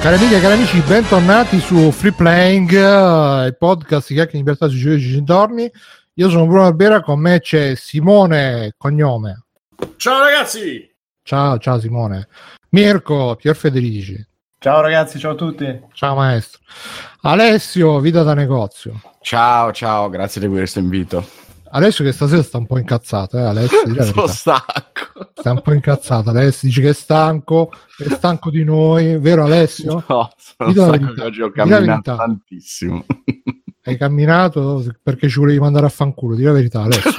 Cari amiche e cari amici, bentornati su Free Playing, il podcast che in libertà sui giochi dintorni. Io sono Bruno Albera, con me c'è Simone, cognome. Ciao ragazzi! Ciao Simone. Mirko, Pier Federici. Ciao ragazzi, ciao a tutti. Ciao maestro. Alessio, vita da negozio. Ciao, grazie di questo invito. Alessio che stasera sta un po' incazzato, Alessio, sono stanco. Sta un po' incazzato, Alessio dice che è stanco di noi, vero Alessio? No, sono stanco che oggi ho camminato tantissimo. Hai camminato perché ci volevi mandare a fanculo, di la verità, Alessio.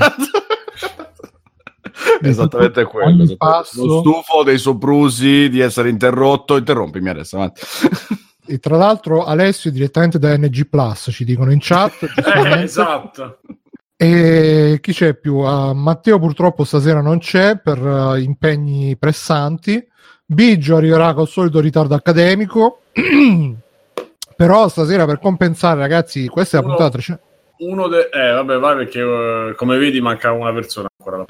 Esattamente quello. Lo stufo dei soprusi di essere interrotto. Interrompimi adesso, avanti. E tra l'altro Alessio direttamente da NG Plus, ci dicono in chat. Esatto. E chi c'è più? Matteo purtroppo stasera non c'è per impegni pressanti. Biggio arriverà col solito ritardo accademico. Però stasera, per compensare, ragazzi, questa è la puntata 300. Vabbè, vai, perché come vedi manca una persona ancora.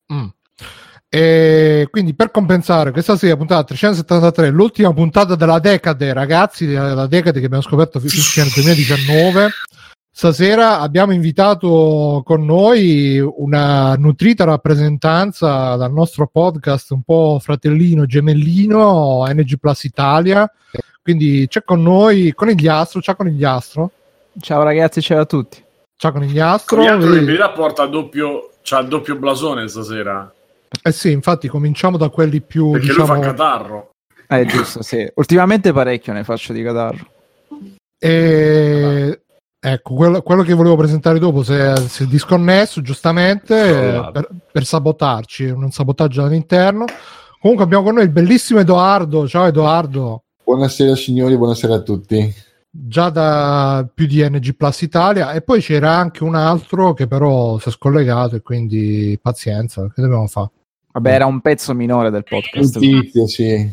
E quindi per compensare, questa sera puntata 373, l'ultima puntata della decade, ragazzi, della decade che abbiamo scoperto nel 2019. Stasera abbiamo invitato con noi una nutrita rappresentanza dal nostro podcast un po' fratellino, gemellino, NG Plus Italia. Quindi c'è con noi Conigliastro. Ciao Conigliastro. Ciao ragazzi, ciao a tutti. Ciao Conigliastro. Conigliastro in verità porta c'ha il doppio blasone stasera. Eh sì, infatti cominciamo da quelli più, perché diciamo... lui fa catarro. Giusto, sì. Ultimamente parecchio ne faccio di catarro. Ecco, quello che volevo presentare dopo si è disconnesso, giustamente, per sabotarci, un sabotaggio all'interno. Comunque abbiamo con noi il bellissimo Edoardo. Ciao Edoardo. Buonasera signori, buonasera a tutti. Già da più di NG Plus Italia, e poi c'era anche un altro che però si è scollegato, e quindi pazienza, che dobbiamo fare? Vabbè, era un pezzo minore del podcast. Tizio, sì.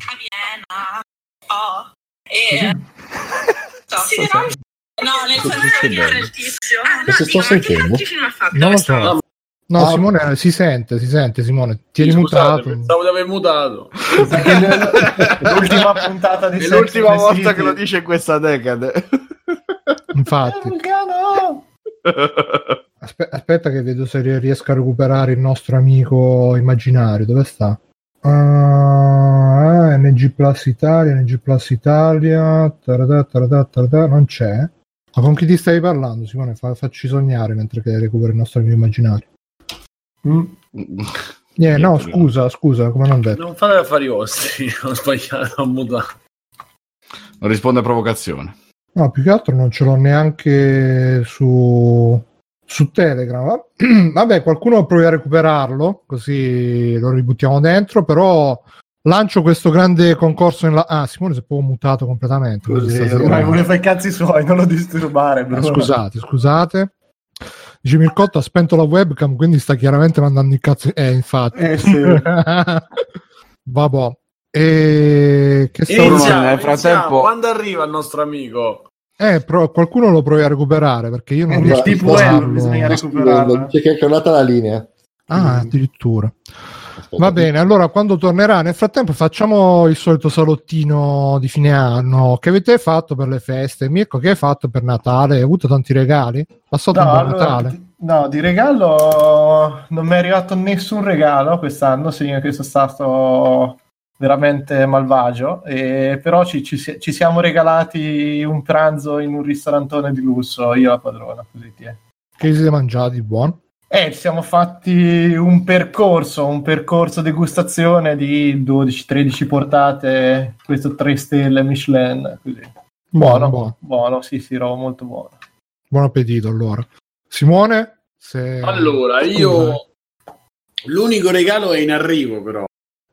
No, nel senso di il tizio. Cosa sto sentendo? Non lo so. No, Simone, si sente Simone. Ti eri mutato. Pensavo di aver mutato. L'ultima puntata di È l'ultima volta che lo dice in questa decade. Infatti. Aspetta che vedo se riesco a recuperare il nostro amico immaginario. Dove sta? NG Plus Italia. Taradà. Non c'è. Ma con chi ti stai parlando, Simone? Facci sognare mentre che recupero il nostro amico immaginario. No, scusa, come non detto. Non fate affari vostri, ho sbagliato, ho mutato. Non risponde a provocazione. No, più che altro non ce l'ho neanche su Telegram. Vabbè, qualcuno provi a recuperarlo, così lo ributtiamo dentro, però lancio questo grande concorso Simone si è proprio mutato completamente. Vuole fare i cazzi suoi, non lo disturbare. Scusate. Dice Mircotto ha spento la webcam, quindi sta chiaramente mandando il cazzo. Infatti. Sì. Vabbè. Che nel frattempo, quando arriva il nostro amico? Però qualcuno lo provi a recuperare, perché io non riesco a farlo. Bisogna recuperarlo. C'è che è calata la linea. Addirittura. Va bene, allora quando tornerà, nel frattempo facciamo il solito salottino di fine anno. Che avete fatto per le feste? Mirko, che hai fatto per Natale? Hai avuto tanti regali? Passato un buon Natale? No, di regalo non mi è arrivato nessun regalo quest'anno, segno che sono stato veramente malvagio, però ci siamo regalati un pranzo in un ristorantone di lusso, io e la padrona, così ti è. Che vi siete mangiati buono? Ci siamo fatti un percorso degustazione di 12-13 portate, questo 3 stelle Michelin, così. Buono, sì, roba molto buona. Buon appetito, allora. Simone? Allora, io l'unico regalo è in arrivo, però.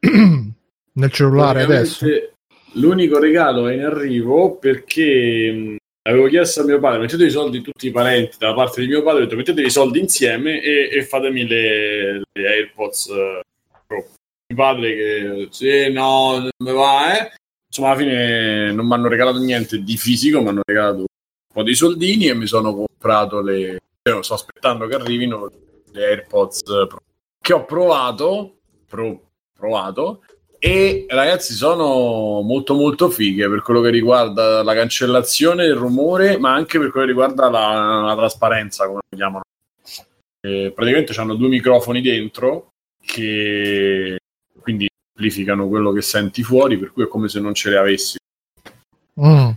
Nel cellulare adesso? L'unico regalo è in arrivo perché avevo chiesto a mio padre, mettete i soldi tutti i parenti da parte di mio padre, ho detto mettete i soldi insieme e fatemi le AirPods Pro. Mio padre che sì, no, non mi va, Insomma, alla fine non mi hanno regalato niente di fisico, mi hanno regalato un po' di soldini e mi sono comprato sto aspettando che arrivino le AirPods Pro, che ho provato E ragazzi, sono molto molto fighe per quello che riguarda la cancellazione, il rumore, ma anche per quello che riguarda la trasparenza, come lo chiamano. Praticamente hanno 2 microfoni dentro che quindi amplificano quello che senti fuori, per cui è come se non ce le avessi. Ma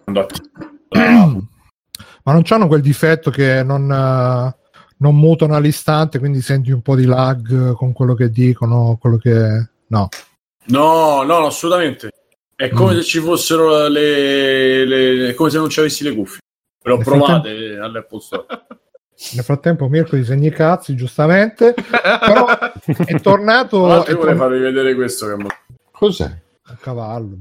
non c'hanno quel difetto che non mutano all'istante, quindi senti un po' di lag con quello che dicono, quello che... No, assolutamente. È come se ci fossero le come se non ci avessi le cuffie. L'ho provate all'Apple Store. Nel frattempo Mirko disegna i cazzi, giustamente, però è tornato... Vorrei farvi vedere questo che... Cos'è? Un cavallo.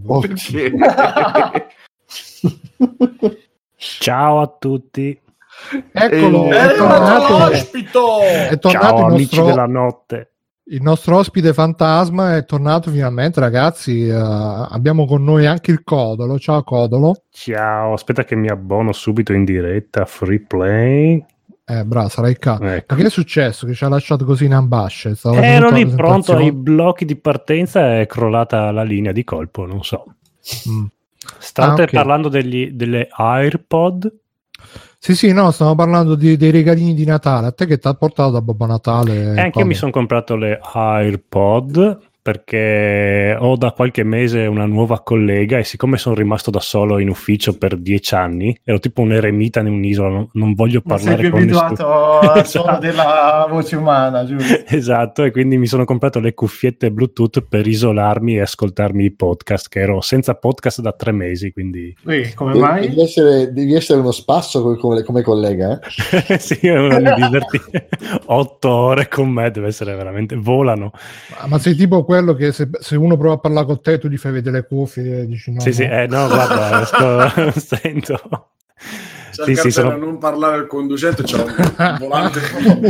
Ciao a tutti. Eccolo, è tornato Ciao amici nostro... della notte. Il nostro ospite fantasma è tornato finalmente, ragazzi. Abbiamo con noi anche il Codolo. Ciao Codolo. Ciao, aspetta che mi abbono subito in diretta. Free play. Bravo, sarai Ecco. Ma che è successo? Che ci ha lasciato così in ambasce? Ero lì pronto ai blocchi di partenza e è crollata la linea di colpo, non so. State parlando delle AirPod? Sì, no, stiamo parlando dei regalini di Natale. A te che ti ha portato da Babbo Natale? Anche io mi sono comprato le AirPod perché ho da qualche mese una nuova collega e siccome sono rimasto da solo in ufficio per 10 anni, ero tipo un eremita in un'isola, non voglio parlare con nessuno. Sei più abituato al suono della voce umana, giusto? Esatto, e quindi mi sono comprato le cuffiette Bluetooth per isolarmi e ascoltarmi i podcast, che ero senza podcast da 3 mesi, quindi... Come mai? Devi essere uno spasso come collega, eh? Sì, mi divertì 8 ore con me, deve essere veramente... volano. Ma sei tipo quello che se uno prova a parlare con te tu gli fai vedere le cuffie e dici no. Sì, no, guarda, sento. Sì, sono... non parlare al conducente, c'è un volante.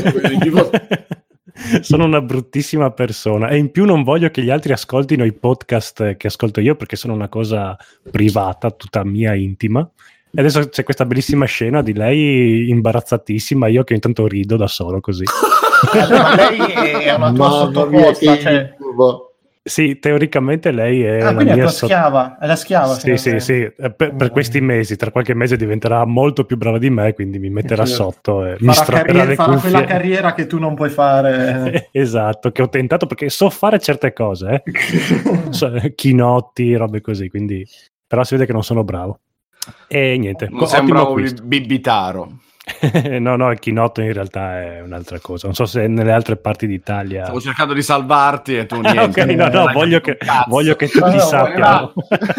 Sono una bruttissima persona e in più non voglio che gli altri ascoltino i podcast che ascolto io perché sono una cosa privata, tutta mia, intima. E adesso c'è questa bellissima scena di lei imbarazzatissima, io che intanto rido da solo così. Ma lei è una tua sottoposta, cioè... Sì, teoricamente lei è la quindi mia schiava, è la schiava. Sì. Per questi mesi, tra qualche mese diventerà molto più brava di me, quindi mi metterà sotto e mi strapperà le cuffie. Farà quella carriera che tu non puoi fare. Esatto, che ho tentato perché so fare certe cose, chinotti, robe così, quindi però si vede che non sono bravo. E niente, sembra un bibitaro. No, il chinotto in realtà è un'altra cosa. Non so se nelle altre parti d'Italia. Stavo cercando di salvarti e tu niente. Okay, no, voglio che tutti sappiano.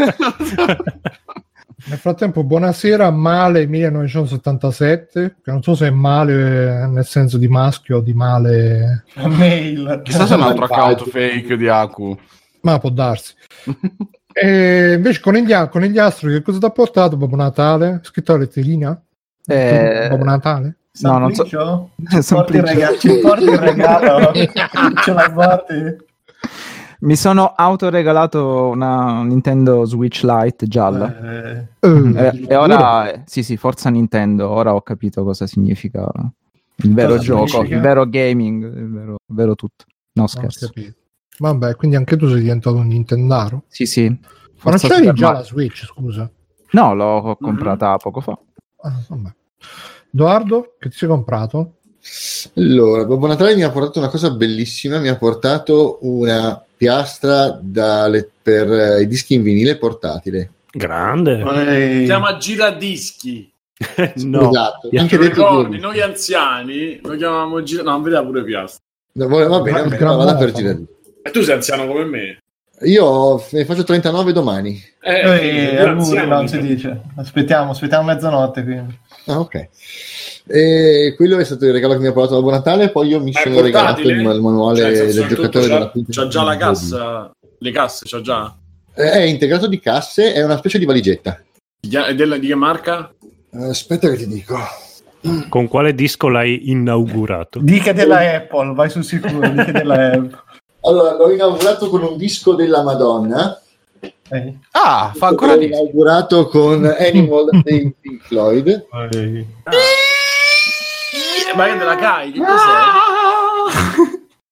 Nel frattempo, buonasera, Male 1977, che non so se è male nel senso di maschio o di male mail. Chissà un altro account fake di Aku. Ma può darsi. E invece Conigliastro, che cosa ti ha portato Babbo Natale? Scritto la letterina? Babbo Natale? No, non so. Ci porti il regalo. Ce la porti? Mi sono autoregalato una Nintendo Switch Lite gialla. E ora sì, forza Nintendo. Ora ho capito cosa significa il vero gioco, il vero gaming, il vero tutto. No, scherzo. Vabbè, quindi anche tu sei diventato un Nintendaro? Sì. Ma non c'avevi già la Switch, scusa? No, l'ho comprata poco fa. Vabbè. Edoardo, che ti sei comprato? Allora, Babbo Natale mi ha portato una cosa bellissima, mi ha portato una piastra per i dischi in vinile portatile. Grande. Si chiama giradischi. No. Esatto. Anche noi anziani lo chiamavamo no, non vedeva pure piastra. No, va bene, vado per giradischi. E tu sei anziano come me? Io ne faccio 39 domani. Non si dice. Aspettiamo mezzanotte quindi. Ah, ok. E quello è stato il regalo che mi ha portato Babbo Natale. Poi io mi sono regalato il manuale del giocatore della quinta. C'ha già la cassa, le casse c'ha già. È integrato di casse, è una specie di valigetta. Di che marca? Aspetta che ti dico. Con quale disco l'hai inaugurato? Dica della Apple, vai sul sicuro. Dica della Apple. Allora, l'ho inaugurato con un disco della Madonna. Fa ancora disco. L'ho inaugurato con Animal dei Pink Floyd. Ma che della Kai? Che cos'è?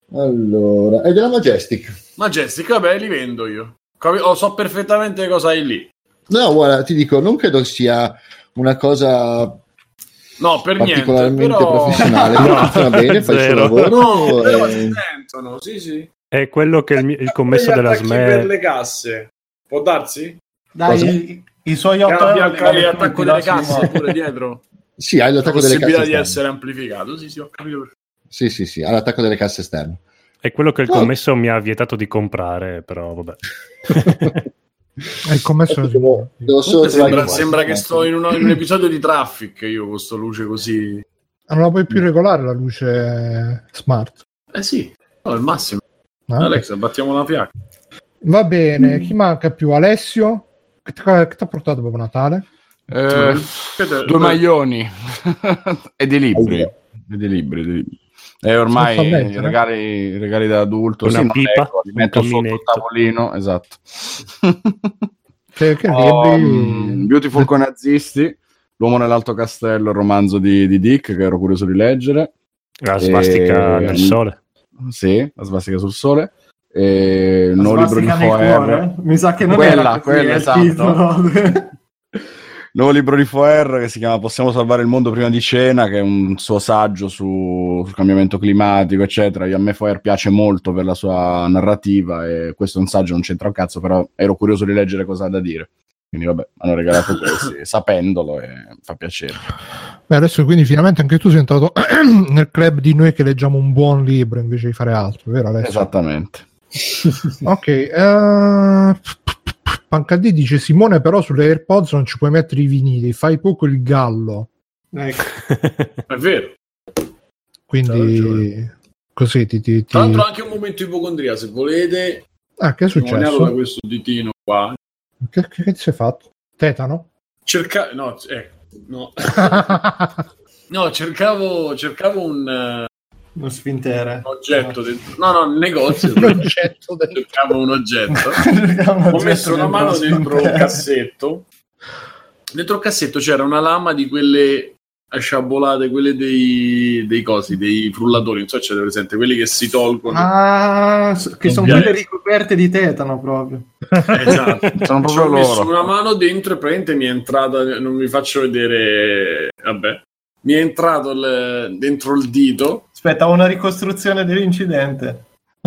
Allora, è della Majestic. Vabbè, li vendo io. So perfettamente cosa hai lì. No, guarda, ti dico, non credo sia una cosa per particolarmente niente, però... professionale. Funziona bene, fai il suo lavoro. No, però si sentono, sì. È quello che il commesso della SME... per le casse, può darsi? Dai, i suoi 8 l'attacco delle casse pure dietro. Sì, hai l'attacco delle casse possibilità esterne. di essere amplificato. Sì, ho capito. Sì, all'attacco delle casse esterne. È quello che il commesso mi ha vietato di comprare, però vabbè. Il commesso sembra che sto in un episodio di Traffic io con sto luce così. Non la puoi più regolare la luce smart? Sì, no, è il massimo. Alexa, battiamo la fiacca. Va bene, chi manca più? Alessio? Che ti ha portato per Natale? 2 maglioni e dei libri. E ormai i regali da adulto, una pipa, li metto sotto il tavolino, esatto. Che libri? Beautiful con nazisti, L'uomo nell'alto castello, il romanzo di Dick che ero curioso di leggere. La svastica nel sole. Sì, la svastica sul sole. Il nuovo libro di Foer. Mi sa che non quella esatto. Nuovo libro di Foer che si chiama Possiamo salvare il mondo prima di cena, che è un suo saggio sul cambiamento climatico, eccetera. A me Foer piace molto per la sua narrativa e questo è un saggio, non c'entra un cazzo, però ero curioso di leggere cosa ha da dire. Quindi vabbè, hanno regalato questi, sapendolo, e fa piacere. Beh, adesso quindi finalmente anche tu sei entrato nel club di noi che leggiamo un buon libro invece di fare altro, vero Alessio? Esattamente. Ok, Pancadì dice: Simone, però sulle AirPods non ci puoi mettere i vinili, fai poco il gallo. Ecco. È vero. Quindi così ti... Tra l'altro anche un momento ipocondria, se volete. Che è successo? Da questo ditino qua. Che ti sei fatto? Tetano? No, cercavo un uno sfintere, un oggetto dentro. No, un negozio. Cercavo un oggetto. Ho messo una mano dentro un cassetto. Dentro il cassetto c'era una lama di quelle asciabolate, quelle dei cosi, dei frullatori, non so se c'è presente, quelli che si tolgono. Che sono quelle ricoperte di tetano proprio. Esatto. Sono proprio ho messo loro. una mano dentro e praticamente mi è entrata, non vi faccio vedere, vabbè, mi è entrato dentro il dito. Aspetta, una ricostruzione dell'incidente.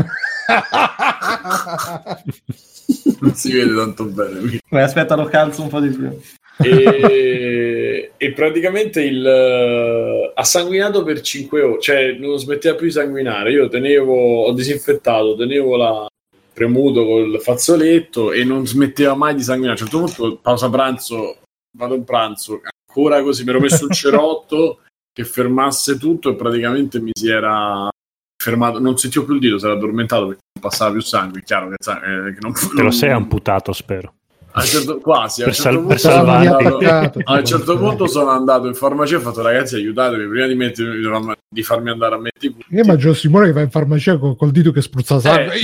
Non si vede tanto bene. Aspetta, lo calzo un po' di più. E praticamente ha sanguinato per 5 ore, cioè non smetteva più di sanguinare. Io ho disinfettato, tenevo premuto col fazzoletto e non smetteva mai di sanguinare. A un certo punto, pausa pranzo, vado in pranzo, ancora così, mi ero messo un cerotto che fermasse tutto e praticamente mi si era fermato, non sentivo più il dito, si era addormentato perché non passava più sangue. È chiaro che non te lo sei amputato, spero. Quasi a un certo punto sono andato in farmacia e ho fatto: ragazzi, aiutatemi, prima di farmi andare a mettere i punti. Io immagino Simone che va in farmacia col dito che spruzza sangue.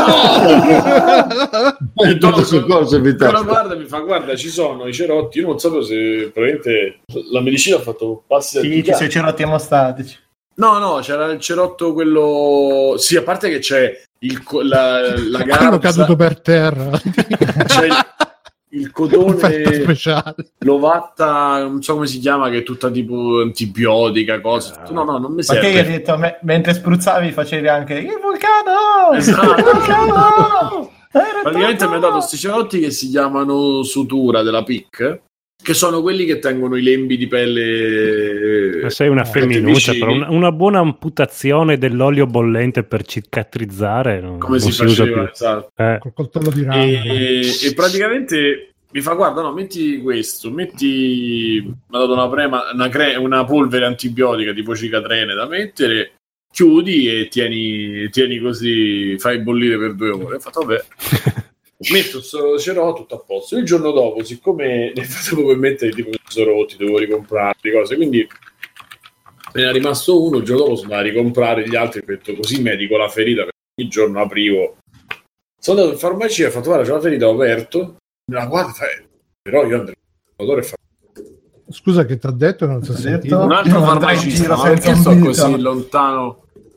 Guarda, mi fa: guarda, ci sono i cerotti. Io non sapevo se probabilmente la medicina ha fatto passi. Sì, ci sono i cerotti emostatici. No, c'era il cerotto quello. Sì, a parte che c'è la garza caduto per terra. C'è il cotone speciale, l'ovatta, non so come si chiama, che è tutta tipo antibiotica, cosa. No, non mi serve. Perché hai detto mentre spruzzavi facevi anche il vulcano. Esatto. Il vulcano! Praticamente mi ha dato questi cerotti che si chiamano sutura della PIC, che sono quelli che tengono i lembi di pelle. Sei una femminuccia, però una buona amputazione dell'olio bollente per cicatrizzare come si faceva, esatto. Col coltello di rame. E praticamente mi fa: guarda, no, metti questo, mi ha dato una polvere antibiotica tipo cicatrene da mettere, chiudi e tieni così, fai bollire per 2 ore. Ho fatto: vabbè. Metto questo cerotto, tutto a posto. Il giorno dopo, siccome nel frattempo per mettere tipo mi sono rotti, dovevo ricomprare cose, quindi me ne è rimasto uno. Il giorno dopo sono andato a ricomprare gli altri, perché così medico la ferita, perché ogni giorno aprivo. Sono andato in farmacia e ho fatto: guarda, c'è la ferita, ho aperto, me la guarda, però io andrei e fa. Scusa, che ti ha detto? Non si è sentito. Un altro farmacista, ma perché sto così lontano?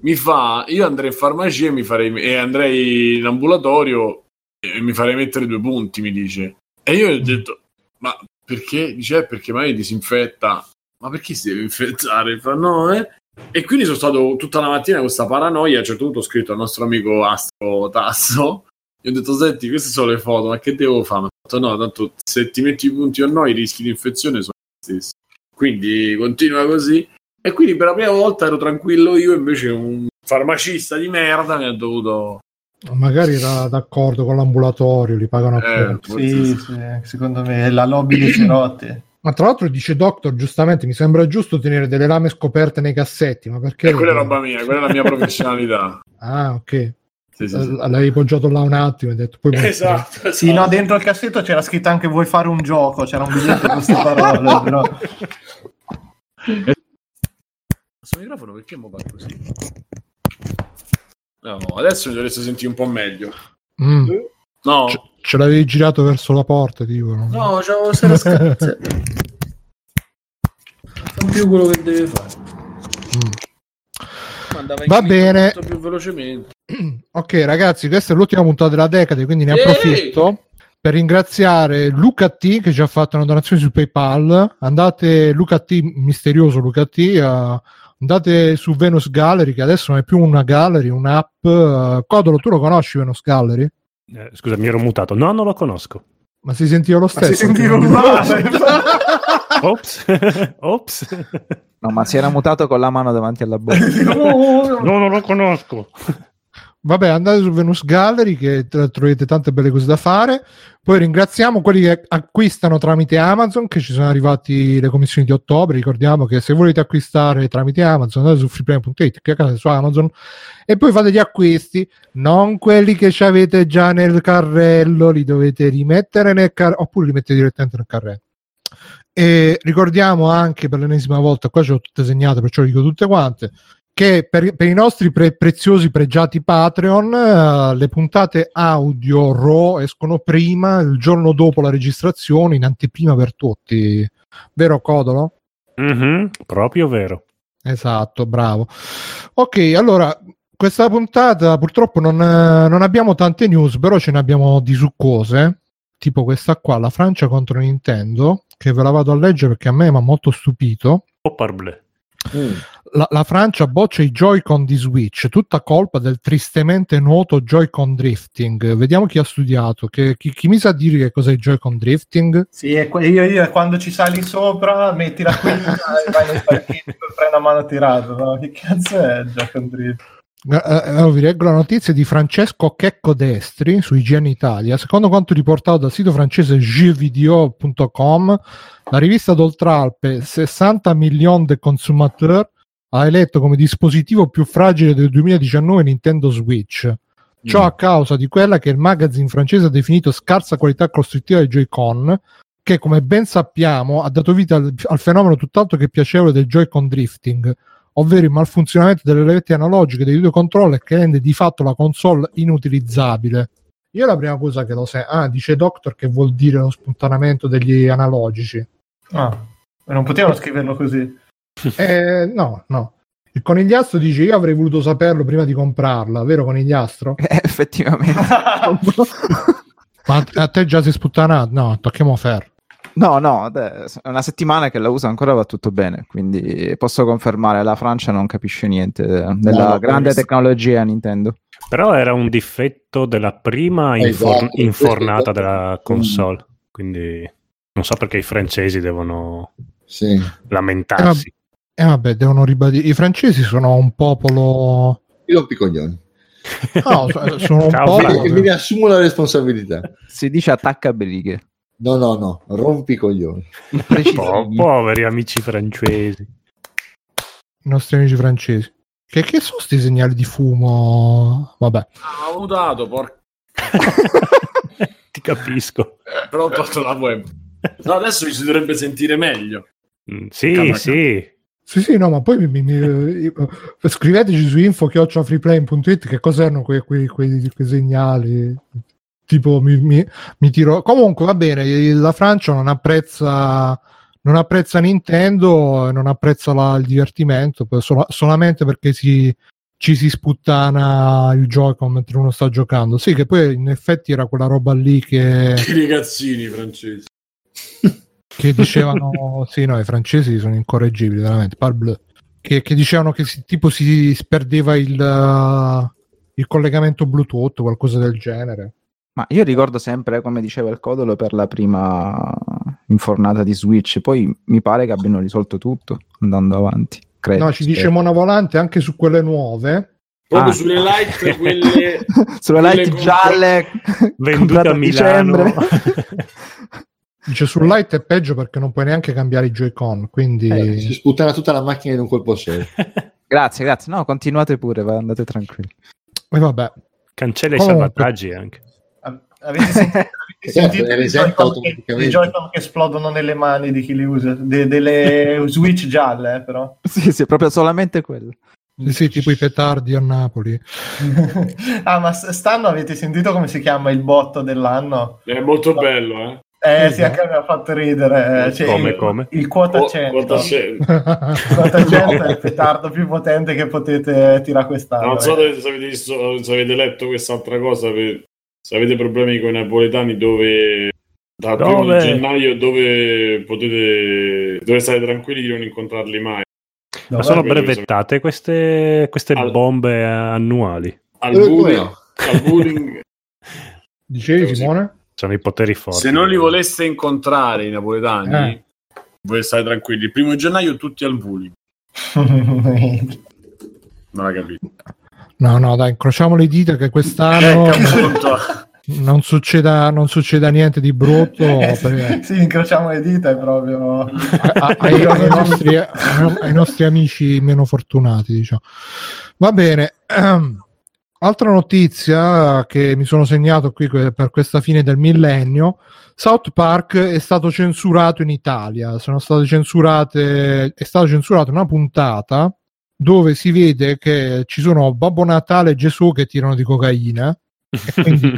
mi fa, io andrei in farmacia e andrei in ambulatorio e mi farei mettere 2 punti, mi dice. E io gli ho detto, ma perché? Dice, perché magari disinfetta. Ma perché si deve infettare? Fa, no, E quindi sono stato tutta la mattina con questa paranoia. A un certo punto ho scritto al nostro amico Astro Tasso, gli ho detto, senti, queste sono le foto, ma che devo fare? Mi ha detto, no, tanto se ti metti i punti o no, i rischi di infezione sono gli stessi. Quindi continua così. E quindi per la prima volta ero tranquillo io, invece un farmacista di merda mi ha dovuto... Magari era d'accordo con l'ambulatorio, li pagano appunto. Sì, secondo me è la lobby dei cerotti. Ma tra l'altro dice Doctor, giustamente, mi sembra giusto tenere delle lame scoperte nei cassetti, ma perché? Quella è roba mia, quella è la mia professionalità. Ah, ok. Sì. L'avevi poggiato là un attimo e hai detto poi esatto. Sì, no, dentro il cassetto c'era scritto anche vuoi fare un gioco, c'era un biglietto con queste parole, però... Questo microfono perché mo va così? No, adesso mi dovreste sentire un po' meglio. No. Ce l'avevi girato verso la porta, tipo. No, c'era scazzo. Fa più quello che deve fare. Va bene. Più velocemente. Ok, ragazzi, questa è l'ultima puntata della decade, quindi ne approfitto per ringraziare Luca T che ci ha fatto una donazione su PayPal. Andate, Luca T, misterioso Luca T, andate su Venus Gallery, che adesso non è più una gallery, un'app. Codolo, tu lo conosci Venus Gallery? Scusa, mi ero mutato. No, non lo conosco. Ma si sentiva lo stesso? Si sentiva uguale. Ops. No, ma si era mutato con la mano davanti alla bocca. No, non lo conosco. Vabbè, andate su Venus Gallery che troverete tante belle cose da fare. Poi ringraziamo quelli che acquistano tramite Amazon, che ci sono arrivati le commissioni di ottobre. Ricordiamo che se volete acquistare tramite Amazon andate su freeplay.it, cliccate su Amazon e poi fate gli acquisti, non quelli che ci avete già nel carrello, li dovete rimettere nel carrello oppure li mettete direttamente nel carrello. E ricordiamo anche per l'ennesima volta, qua ce l'ho tutte segnate perciò le dico tutte quante, che per i nostri preziosi pregiati Patreon le puntate audio RAW escono prima, il giorno dopo la registrazione, in anteprima per tutti, vero Codolo? Proprio vero. Esatto, bravo. Ok, allora questa puntata purtroppo non abbiamo tante news, però ce ne abbiamo di succose, tipo questa qua, la Francia contro Nintendo, che ve la vado a leggere perché a me mi ha molto stupito. La Francia boccia i Joy-Con di Switch, tutta colpa del tristemente noto Joy-Con drifting. Vediamo chi ha studiato, chi mi sa dire che cos'è il Joy-Con drifting? Sì, io quando ci sali sopra metti la quinta e vai nel parcheggio e prendi una mano tirata, no? Che cazzo è il Joy-Con drifting? Vi leggo la notizia di Francesco Checco Destri su IGN Italia. Secondo quanto riportato dal sito francese jeuxvideo.com, la rivista d'Oltralpe 60 milioni de consommateurs ha eletto come dispositivo più fragile del 2019 Nintendo Switch. Ciò a causa di quella che il magazine francese ha definito scarsa qualità costruttiva dei Joy-Con, che come ben sappiamo ha dato vita al fenomeno tutt'altro che piacevole del Joy-Con drifting, ovvero il malfunzionamento delle levette analogiche dei videocontroller che rende di fatto la console inutilizzabile. Io la prima cosa che lo sai, dice Doctor che vuol dire lo spuntanamento degli analogici. Non potevano scriverlo così. No. Il conigliastro dice io avrei voluto saperlo prima di comprarla, vero conigliastro? Effettivamente. Ma a te già sei sputtanato? No, tocchiamo ferro. No, è una settimana che la uso ancora, va tutto bene, quindi posso confermare, la Francia non capisce niente della grande tecnologia Nintendo. Però era un difetto della prima infornata della console, quindi non so perché i francesi devono lamentarsi. Vabbè, devono ribadire. I francesi sono un popolo... Io rompi i coglioni. No, sono un popolo... E me ne assumo la responsabilità. Si dice attacca brighe. No, rompi i coglioni. Poveri amici francesi. I nostri amici francesi. Che sono sti segnali di fumo? Vabbè. Ho mutato, porca. Ti capisco. Però ho tolto la web. No, adesso ci si dovrebbe sentire meglio. Sì, no, ma poi scriveteci su info@freeplay.it che cos'erano quei segnali. Tipo mi tiro. Comunque va bene, la Francia non apprezza Nintendo, non apprezza il divertimento solamente perché ci ci si sputtana il Joy-Con mentre uno sta giocando. Sì, che poi in effetti era quella roba lì che i ragazzini francesi che dicevano sì, no, i francesi sono incorreggibili veramente, parbleu. Che dicevano che tipo si perdeva il collegamento Bluetooth, qualcosa del genere. Ma io ricordo sempre, come diceva il Codolo, per la prima infornata di Switch, poi mi pare che abbiano risolto tutto andando avanti. Credo, no, ci dice Mona Volante anche su quelle nuove. Proprio sulle light, quelle sulle light gialle vendute a Milano. Dice sul light è peggio perché non puoi neanche cambiare i Joy-Con, quindi si sputtana tutta la macchina in un colpo solo. Grazie. No, continuate pure, andate tranquilli. E vabbè. Cancella i salvataggi anche. Avete sentito i Joy-Con che esplodono nelle mani di chi li usa? Delle Switch gialle, però. Sì, proprio solamente quello. Sì, tipo i petardi a Napoli. Ma stanno, avete sentito come si chiama il botto dell'anno? È molto bello, sì, anche mi ha fatto ridere. Cioè, come? Il quota 100. Quota 100 è il petardo più potente che potete tirare quest'anno. Non so se avete letto quest'altra cosa, se avete problemi con i napoletani dal 1 gennaio dove stare tranquilli di non incontrarli mai. Ma sono brevettate queste bombe annuali? Al bullying. Dicevi, Simone? Sono i poteri forti. Se non li voleste incontrare i napoletani, voi state tranquilli. Il 1 gennaio tutti al bullying. Non l'ha capito. No, dai, incrociamo le dita che quest'anno non succeda niente di brutto. Sì, incrociamo le dita è proprio ai nostri amici meno fortunati, diciamo. Va bene. Altra notizia che mi sono segnato qui per questa fine del millennio: South Park è stato censurato in Italia. È stata censurata una puntata dove si vede che ci sono Babbo Natale e Gesù che tirano di cocaina. E quindi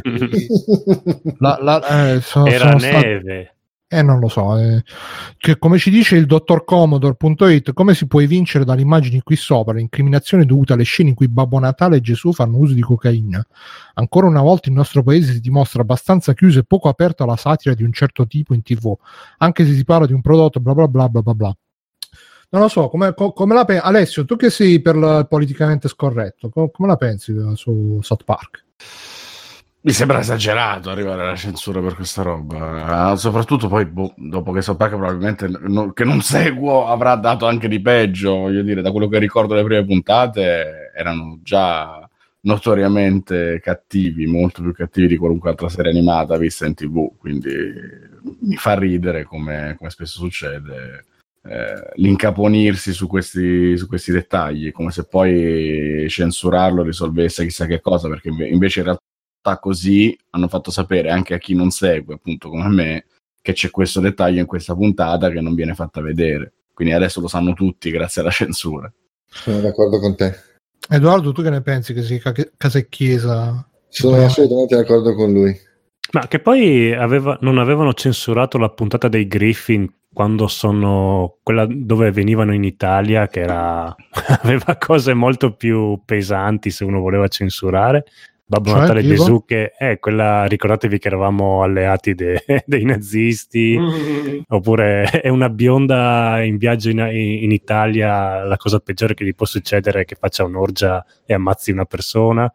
era neve. Non lo so, che come ci dice il dottor Commodore.it, come si può evincere dalle immagini qui sopra l'incriminazione dovuta alle scene in cui Babbo Natale e Gesù fanno uso di cocaina. Ancora una volta il nostro paese si dimostra abbastanza chiuso e poco aperto alla satira di un certo tipo in TV, anche se si parla di un prodotto bla bla bla bla bla bla. Non lo so, come la pensi? Alessio, tu che sei per il politicamente scorretto, come la pensi su South Park? Mi sembra esagerato arrivare alla censura per questa roba, soprattutto poi dopo che South Park probabilmente che non seguo avrà dato anche di peggio, voglio dire, da quello che ricordo le prime puntate erano già notoriamente cattivi, molto più cattivi di qualunque altra serie animata vista in TV, quindi mi fa ridere come spesso succede l'incaponirsi su questi dettagli, come se poi censurarlo risolvesse chissà che cosa, perché invece in realtà così hanno fatto sapere anche a chi non segue, appunto come me, che c'è questo dettaglio in questa puntata che non viene fatta vedere, quindi adesso lo sanno tutti grazie alla censura. Sono d'accordo con te. Edoardo, tu che ne pensi, che sia casa e chiesa? Sono assolutamente d'accordo con lui. Ma che poi non avevano censurato la puntata dei Griffin quando quella dove venivano in Italia, che aveva cose molto più pesanti se uno voleva censurare. Babbo Natale Gesù, che è quella, ricordatevi che eravamo alleati dei nazisti, oppure è una bionda in viaggio in Italia, la cosa peggiore che gli può succedere è che faccia un'orgia e ammazzi una persona.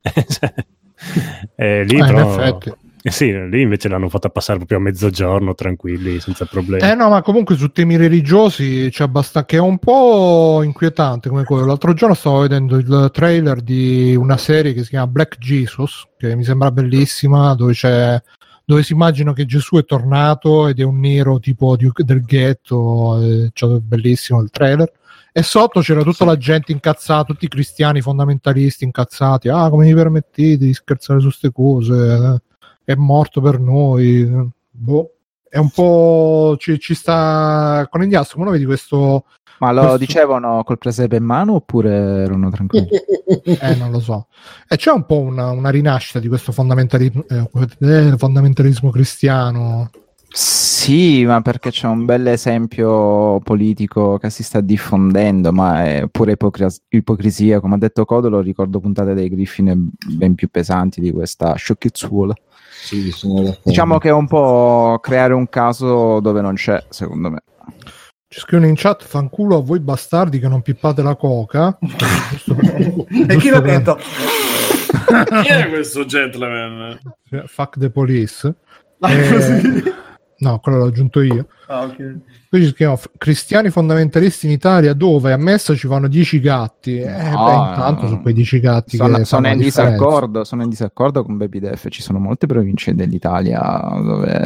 Lì in effetti. Sì, lì invece l'hanno fatta passare proprio a mezzogiorno tranquilli, senza problemi. No, ma comunque su temi religiosi c'è abbastanza, che è un po' inquietante come quello. L'altro giorno stavo vedendo il trailer di una serie che si chiama Black Jesus, che mi sembra bellissima, dove si immagina che Gesù è tornato ed è un nero tipo del ghetto, bellissimo il trailer. E sotto c'era tutta la gente incazzata, tutti i cristiani fondamentalisti incazzati. Come mi permettete di scherzare su ste cose? È morto per noi. È un po' ci sta con gli astri. Come lo vedi questo? Ma lo dicevano col presepe in mano oppure erano tranquilli? Non lo so. E c'è un po' una rinascita di questo fondamentalismo cristiano. Sì, ma perché c'è un bel esempio politico che si sta diffondendo, ma è pure ipocrisia. Come ha detto Codolo, ricordo puntate dei Griffin ben più pesanti di questa sciocchezzuola. Sì, sono d'accordo. Diciamo che è un po' creare un caso dove non c'è, secondo me. Ci scrivono in chat: fanculo a voi bastardi che non pippate la coca. E chi l'ha detto? Chi è questo gentleman? Fuck the police. Così. No, quello l'ho aggiunto io. Ok. Poi ci scrivono: cristiani fondamentalisti in Italia dove a messa ci vanno 10 gatti. Intanto su quei 10 gatti sono in disaccordo con Baby Def. Ci sono molte province dell'Italia dove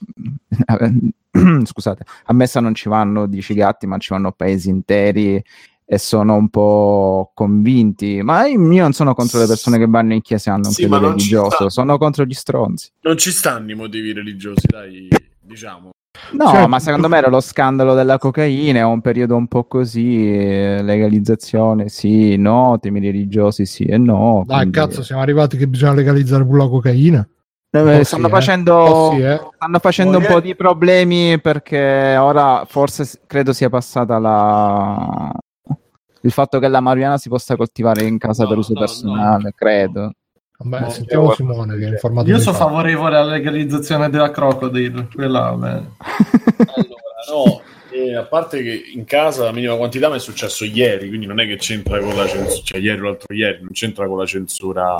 scusate, a messa non ci vanno 10 gatti, ma ci vanno paesi interi e sono un po' convinti. Ma io non sono contro le persone che vanno in chiesa e hanno un credo religioso, sono contro gli stronzi. Non ci stanno i motivi religiosi, dai, diciamo. No, cioè, ma secondo me era lo scandalo della cocaina, è un periodo un po' così, legalizzazione sì, no, temi religiosi sì e no. Dai, quindi... cazzo, siamo arrivati che bisogna legalizzare pure la cocaina? Stanno facendo un po' di problemi perché ora forse credo sia passata il fatto che la marijuana si possa coltivare in casa per uso personale, credo. Vabbè, sentiamo Simone che è informato. Io sono favorevole alla legalizzazione della crocodile, quella bene. Allora, no, a parte che in casa la minima quantità mi è successo ieri, quindi non è che c'entra con la censura, cioè ieri o l'altro ieri, non c'entra con la censura.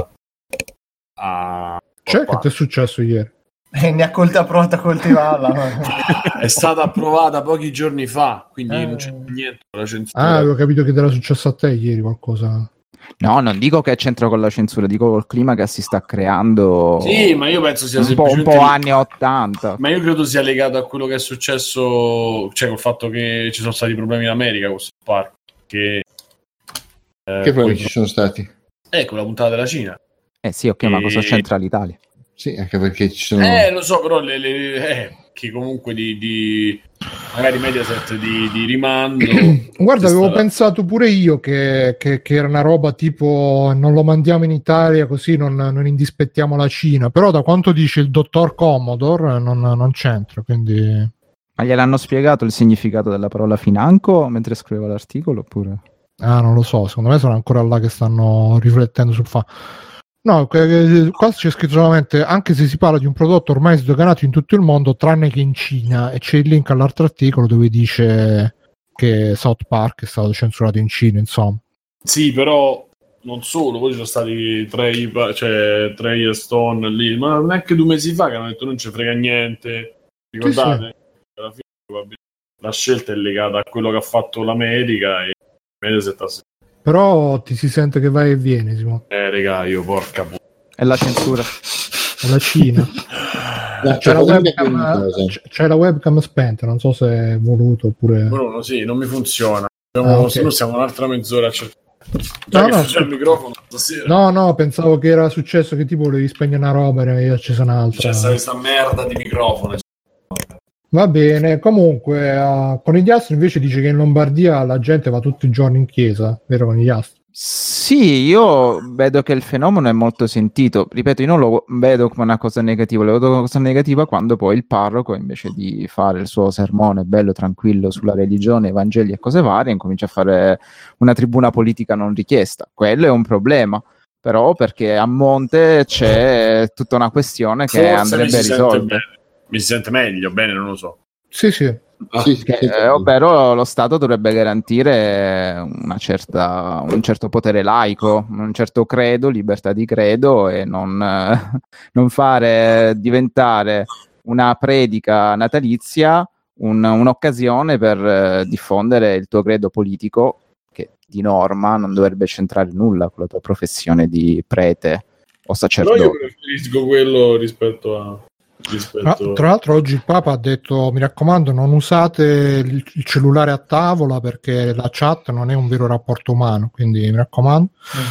Che ti è successo ieri? Ne ha provata a coltivarla. È stata approvata pochi giorni fa, quindi non c'è niente con la censura. Avevo capito che ti era successo a te ieri qualcosa. No, non dico che c'entra con la censura, dico col clima che si sta creando. Sì, ma io penso sia un po' anni 80. Ma io credo sia legato a quello che è successo, cioè col fatto che ci sono stati problemi in America con questo parco. Che problemi ci sono stati? Con la puntata della Cina. Sì, ok, ma cosa c'entra l'Italia? Sì, anche perché ci sono... lo so, però che comunque di magari Mediaset di rimando. Guarda, avevo pensato pure io che era una roba tipo non lo mandiamo in Italia così non indispettiamo la Cina, però da quanto dice il dottor Commodore non c'entra, quindi... Ma gliel'hanno spiegato il significato della parola financo mentre scriveva l'articolo oppure? Non lo so, secondo me sono ancora là che stanno riflettendo sul fatto. No, qua c'è scritto solamente anche se si parla di un prodotto ormai sdoganato in tutto il mondo tranne che in Cina, e c'è il link all'altro articolo dove dice che South Park è stato censurato in Cina, insomma. Sì, però non solo, poi ci sono stati tre Stone lì, ma neanche 2 mesi fa che hanno detto non ci frega niente, ricordate? Sì. Alla fine la scelta è legata a quello che ha fatto l'America e Mediaset. Però ti si sente che vai e vieni, Simone. Regà, io porca è la censura. È la Cina. C'è la webcam spenta, non so se è voluto oppure... Bruno, sì, non mi funziona. Se no siamo un'altra mezz'ora a cercare. Il microfono stasera. No, pensavo che era successo che tipo volevi spegnere una roba e ne è accesa un'altra. C'è questa merda di microfono. Va bene, comunque con gli astri invece dice che in Lombardia la gente va tutti i giorni in chiesa, vero, con gli astri? Sì, io vedo che il fenomeno è molto sentito, ripeto, io non lo vedo come una cosa negativa, lo vedo come una cosa negativa quando poi il parroco invece di fare il suo sermone bello tranquillo sulla religione, evangeli e cose varie, incomincia a fare una tribuna politica non richiesta. Quello è un problema, però perché a monte c'è tutta una questione che andrebbe risolta. Mi si sente meglio, bene, non lo so. Sì. Ovvero lo Stato dovrebbe garantire un certo potere laico, un certo credo, libertà di credo, e non fare diventare una predica natalizia un'occasione per diffondere il tuo credo politico, che di norma non dovrebbe c'entrare nulla con la tua professione di prete o sacerdote. Però io preferisco quello rispetto a... Tra l'altro oggi il Papa ha detto: mi raccomando, non usate il cellulare a tavola perché la chat non è un vero rapporto umano, quindi mi raccomando.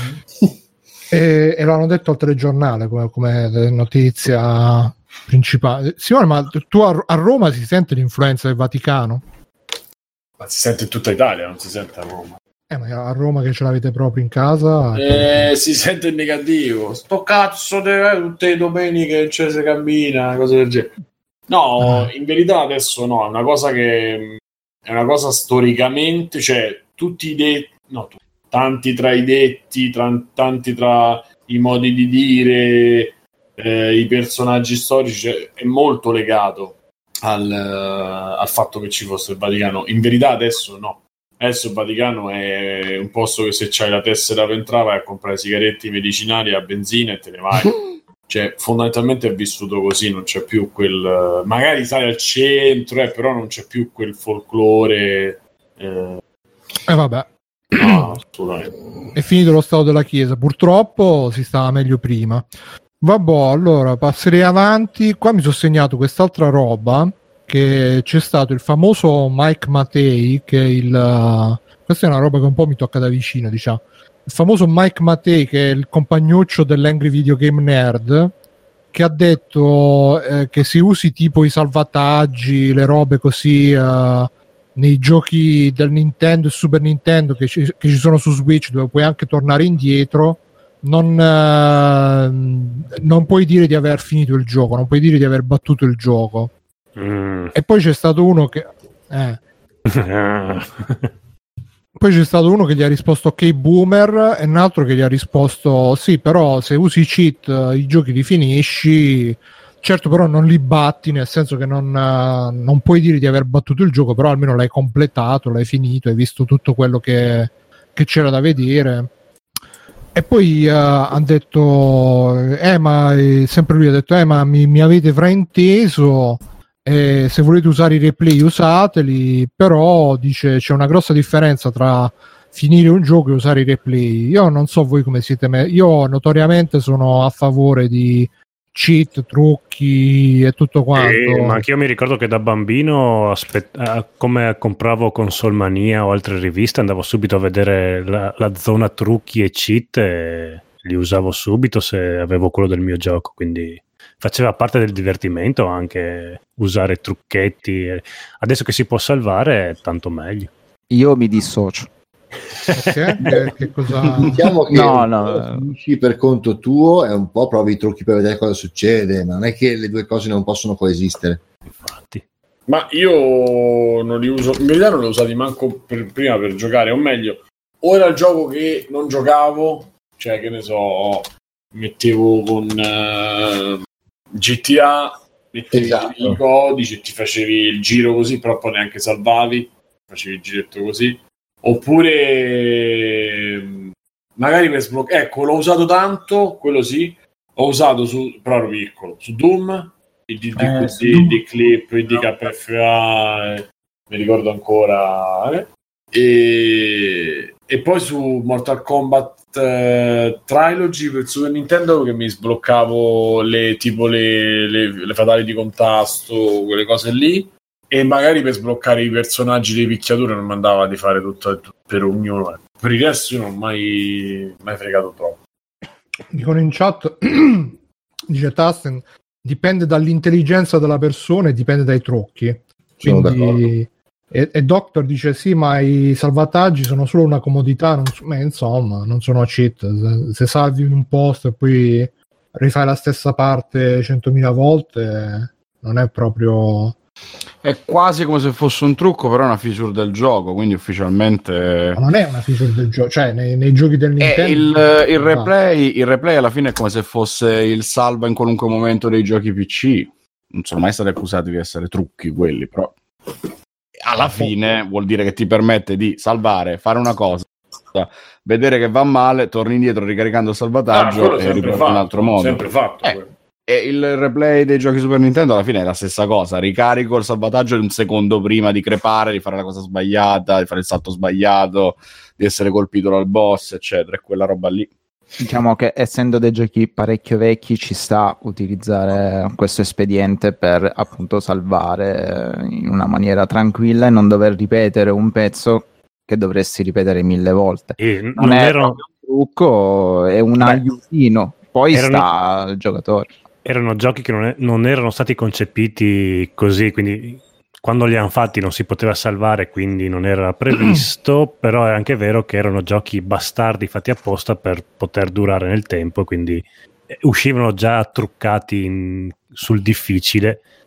E l'hanno detto al telegiornale come notizia principale. Simone, ma tu a Roma si sente l'influenza del Vaticano? Ma si sente in tutta Italia, non si sente a Roma. Ma a Roma che ce l'avete proprio in casa? Si sente il negativo. Sto cazzo tutte le domeniche c'è si cammina, cose del genere. No, in verità adesso no, è una cosa storicamente, cioè tutti i detti, tanti tra i detti, tanti tra i modi di dire, i personaggi storici, cioè, è molto legato al fatto che ci fosse il Vaticano. In verità adesso no. Adesso il Vaticano è un posto che se c'hai la tessera per entrare vai a comprare sigarette medicinali a benzina e te ne vai. Cioè, fondamentalmente è vissuto così, non c'è più quel... magari sai al centro, però non c'è più quel folklore. Vabbè. No, assolutamente. È finito lo stato della Chiesa. Purtroppo si stava meglio prima. Vabbè, allora passerei avanti. Qua mi sono segnato quest'altra roba, che c'è stato il famoso Mike Matei, che è questa è una roba che un po' mi tocca da vicino, diciamo. Il famoso Mike Matei, che è il compagnuccio dell'Angry Video Game Nerd, che ha detto che se usi tipo i salvataggi, le robe così nei giochi del Nintendo e Super Nintendo che ci sono su Switch, dove puoi anche tornare indietro, non puoi dire di aver finito il gioco, non puoi dire di aver battuto il gioco. E poi c'è stato uno che poi c'è stato uno che gli ha risposto ok boomer, e un altro che gli ha risposto sì, però se usi cheat i giochi li finisci, certo, però non li batti, nel senso che non puoi dire di aver battuto il gioco, però almeno l'hai completato, l'hai finito, hai visto tutto quello che c'era da vedere. E poi ha detto ma sempre lui ha detto ma mi avete frainteso, se volete usare i replay usateli, però dice c'è una grossa differenza tra finire un gioco e usare i replay. Io non so voi come siete, io notoriamente sono a favore di cheat, trucchi e tutto quanto. Ma anch'io mi ricordo che da bambino come compravo Console Mania o altre riviste, andavo subito a vedere la zona trucchi e cheat e li usavo subito se avevo quello del mio gioco, quindi faceva parte del divertimento anche usare trucchetti. Adesso che si può salvare, tanto meglio. Io mi dissocio. Che cosa... Diciamo che per conto tuo è un po' provi i trucchi per vedere cosa succede, ma non è che le due cose non possono coesistere. Infatti. Ma io non li uso, in verità non li ho usati manco prima per giocare, o meglio, o era il gioco che non giocavo, cioè che ne so, mettevo con GTA, mettevi i codici e ti facevi il giro così, però poi neanche salvavi, facevi il giretto così. Oppure magari per sbloccare, ecco, l'ho usato tanto, quello sì, ho usato però ero piccolo, su Doom, il di Clip, il DKFA, mi ricordo ancora, e poi su Mortal Kombat Trilogy per Super Nintendo, che mi sbloccavo le fatali di contasto, quelle cose lì. E magari per sbloccare i personaggi di picchiature non mandava di fare tutto per ognuno. Per il resto io non ho mai fregato troppo. Dicono in chat, dice Tasten, dipende dall'intelligenza della persona e dipende dai trucchi. Quindi, e Doctor dice sì, ma i salvataggi sono solo una comodità, ma insomma non sono cheat. Se salvi in un posto e poi rifai la stessa parte 100.000 volte, non è proprio... È quasi come se fosse un trucco, però è una feature del gioco, quindi ufficialmente... Ma non è una feature del gioco, cioè nei giochi del Nintendo... Il replay alla fine è come se fosse il salva in qualunque momento dei giochi PC. Non sono mai stati accusati di essere trucchi quelli, però alla fine vuol dire che ti permette di salvare, fare una cosa, vedere che va male, torni indietro ricaricando il salvataggio e riprendi in un altro modo. Sempre fatto. E il replay dei giochi Super Nintendo alla fine è la stessa cosa, ricarico il salvataggio un secondo prima di crepare, di fare la cosa sbagliata, di fare il salto sbagliato, di essere colpito dal boss, eccetera, è quella roba lì. Diciamo che essendo dei giochi parecchio vecchi ci sta utilizzare questo espediente per appunto salvare in una maniera tranquilla e non dover ripetere un pezzo che dovresti ripetere 1000 volte. Non è un trucco, è un aiutino, poi sta al giocatore. Erano giochi che non erano stati concepiti così, quindi quando li hanno fatti non si poteva salvare, quindi non era previsto, però è anche vero che erano giochi bastardi fatti apposta per poter durare nel tempo, quindi uscivano già truccati sul difficile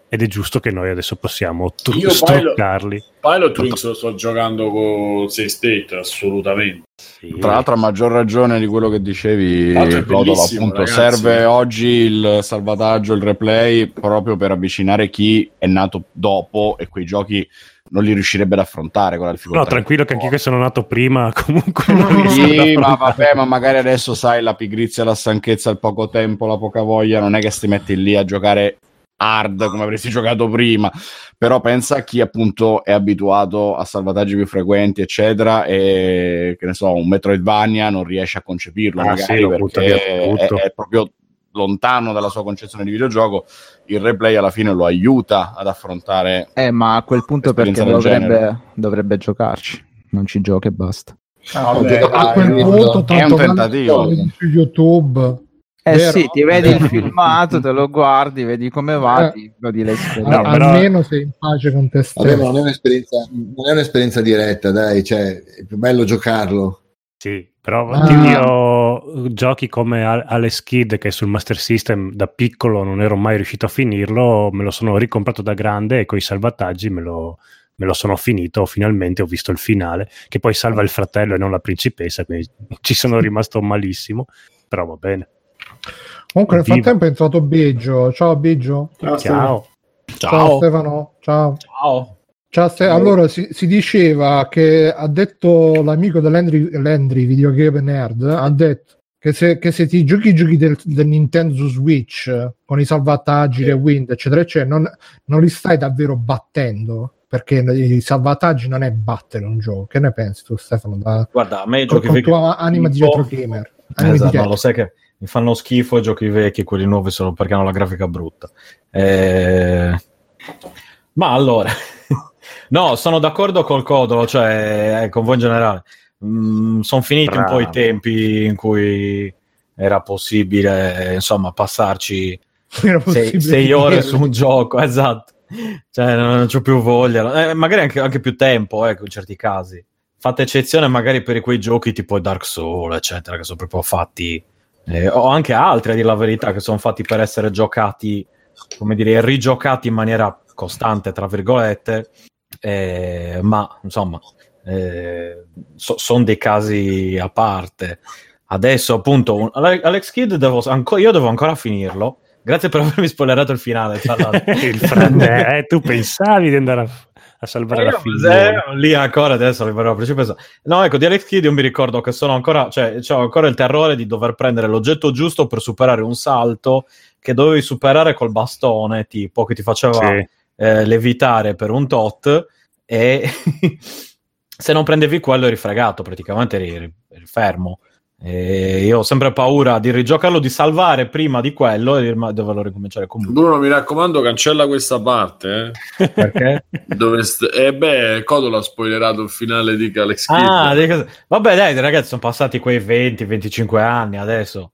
ed è giusto che noi adesso possiamo Io stoccarli. Pilot Wings lo sto giocando con Save State, assolutamente. Sì. Tra l'altro a maggior ragione di quello che dicevi, Clodolo, appunto, ragazzi. Serve oggi il salvataggio, il replay, proprio per avvicinare chi è nato dopo e quei giochi non li riuscirebbe ad affrontare con la difficoltà. No, tranquillo che anche io sono nato prima comunque sì, ma vabbè, ma magari adesso sai la pigrizia, la stanchezza, il poco tempo, la poca voglia, non è che ti metti lì a giocare hard come avresti giocato prima, però pensa a chi appunto è abituato a salvataggi più frequenti eccetera e che ne so, un Metroidvania non riesce a concepirlo magari sì, perché è proprio lontano dalla sua concezione di videogioco. Il replay alla fine lo aiuta ad affrontare ma a quel punto perché dovrebbe giocarci, non ci gioca e basta. A quel punto è un tentativo su YouTube. Sì, ti vedi il filmato, te lo guardi, vedi come va, ti godi l'esperienza. Almeno sei in pace con te stesso. Vabbè, ma non è un'esperienza diretta, dai, cioè è più bello giocarlo. Sì, però io giochi come Alex Kidd, che sul Master System da piccolo non ero mai riuscito a finirlo, me lo sono ricomprato da grande e con i salvataggi me lo sono finito, finalmente ho visto il finale, che poi salva il fratello e non la principessa, quindi ci sono rimasto malissimo, però va bene. Comunque nel frattempo è entrato Biggio. Ciao Biggio. Ciao Stefano. Ciao. Allora si diceva che ha detto l'amico dell'Endry Videogame Nerd, ha detto che se ti giochi del Nintendo su Switch con i salvataggi, le wind eccetera eccetera, non li stai davvero battendo, perché i salvataggi non è battere un gioco. Che ne pensi tu, Stefano? Guarda, a me i giochi con tua anima di retro gamer. Esatto, lo sai che mi fanno schifo i giochi vecchi, quelli nuovi solo perché hanno la grafica brutta. Ma allora, no, sono d'accordo col Codolo, cioè con voi in generale. Sono finiti un po' i tempi in cui era possibile, insomma, passarci 6 ore su un gioco, esatto. Cioè, non c'ho più voglia, magari anche più tempo, ecco, in certi casi. Fate eccezione magari per quei giochi tipo Dark Souls, eccetera, che sono proprio fatti, o anche altri, a dire la verità, che sono fatti per essere giocati, come dire, rigiocati in maniera costante, tra virgolette, ma insomma, sono dei casi a parte. Adesso, appunto, Alex Kidd io devo ancora finirlo. Grazie per avermi spoilerato il finale. Tu pensavi di andare a salvare la figlia lì ancora adesso arriverò a principessa. No, ecco, di Alex Kidd io mi ricordo che sono ancora, cioè c'ho ancora il terrore di dover prendere l'oggetto giusto per superare un salto che dovevi superare col bastone, tipo, che ti faceva levitare per un tot, e se non prendevi quello eri fregato, praticamente eri fermo. E io ho sempre paura di rigiocarlo, di salvare prima di quello e doverlo ricominciare comunque. Bruno, mi raccomando, cancella questa parte, perché? Codolo ha spoilerato il finale di Alex Kidd. Vabbè, dai ragazzi, sono passati quei 20-25 anni adesso.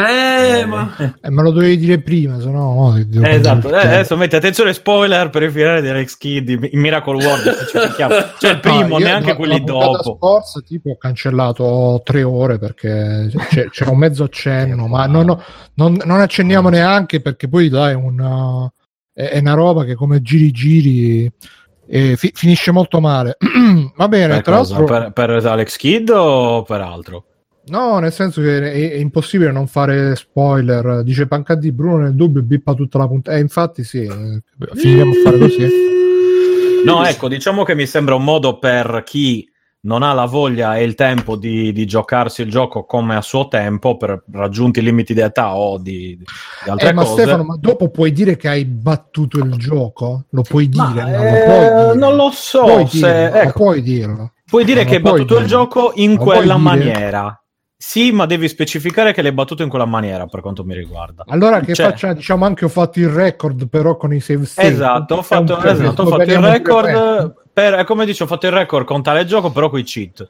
Me lo dovevi dire prima, sennò esatto. Adesso metti attenzione, spoiler per il finale di Alex Kidd in Miracle World, cioè il primo, neanche quelli dopo. Scorsa tipo ho cancellato 3 ore perché c'era un mezzo accenno, ma non accenniamo neanche, perché poi dai è una roba che come giri finisce molto male. Va bene, tra l'altro per Alex Kidd o per altro? No, nel senso che è impossibile non fare spoiler. Dice Pancadì, Bruno nel dubbio bippa tutta la puntata. Infatti sì, finiremo a fare così. No, ecco, diciamo che mi sembra un modo per chi non ha la voglia e il tempo di giocarsi il gioco come a suo tempo, per raggiunti i limiti di età o di altre cose. Ma Stefano, ma dopo puoi dire che hai battuto il gioco? Lo puoi dire? Non lo so se... puoi dirlo. Puoi dire che hai battuto il gioco in quella maniera. Sì, ma devi specificare che l'hai battuto in quella maniera, per quanto mi riguarda. Allora che faccia, diciamo, anche ho fatto il record però con i save state. Esatto, ho fatto il record come dice, ho fatto il record con tale gioco però con i cheat.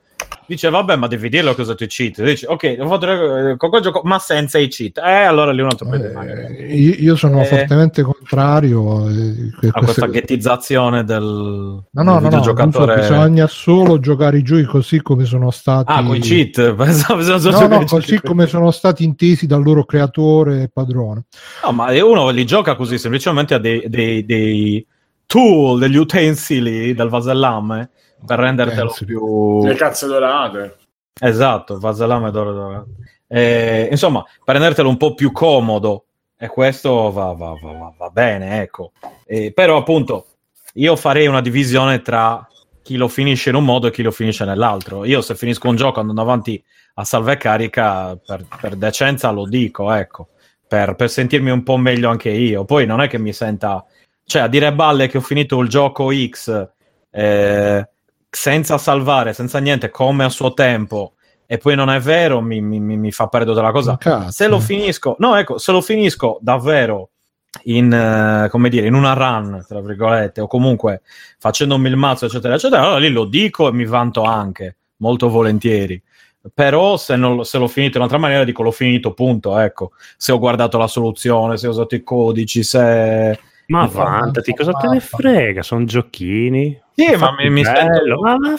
dice vabbè, ma devi dirlo cosa tu cheat. Dice ok, ho fatto con quel gioco, ma senza i cheat. Allora lì un altro io sono fortemente contrario a questa ghettizzazione del videogiocatore. Bisogna solo giocare i giochi così come sono stati. Con i cheat. Così come sono stati intesi dal loro creatore e padrone. No, ma uno li gioca così, semplicemente ha dei tool, degli utensili del vasellame per rendertelo più... Le cazze dorate. Esatto, vasellame dorate. Insomma, per rendertelo un po' più comodo, e questo va bene, ecco. Però appunto io farei una divisione tra chi lo finisce in un modo e chi lo finisce nell'altro. Io se finisco un gioco andando avanti a salva e carica, per decenza lo dico, ecco, per sentirmi un po' meglio anche io. Poi non è che mi senta... Cioè, a dire balle che ho finito il gioco X senza salvare, senza niente, come a suo tempo, e poi non è vero, mi fa perdere la cosa. Se lo finisco, se lo finisco davvero in una run, tra virgolette, o comunque facendomi il mazzo, eccetera, eccetera, allora lì lo dico e mi vanto anche, molto volentieri. Però se l'ho finito in un'altra maniera, dico l'ho finito, punto, ecco. Se ho guardato la soluzione, se ho usato i codici, se... Ma vantati, cosa te ne frega? Sono giochini. Sì, ma mi sento...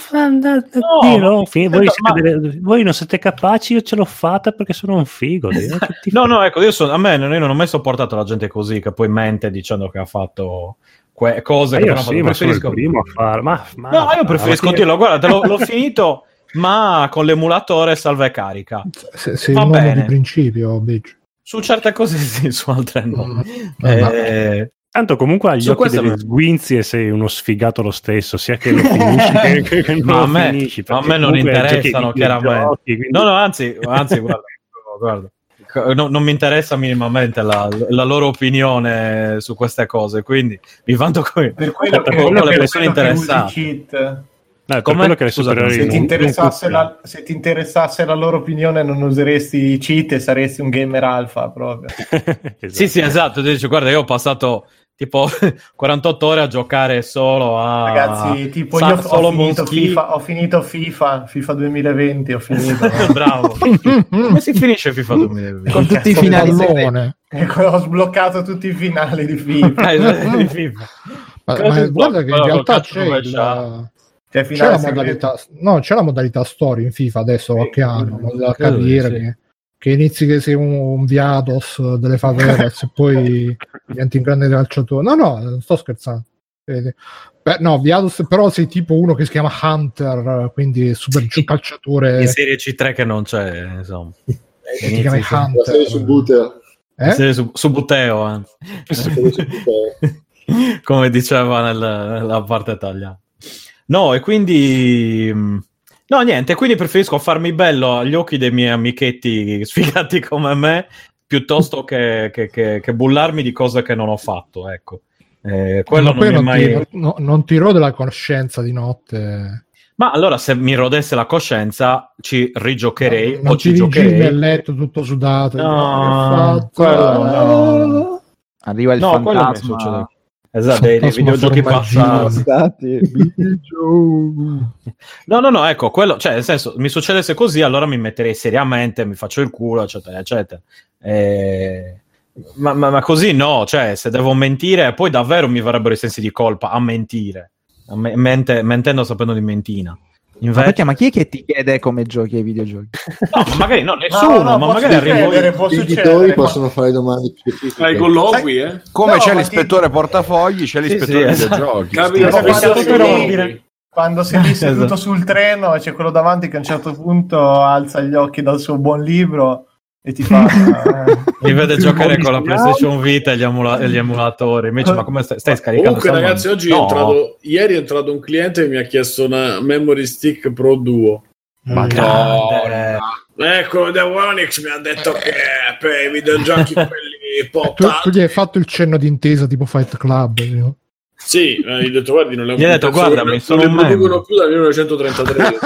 Voi non siete capaci, io ce l'ho fatta perché sono un figo. Ecco, io non ho mai sopportato la gente così, che poi mente dicendo che ha fatto cose che non ha fatto. Ma sono il primo a fare. Io preferisco dirlo, guarda, l'ho finito, ma con l'emulatore salva e carica. Sei un uomo di principio, bitch. Su certe cose sì, su altre no. Tanto comunque agli occhi delle sguinzie sei uno sfigato lo stesso, sia che lo finisci che non lo finisci. Ma a me non interessano chiaramente. Quindi... No, anzi guarda. Non mi interessa minimamente la loro opinione su queste cose, quindi mi vanto qui. Per quello che le persone interessate. Se ti interessasse la loro opinione non useresti i cheat e saresti un gamer alfa proprio. Esatto. Sì, esatto. Tu dici, guarda, io ho passato tipo 48 ore a giocare solo a... Ragazzi, tipo io ho finito FIFA 2020, ho finito. Bravo. Come si finisce FIFA 2020? Con tutti i finali. Ho sbloccato tutti i finali di FIFA. Ma guarda che in realtà c'è la modalità storia in FIFA adesso, qualche anno, la carriera che inizi che sei un Viados delle favelas e poi diventi un grande calciatore. No, non sto scherzando. Viados però sei tipo uno che si chiama Hunter, quindi super calciatore. In serie C3 che non c'è, insomma. Si chiama Hunter. La serie su Buteo. Su Buteo, come diceva nella parte italiana. No, e quindi... No, niente, quindi preferisco farmi bello agli occhi dei miei amichetti sfigati come me, piuttosto che bullarmi di cose che non ho fatto, ecco. Quello non mi è mai... Non ti rode la coscienza di notte? Ma allora, se mi rodesse la coscienza, ci rigiocherei non o ci giocherei. Non ti nel letto tutto sudato. No. Arriva il fantasma. Esatto, dei videogiochi passati. No, ecco, quello, cioè, nel senso, mi succedesse così, allora mi metterei seriamente, mi faccio il culo, eccetera, eccetera. Ma così no, cioè, se devo mentire, poi davvero mi verrebbero i sensi di colpa a mentire, mentendo sapendo di mentina. Invece... Ma chi è che ti chiede come giochi ai videogiochi? No, ma magari nessuno, ma magari arrivo io. Gli editori possono fare domande specifiche. Ai colloqui, Come c'è l'ispettore portafogli, c'è l'ispettore videogiochi. Quando sei lì seduto sul treno e c'è quello davanti che a un certo punto alza gli occhi dal suo buon libro e ti fa mi vede giocare con la PlayStation Vita e gli emulatori. Invece, ma come stai scaricando? Comunque, ragazzi, oggi ieri è entrato un cliente e mi ha chiesto una Memory Stick Pro Duo. Ma grande. Ecco, The Onix mi ha detto che per i videogiochi quelli tu gli hai fatto il cenno d'intesa tipo Fight Club, Sì, gli ho detto guardi, non le ho Gli hai detto guardami, sono un producono più dal 1933.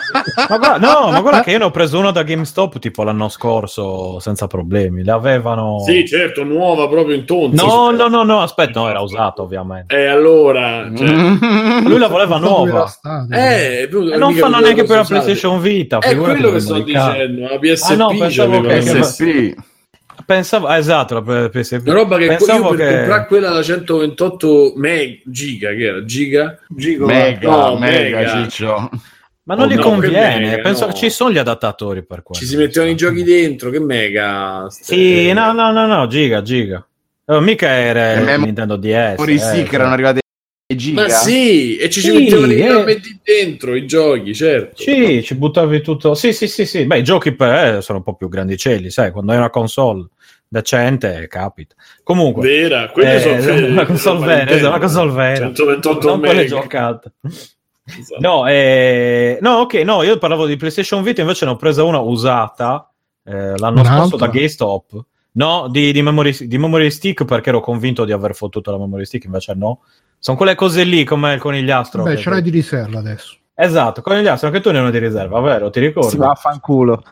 ma guarda che io ne ho preso uno da GameStop tipo l'anno scorso senza problemi, le avevano. Sì, certo, nuova proprio in tonzo. No, aspetta, no, era usato ovviamente. Allora, lui la voleva nuova. Non fanno neanche per la PlayStation Vita. È quello che sto dicendo, la PSP. Pensavo che PSP. Pensavo, esatto, la PSP. Una roba che pensavo io per comprare quella da 128 giga, che era? Giga? Mega, Ciccio. Ma non gli conviene, mega, penso no. che ci sono gli adattatori per quello. Ci si mettevano i giochi dentro, che mega. Sì, no, giga. Mica era il Nintendo DS. Pure i stick erano arrivati ai giga. Ma sì, e ci mettevano i giochi dentro, i giochi, certo. Sì, ci buttavi tutto. Sì. Beh, i giochi sono un po' più grandicelli, sai, quando hai una console decente capita. Comunque, vera, quelle sono una console vera, 128 non quelle mega. giocate. Esatto. No, io parlavo di PlayStation Vita, invece ne ho presa una usata l'anno scorso da GameStop. No, di memory stick, perché ero convinto di aver fottuto la memory stick, invece no. Sono quelle cose lì come il conigliastro. Beh, ce l'hai di riserva adesso. Esatto, conigliastro, anche tu ne hai uno di riserva, vero? Ti ricordi? Si va a fanculo.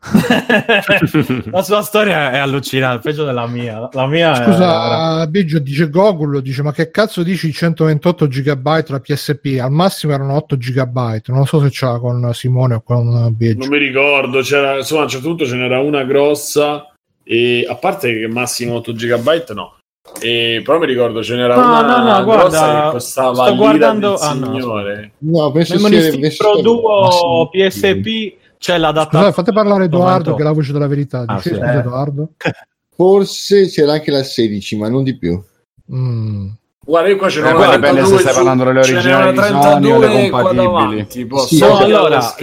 La sua storia è allucinante, peggio della mia. La mia Scusa, Biggio dice Gogol, dice ma che cazzo dici 128 GB la PSP? Al massimo erano 8 GB, non so se c'era con Simone o con Biggio. Non mi ricordo, c'era, insomma, a un certo punto ce n'era una grossa, e a parte che massimo 8 GB no. Però mi ricordo ce n'era una grossa che costava l'ira del signore. No, penso sia Pro Duo PSP. C'è l'adattatore. Scusate, fate parlare Edoardo, che è la voce della verità. Sì. Edoardo? Forse c'era anche la 16, ma non di più. Guarda, io qua ce n'ho una 32, se stai parlando delle originali di Sony o le compatibili. Allora,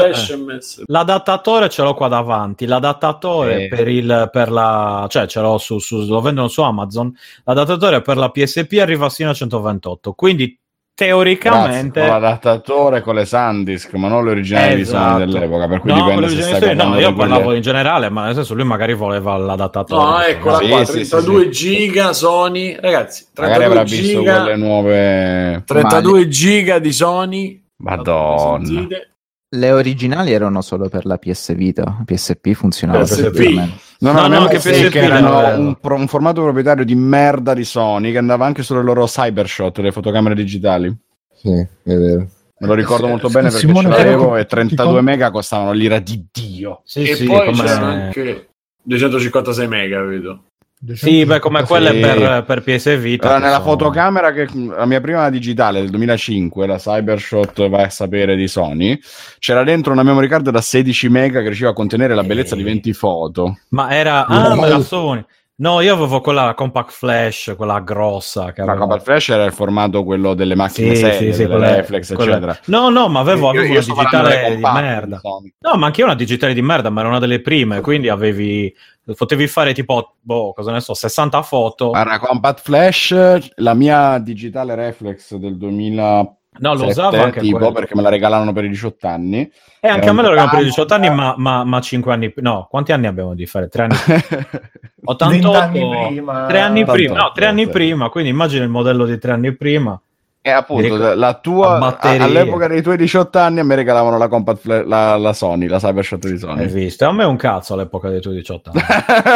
l'adattatore ce l'ho qua davanti. L'adattatore per la, cioè ce l'ho lo vendono su Amazon. L'adattatore per la PSP arriva sino a 128. Quindi teoricamente l'adattatore con le SanDisk, ma non le originali di Sony dell'epoca, per cui dipende se stai parlando io parlavo in generale, ma nel senso lui magari voleva l'adattatore. No, eccola qua, 32 giga Sony, ragazzi, 32 magari avrà visto quelle nuove 32 giga di Sony. Madonna. Le originali erano solo per la PS Vita, PSP funzionava perfettamente. No, anche PSP erano un formato proprietario di merda di Sony che andava anche sulle loro Cybershot, le fotocamere digitali. Sì, è vero. Me lo ricordo molto bene perché ce l'avevo e 32 mega costavano l'ira di Dio. E poi c'erano anche 256 mega, vedo. Sì, beh, come quelle per PS Vita. Allora, nella fotocamera, che la mia prima digitale del 2005, la Cybershot, vai a sapere, di Sony, c'era dentro una memory card da 16 mega che riusciva a contenere la bellezza di 20 foto. Ma era ma la Sony. No, io avevo quella compact flash, quella grossa. La compact flash era il formato quello delle macchine serie, delle reflex, eccetera. No, ma avevo una digitale di merda. No, ma anche io una digitale di merda, ma era una delle prime, quindi potevi fare tipo, cosa ne so, 60 foto. Era compact flash, la mia digitale reflex del 2000. No, lo usavo anche tipo quello, perché me la regalavano per i 18 anni. E anche a me lo regalano per i 18 anni, ma 5 anni. No, quanti anni abbiamo di fare? 3 anni. 88 anni prima. 3 anni prima. No, 3 anni prima. Quindi immagina il modello di 3 anni prima. E appunto la tua all'epoca dei tuoi 18 anni a me regalavano la compact la Sony, la Cybershot di Sony. Hai visto? A me è un cazzo all'epoca dei tuoi 18 anni.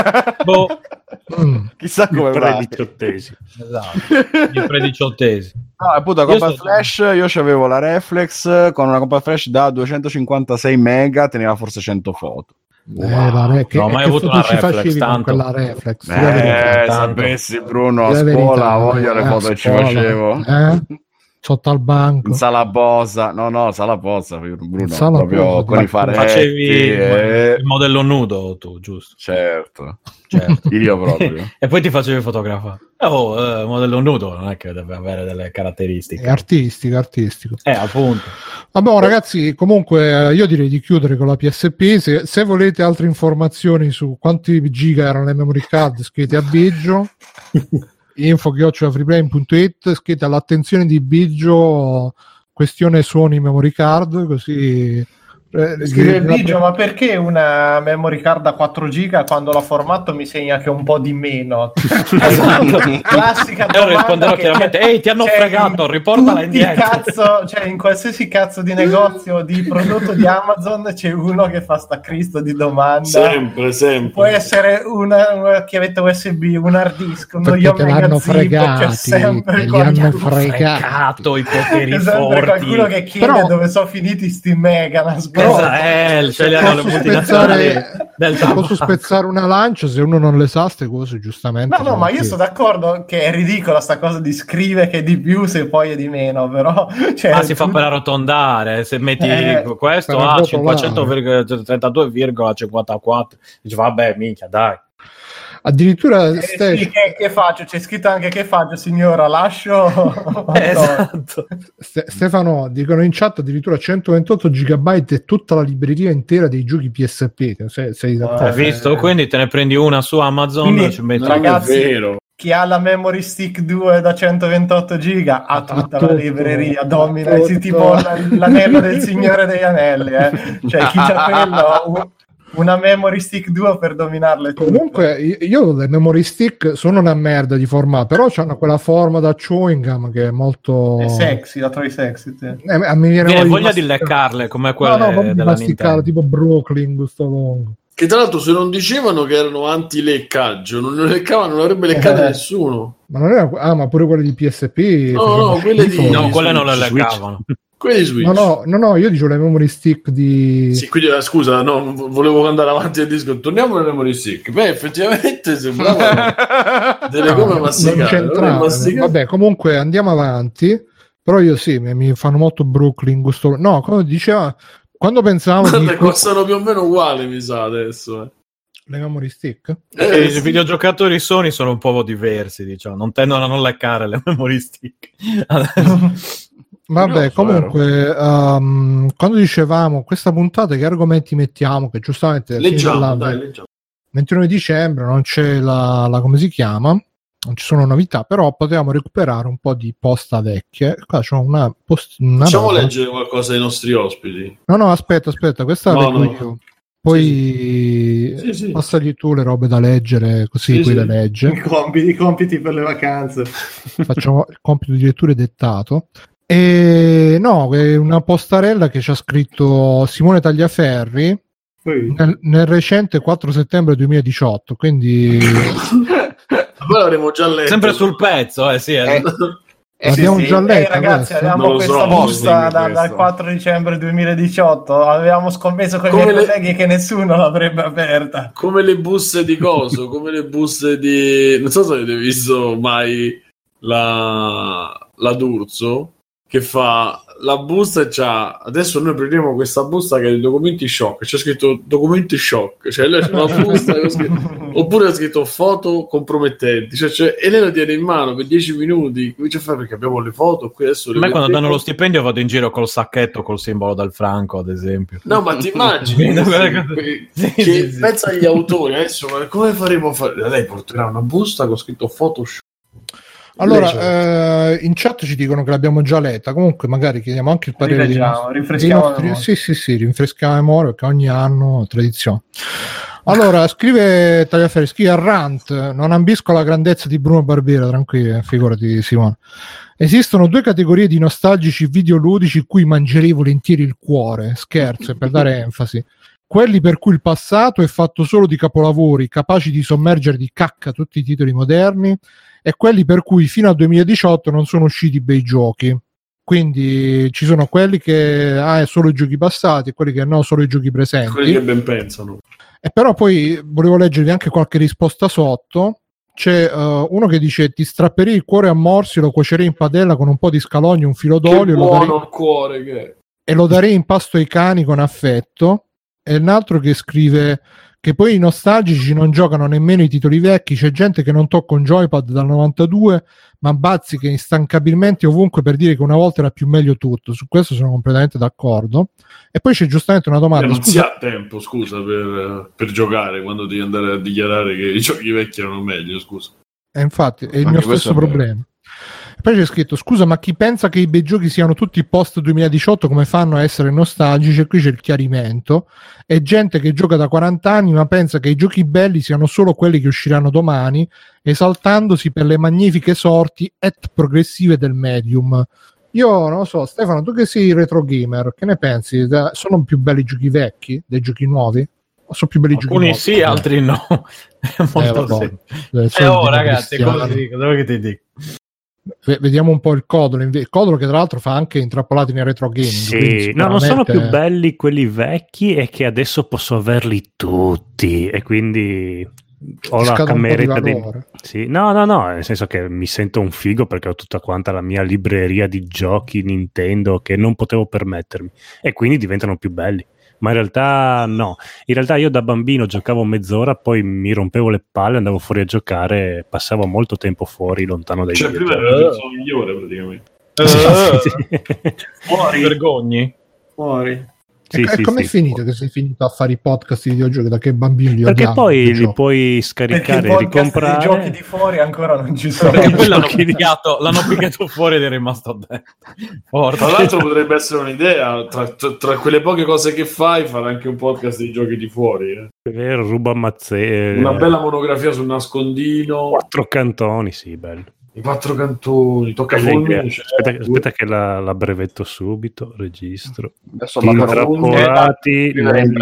Chissà come prediciottesi. Esatto, i prediciottesi. No, appunto, compact flash, io c'avevo la reflex con una compact flash da 256 mega, teneva forse 100 foto. No, mai avuto una reflex tanto. Quella reflex. Sapessi, Bruno, a scuola voglio le foto che ci facevo. Sotto al banco. Salabosa, Salabosa, Bruno, Salabosa, proprio con i faretti. Facevi il modello nudo tu, giusto? Certo. Io proprio. E poi ti facevi fotografare. Modello nudo non è che deve avere delle caratteristiche. È artistico. Appunto. Vabbè, ragazzi, comunque io direi di chiudere con la PSP. Se volete altre informazioni su quanti giga erano le memory card, scrivete a Biggio. info@freeplane.it, scrivete all'attenzione di Biggio questione suoni memory card, così Scrive Biggio, ma perché una memory card da 4 giga quando la formato mi segna che è un po' di meno? Esatto. Classica domanda. Io risponderò chiaramente: ehi, ti hanno fregato, riportala indietro. Cazzo, cioè in qualsiasi cazzo di negozio di prodotto di Amazon c'è uno che fa sta Cristo di domanda. Sempre. Può essere una chiavetta USB, un hard disk, uno perché te l'hanno fregati, c'è sempre li hanno fregato i poteri forti. Qualcuno che chiede però, dove sono finiti sti mega. Posso spezzare una lancia se uno non le sa ste cose, giustamente. No, ma io sono d'accordo che è ridicola sta cosa di scrivere che è di più se poi è di meno, però si fa per arrotondare, se metti questo a 532,54 dici vabbè minchia dai. Addirittura sì, che faccio? C'è scritto anche che faccio, signora, lascio. Esatto. Stefano, dicono in chat addirittura 128 GB e tutta la libreria intera dei giochi PSP. Sei d'accordo? Hai visto? Quindi te ne prendi una su Amazon. Quindi, ragazzi, è vero. Chi ha la memory stick 2 da 128 giga ha tutta la libreria, domina tipo l'anello del Signore degli Anelli, cioè chi c'ha quello una memory stick 2 per dominarle tutte. Comunque io le memory stick sono una merda di formato, però hanno quella forma da chewing gum che è molto sexy, la trovi sexy te. Mi viene voglia di leccarle come quelle della Nintendo, tipo Brooklyn, gusto longo. Che tra l'altro se non dicevano che erano anti-leccaggio, non leccavano, non avrebbe leccato nessuno. Ma non era ma pure quelle di PSP? No, quelle quelle non le leccavano. Quelli Switch. No, io dicevo le memory stick di... Sì, quindi scusa, no, volevo andare avanti al disco. Torniamo alle memory stick. Beh, effettivamente sembrava delle come masticate. Vabbè, comunque andiamo avanti. Però io sì, mi fanno molto Brooklyn gusto... No, come diceva... Quando pensavamo costano più o meno uguali, mi sa, adesso. Le memory stick? I videogiocatori Sony sono un po' diversi, diciamo. Non tendono a non leccare le memory stick. Vabbè, comunque quando dicevamo questa puntata che argomenti mettiamo, che giustamente leggiamo. 29 dicembre non c'è la come si chiama, non ci sono novità, però potevamo recuperare un po' di posta vecchie. Qua c'ho una facciamo leggere qualcosa ai nostri ospiti. No, aspetta, questa la leggo io. Poi sì. Passagli tu le robe da leggere, così poi le legge. I compiti per le vacanze. Facciamo il compito di lettura dettato. E no, è una postarella che ci ha scritto Simone Tagliaferri nel recente 4 settembre 2018, quindi poi l'avremo già letto. Sempre sul pezzo, sì. Abbiamo già letto, ragazzi, abbiamo questa busta dal 4 dicembre 2018. Avevamo scommesso con i miei colleghi che nessuno l'avrebbe aperta. Come le buste di coso, come le buste di... Non so se avete visto mai la D'Urso, che fa la busta e c'ha... Adesso noi prendiamo questa busta che è i documenti shock, c'è scritto documenti shock, cioè lei c'è una busta oppure ha scritto foto compromettenti, e lei la tiene in mano per 10 minuti, comincia a fare perché abbiamo le foto qui adesso. A me quando danno lo stipendio vado in giro col sacchetto col simbolo del franco, ad esempio. No, ma ti immagini che pensa agli autori adesso, come faremo a fare? Lei porterà una busta con scritto Photoshop. Allora, in chat ci dicono che l'abbiamo già letta. Comunque, magari chiediamo anche il parere rinfreschiamo rinfreschiamo la memoria, perché ogni anno tradizione. Allora, scrive Tagliaferri, scrive a Rant: non ambisco la grandezza di Bruno Barbera, tranquillo, figurati Simone. Esistono 2 categorie di nostalgici videoludici cui mangerei volentieri il cuore. Scherzo, per dare enfasi. Quelli per cui il passato è fatto solo di capolavori capaci di sommergere di cacca tutti i titoli moderni, e quelli per cui fino al 2018 non sono usciti bei giochi. Quindi ci sono quelli che è solo i giochi passati e quelli che no, solo i giochi presenti. Quelli che ben pensano. E però poi volevo leggervi anche qualche risposta sotto. C'è uno che dice: ti strapperei il cuore a morsi, lo cuocerei in padella con un po' di scalogno, un filo d'olio, il cuore che... e lo darei in pasto ai cani con affetto. E un altro che scrive che poi i nostalgici non giocano nemmeno i titoli vecchi, c'è gente che non tocca un joypad dal 92 ma bazzica instancabilmente ovunque per dire che una volta era più meglio tutto. Su questo sono completamente d'accordo. E poi c'è giustamente una domanda: non si ha tempo, scusa, per giocare quando devi andare a dichiarare che i giochi vecchi erano meglio, scusa. Infatti è il mio stesso problema. Poi c'è scritto: scusa, ma chi pensa che i bei giochi siano tutti post 2018, come fanno a essere nostalgici? E qui c'è il chiarimento: è gente che gioca da 40 anni ma pensa che i giochi belli siano solo quelli che usciranno domani, esaltandosi per le magnifiche sorti et progressive del medium. Io non lo so, Stefano, tu che sei retro gamer, che ne pensi? Sono più belli i giochi vecchi dei giochi nuovi? O sono più belli i giochi nuovi? Alcuni sì, altri no. È molto semplice. Ragazzi, cosa ti dico? Dove che ti dico? Vediamo un po' il Codolo. Il Codolo, che tra l'altro fa anche intrappolati nel retro gaming. Sì, no, non sono più belli quelli vecchi, e che adesso posso averli tutti, e quindi ho la cameretta sì, no, nel senso che mi sento un figo perché ho tutta quanta la mia libreria di giochi Nintendo che non potevo permettermi, e quindi diventano più belli. Ma in realtà no, in realtà io da bambino giocavo mezz'ora, poi mi rompevo le palle, andavo fuori a giocare, passavo molto tempo fuori, lontano dai videogiochi. Prima era la persona migliore praticamente. Fuori, vergogni. Fuori. Com'è finito che sei finito a fare i podcast di videogiochi? Da che bambini Perché poi li puoi scaricare e ricomprare. I giochi di fuori ancora non ci sono. Perché poi l'hanno picchiato fuori ed è rimasto dentro. Tra l'altro potrebbe essere un'idea, tra quelle poche cose che fai, fare anche un podcast di giochi di fuori. È vero, ruba mazzè. Una bella monografia sul nascondino. 4 cantoni, sì, bello. I 4 cantoni, tocca aspetta che la brevetto subito, registro. Adesso intrappolati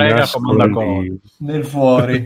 nel fuori.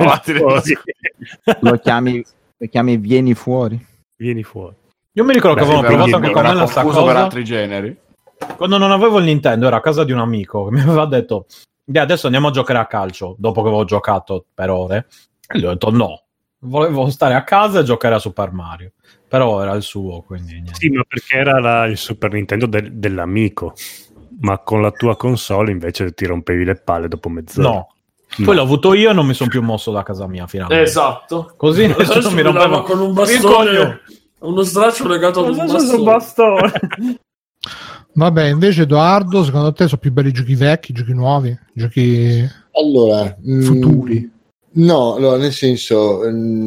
Lo chiami vieni fuori. Vieni fuori. Io mi ricordo che avevamo provato anche con me la stessa cosa per altri generi. Quando non avevo il Nintendo, era a casa di un amico che mi aveva detto adesso andiamo a giocare a calcio, dopo che avevo giocato per ore, e gli ho detto no, volevo stare a casa e giocare a Super Mario. Però era il suo, quindi niente. Sì, ma perché era il Super Nintendo dell'amico, ma con la tua console invece ti rompevi le palle dopo mezz'ora. No. Poi l'ho avuto io e non mi sono più mosso da casa mia finalmente. Esatto. Così nessuno mi rompeva con un bastone, uno straccio legato a un bastone. Vabbè, invece Edoardo, secondo te sono più belli i giochi vecchi, i giochi nuovi, i giochi futuri? No, nel senso,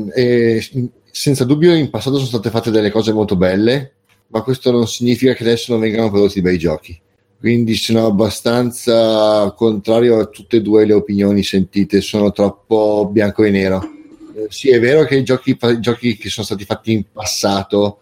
senza dubbio in passato sono state fatte delle cose molto belle, ma questo non significa che adesso non vengano prodotti bei giochi. Quindi sono abbastanza contrario a tutte e due le opinioni sentite, sono troppo bianco e nero. Sì, è vero che i giochi che sono stati fatti in passato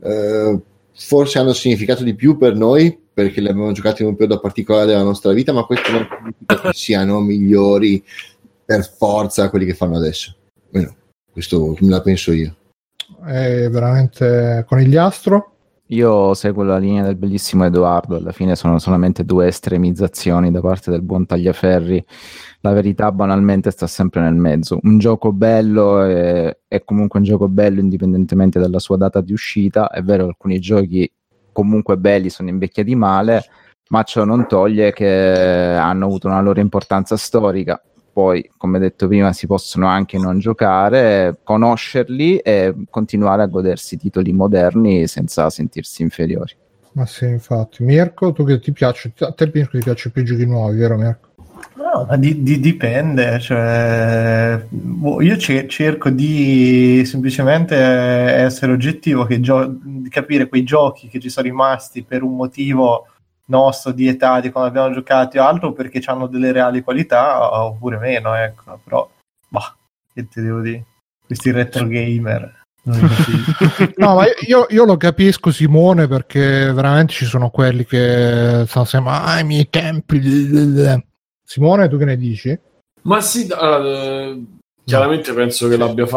forse hanno significato di più per noi, perché li abbiamo giocati in un periodo particolare della nostra vita, ma questo non significa che siano migliori per forza quelli che fanno adesso. Bueno, questo me la penso io. È veramente conigliastro. Io seguo la linea del bellissimo Edoardo, alla fine sono solamente 2 estremizzazioni da parte del buon Tagliaferri. La verità banalmente sta sempre nel mezzo. Un gioco bello è comunque un gioco bello indipendentemente dalla sua data di uscita. È vero, alcuni giochi comunque belli sono invecchiati male, ma ciò non toglie che hanno avuto una loro importanza storica. Poi, come detto prima, si possono anche non giocare, conoscerli e continuare a godersi titoli moderni senza sentirsi inferiori. Ma sì, infatti. Mirko, tu che ti piace? A te Mirko ti piacciono più i giochi nuovi, vero Mirko? No, ma dipende, cioè io cerco di semplicemente essere oggettivo, di capire quei giochi che ci sono rimasti per un motivo nostro di età, di quando abbiamo giocato o altro, perché hanno delle reali qualità oppure meno, ecco. Però che ti devo dire, questi retro gamer no, ma io lo capisco, Simone, perché veramente ci sono quelli che stanno sempre ai miei tempi. Simone, tu che ne dici? Ma sì, chiaramente penso che l'abbia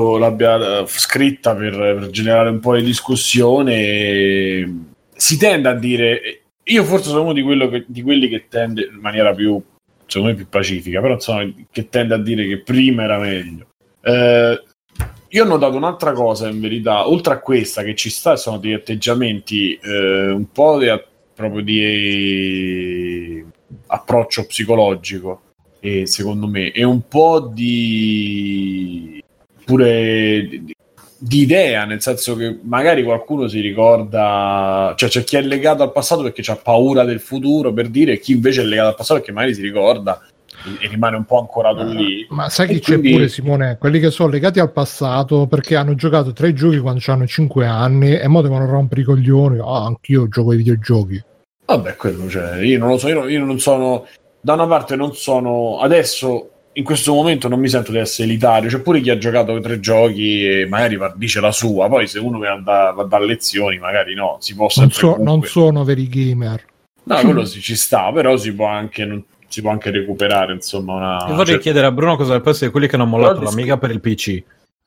scritta per generare un po' di discussione. Si tende a dire, io forse sono uno di quelli che tende in maniera più, secondo me, più pacifica, però insomma, che tende a dire che prima era meglio. Io ho notato un'altra cosa, in verità, oltre a questa che ci sta, sono degli atteggiamenti un po' proprio di approccio psicologico, e secondo me, e un po' di idea, nel senso che magari qualcuno si ricorda, cioè c'è chi è legato al passato perché ha paura del futuro, per dire, e chi invece è legato al passato perché magari si ricorda e rimane un po' ancorato lì. Ma sai chi quindi... c'è pure, Simone? Quelli che sono legati al passato perché hanno giocato 3 giochi quando hanno 5 anni e mo devono rompere i coglioni. Anch'io gioco ai videogiochi. Vabbè, quello, cioè, io non lo so, io non sono, da una parte non sono, adesso in questo momento non mi sento di essere elitario, c'è pure chi ha giocato 3 giochi e magari dice la sua, poi se uno va a dare lezioni magari no, si può sempre non sono veri gamer. No, quello ci sta, però si può anche recuperare, insomma, una... Io vorrei chiedere a Bruno cosa ne pensa di quelli che hanno mollato l'Amiga per il PC.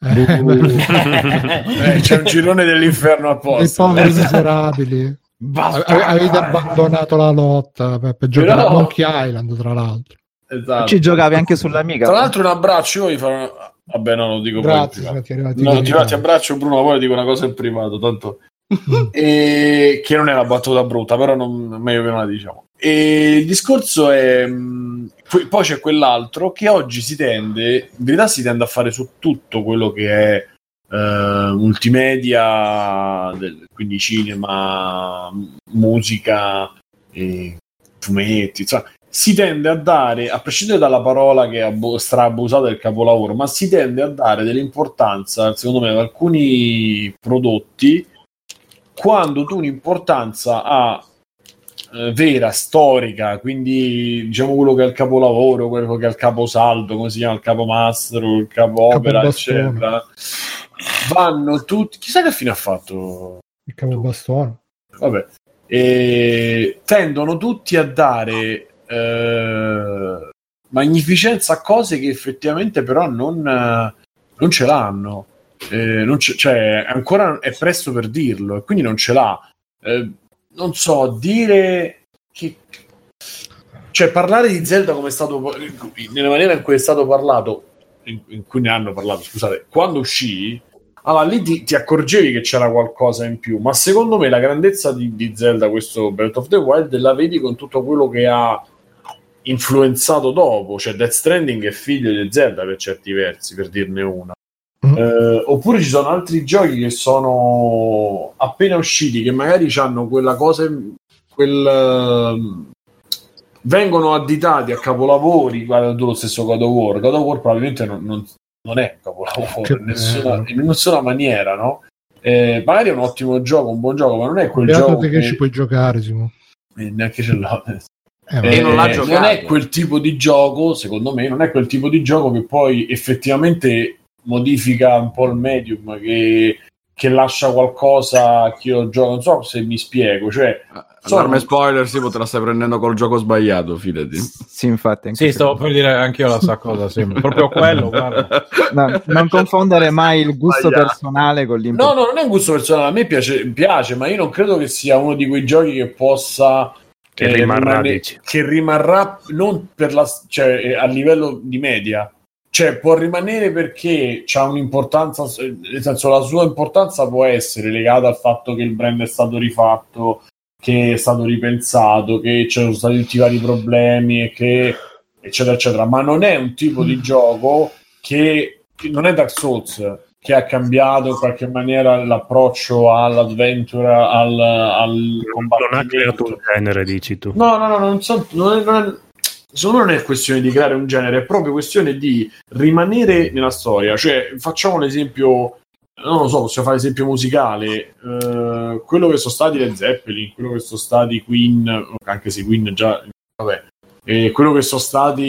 C'è un girone dell'inferno apposta. I poveri miserabili. Avete abbandonato la lotta per giocare a Monkey Island, tra l'altro. Esatto. Ci giocavi anche sull'Amiga. Tra l'altro un abbraccio, io voglio fare vabbè, no, lo dico grazie, poi in privato. Ti abbraccio Bruno, poi dico una cosa in privato, tanto e che non è una battuta brutta, però meglio che non la diciamo. E il discorso è poi c'è quell'altro che oggi si tende a fare su tutto quello che è multimedia, quindi cinema, musica, fumetti, insomma, si tende a dare, a prescindere dalla parola che è straabusata del capolavoro, ma si tende a dare dell'importanza, secondo me, ad alcuni prodotti quando tu un'importanza vera, storica, quindi diciamo quello che è il capolavoro, quello che è il caposaldo, come si chiama, il capomastro, il capoopera, eccetera, vanno tutti, chissà che fine ha fatto il capobastone, vabbè, e tendono tutti a dare magnificenza a cose che effettivamente però non ce l'hanno, cioè ancora è presto per dirlo e quindi non ce l'ha, non so, dire che, cioè parlare di Zelda come è stato, nella maniera in cui è stato parlato, in cui ne hanno parlato, scusate, quando uscì, allora lì ti accorgevi che c'era qualcosa in più, ma secondo me la grandezza di Zelda, questo Breath of the Wild, la vedi con tutto quello che ha influenzato dopo, cioè Death Stranding è figlio di Zelda per certi versi, per dirne una. Oppure ci sono altri giochi che sono appena usciti che magari hanno quella cosa, vengono additati a capolavori. Guarda tu lo stesso God of War probabilmente non è un capolavoro in nessuna maniera, no? Magari è un ottimo gioco, un buon gioco, ma non è quel gioco che ci puoi giocare, Simo. Neanche ce l'ho. Non è quel tipo di gioco, secondo me, non è quel tipo di gioco che poi effettivamente modifica un po' il medium, che lascia qualcosa che io gioco, non so se mi spiego, cioè allarme spoiler, sì, te la stai prendendo col gioco sbagliato, fidati. Sì, infatti. Sì, stavo per dire anche io la stessa cosa, sembra proprio quello, guarda. No, non confondere mai il gusto personale con l'importanza. No, non è un gusto personale, a me piace, ma io non credo che sia uno di quei giochi che possa che rimarrà non per cioè a livello di media, cioè può rimanere perché c'ha un'importanza, nel senso la sua importanza può essere legata al fatto che il brand è stato rifatto, che è stato ripensato, che ci sono stati tutti i vari problemi e che eccetera eccetera, ma non è un tipo di gioco che non è Dark Souls, che ha cambiato in qualche maniera l'approccio all'adventure, al combattimento. Non ha creato un genere, dici tu? No, secondo me non è questione di creare un genere, è proprio questione di rimanere nella storia. Cioè, facciamo l'esempio, non lo so, possiamo fare l'esempio musicale, quello che sono stati Led Zeppelin, quello che sono stati Queen, anche se Queen già, vabbè, quello che sono stati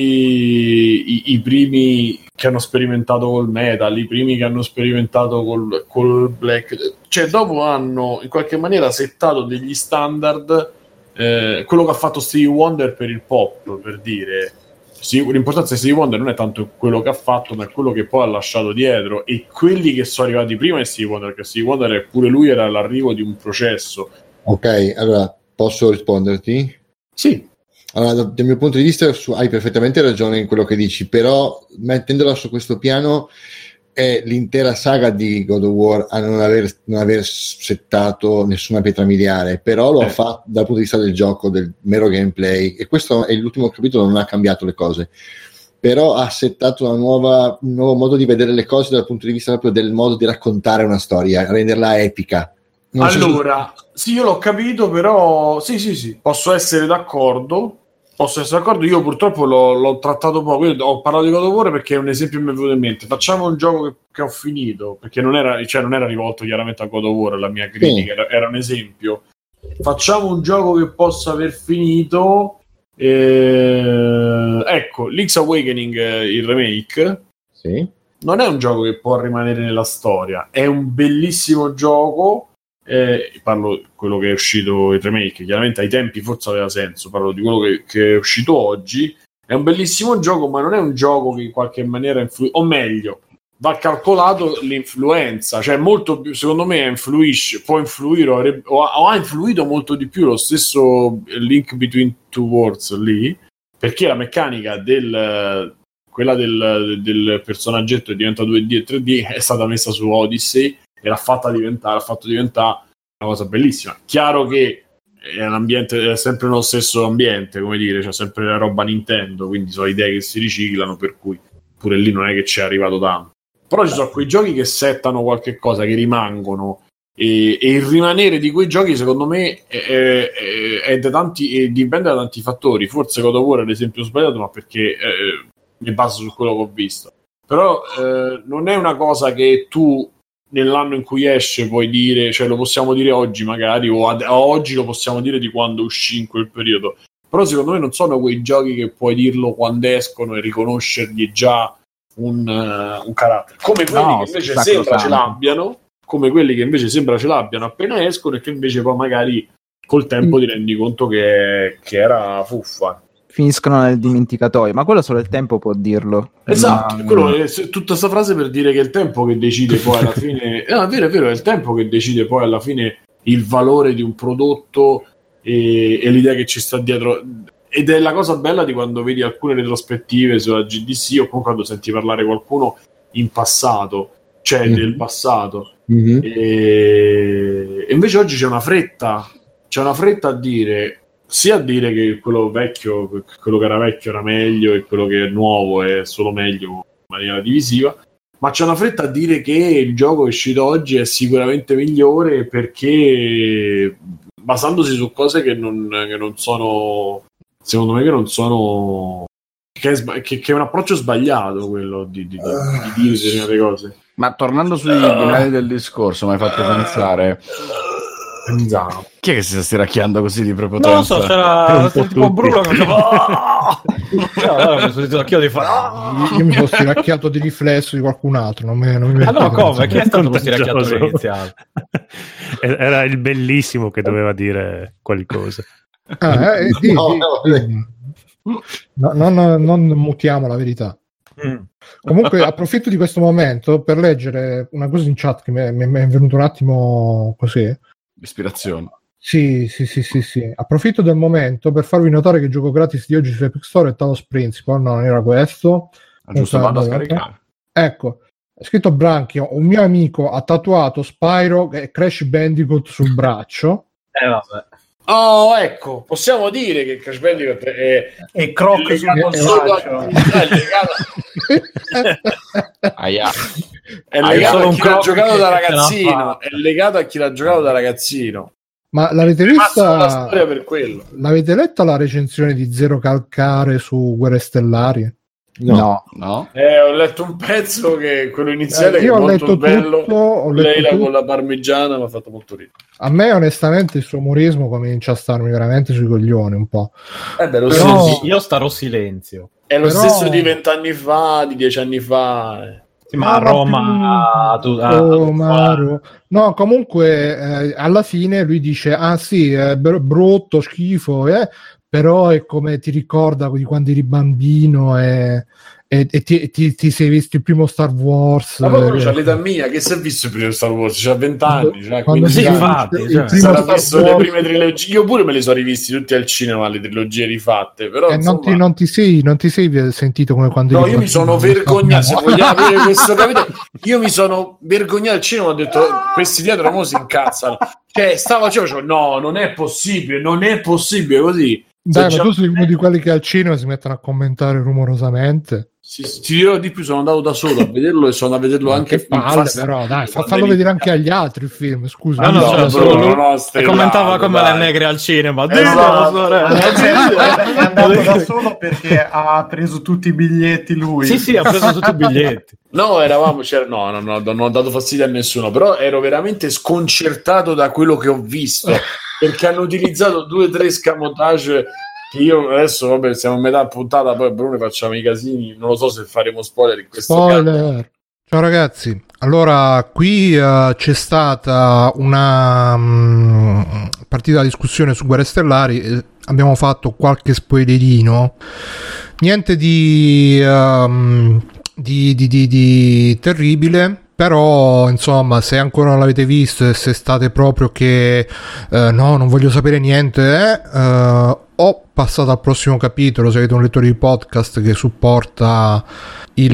i primi che hanno sperimentato col metal, i primi che hanno sperimentato col black, cioè dopo hanno in qualche maniera settato degli standard, quello che ha fatto Stevie Wonder per il pop, per dire. Sì, l'importanza di Stevie Wonder non è tanto quello che ha fatto, ma è quello che poi ha lasciato dietro, e quelli che sono arrivati prima di Stevie Wonder, perché Stevie Wonder pure lui era all'arrivo di un processo. Ok, allora posso risponderti? Sì. Allora, dal mio punto di vista hai perfettamente ragione in quello che dici, però mettendola su questo piano è l'intera saga di God of War a non aver settato nessuna pietra miliare, però lo ha fatto dal punto di vista del gioco, del mero gameplay, e questo è l'ultimo capitolo, non ha cambiato le cose, però ha settato un nuovo modo di vedere le cose dal punto di vista proprio del modo di raccontare una storia, renderla epica. Sì, io l'ho capito, però sì, posso essere d'accordo, Posso essere d'accordo, io purtroppo l'ho trattato poco, io ho parlato di God of War perché è un esempio che mi è venuto in mente. Facciamo un gioco che ho finito, perché non era rivolto chiaramente a God of War, la mia critica, era un esempio. Facciamo un gioco che possa aver finito, ecco, Link's Awakening, il remake, sì. Non è un gioco che può rimanere nella storia, è un bellissimo gioco. Parlo quello che è uscito il remake, chiaramente ai tempi forse aveva senso, parlo di quello che è uscito oggi. È un bellissimo gioco, ma non è un gioco che in qualche maniera o meglio, va calcolato l'influenza, cioè molto più, secondo me può influire o ha influito molto di più lo stesso Link Between Two Worlds lì, perché la meccanica quella del personaggetto che diventa 2D e 3D è stata messa su Odyssey e l'ha fatto diventare una cosa bellissima. Chiaro che è un ambiente, è sempre lo stesso ambiente, come dire, c'è sempre la roba Nintendo, quindi sono idee che si riciclano, per cui pure lì non è che ci è arrivato tanto. Però ci sono quei giochi che settano qualche cosa, che rimangono, e il rimanere di quei giochi secondo me dipende da tanti fattori. Forse God of War è l'esempio sbagliato, ma perché mi baso su quello che ho visto. Però non è una cosa che tu nell'anno in cui esce puoi dire, cioè lo possiamo dire oggi magari, o oggi lo possiamo dire di quando uscì in quel periodo. Però secondo me non sono quei giochi che puoi dirlo quando escono e riconoscergli già un carattere, come quelli che invece sembra ce l'abbiano, appena escono, e che invece poi magari col tempo ti rendi conto che era fuffa, finiscono nel dimenticatoio, ma quello solo il tempo può dirlo. Esatto, tutta questa frase per dire che è il tempo che decide poi alla fine è vero, è il tempo che decide poi alla fine il valore di un prodotto e l'idea che ci sta dietro. Ed è la cosa bella di quando vedi alcune retrospettive sulla GDC, o comunque quando senti parlare qualcuno in passato, cioè nel passato. E invece oggi c'è una fretta a dire che quello vecchio, quello che era vecchio era meglio e quello che è nuovo è solo meglio in maniera divisiva, ma c'è una fretta a dire che il gioco uscito oggi è sicuramente migliore perché basandosi su cose che non sono, secondo me, che non sono, che è un approccio sbagliato quello di dire determinate cose. Ma tornando sui binari del discorso, mi hai fatto pensare. Chi è che si sta stiracchiando così di prepotenza? Non so, c'era tipo Bruno che faceva mi sono stiracchiato di fare. Io mi sono stiracchiato di riflesso di qualcun altro. Non mi no, come? Chi è stato stiracchiato iniziale? Era il bellissimo che doveva dire qualcosa. Non mutiamo la verità. Comunque approfitto di questo momento per leggere una cosa in chat che mi è venuto un attimo così. Ispirazione. Sì. Approfitto del momento per farvi notare che il gioco gratis di oggi su Epic Store è Talos Principle. No, non era questo. Giusto, vado a scaricare. Ecco, è scritto Branchio. Un mio amico ha tatuato Spyro e Crash Bandicoot sul braccio. Vabbè. Oh, ecco, possiamo dire che Crash Bandicoot è Croc sul braccio. È legato a chi l'ha giocato da ragazzino. È legato a chi l'ha giocato da ragazzino. Ma l'avete vista la storia per quello? L'avete letta la recensione di Zero Calcare su Guerre Stellari? No. Ho letto un pezzo che quello iniziale io che è ho molto letto bello. Tutto, Lei con la parmigiana mi ha fatto molto ridere. A me onestamente il suo umorismo comincia a starmi veramente sui coglioni un po'. Io starò silenzio. È lo stesso di 20 anni fa, di 10 anni fa. Sì, ma a Roma no, comunque alla fine lui dice sì, è brutto, schifo, però è come ti ricorda di quando eri bambino e ti sei visto il primo Star Wars. Ma proprio c'ha l'età mia, che si è visto il primo Star Wars? C'ha 20 anni, sarà visto le prime trilogie. Io pure me le sono rivisti tutti al cinema, le trilogie rifatte, però non ti sei sentito come quando io mi sono vergognato, se vogliamo avere questo capito, io mi sono vergognato al cinema, ho detto questi dietro mo si incazzano, cioè non è possibile così. Dai, ma tu sei uno di quelli che al cinema si mettono a commentare rumorosamente. Ti dirò di più, sono andato da solo a vederlo e sono a vederlo anche però dai, fallo vedere anche agli altri il film, scusa. E commentava come le negre al cinema. È andato da solo perché ha preso tutti i biglietti lui. Sì, ha preso tutti i biglietti. No, non ho dato fastidio a nessuno, però ero veramente sconcertato da quello che ho visto, perché hanno utilizzato 2 o 3 escamotage che io adesso, vabbè, siamo a metà puntata, poi a Bruno facciamo i casini, non lo so se faremo spoiler in questo caso. Ciao ragazzi, allora qui c'è stata una partita di discussione su Guerre Stellari, abbiamo fatto qualche spoilerino, niente di terribile, però insomma, se ancora non l'avete visto e se state proprio che no, non voglio sapere niente, o passate al prossimo capitolo se avete un lettore di podcast che supporta i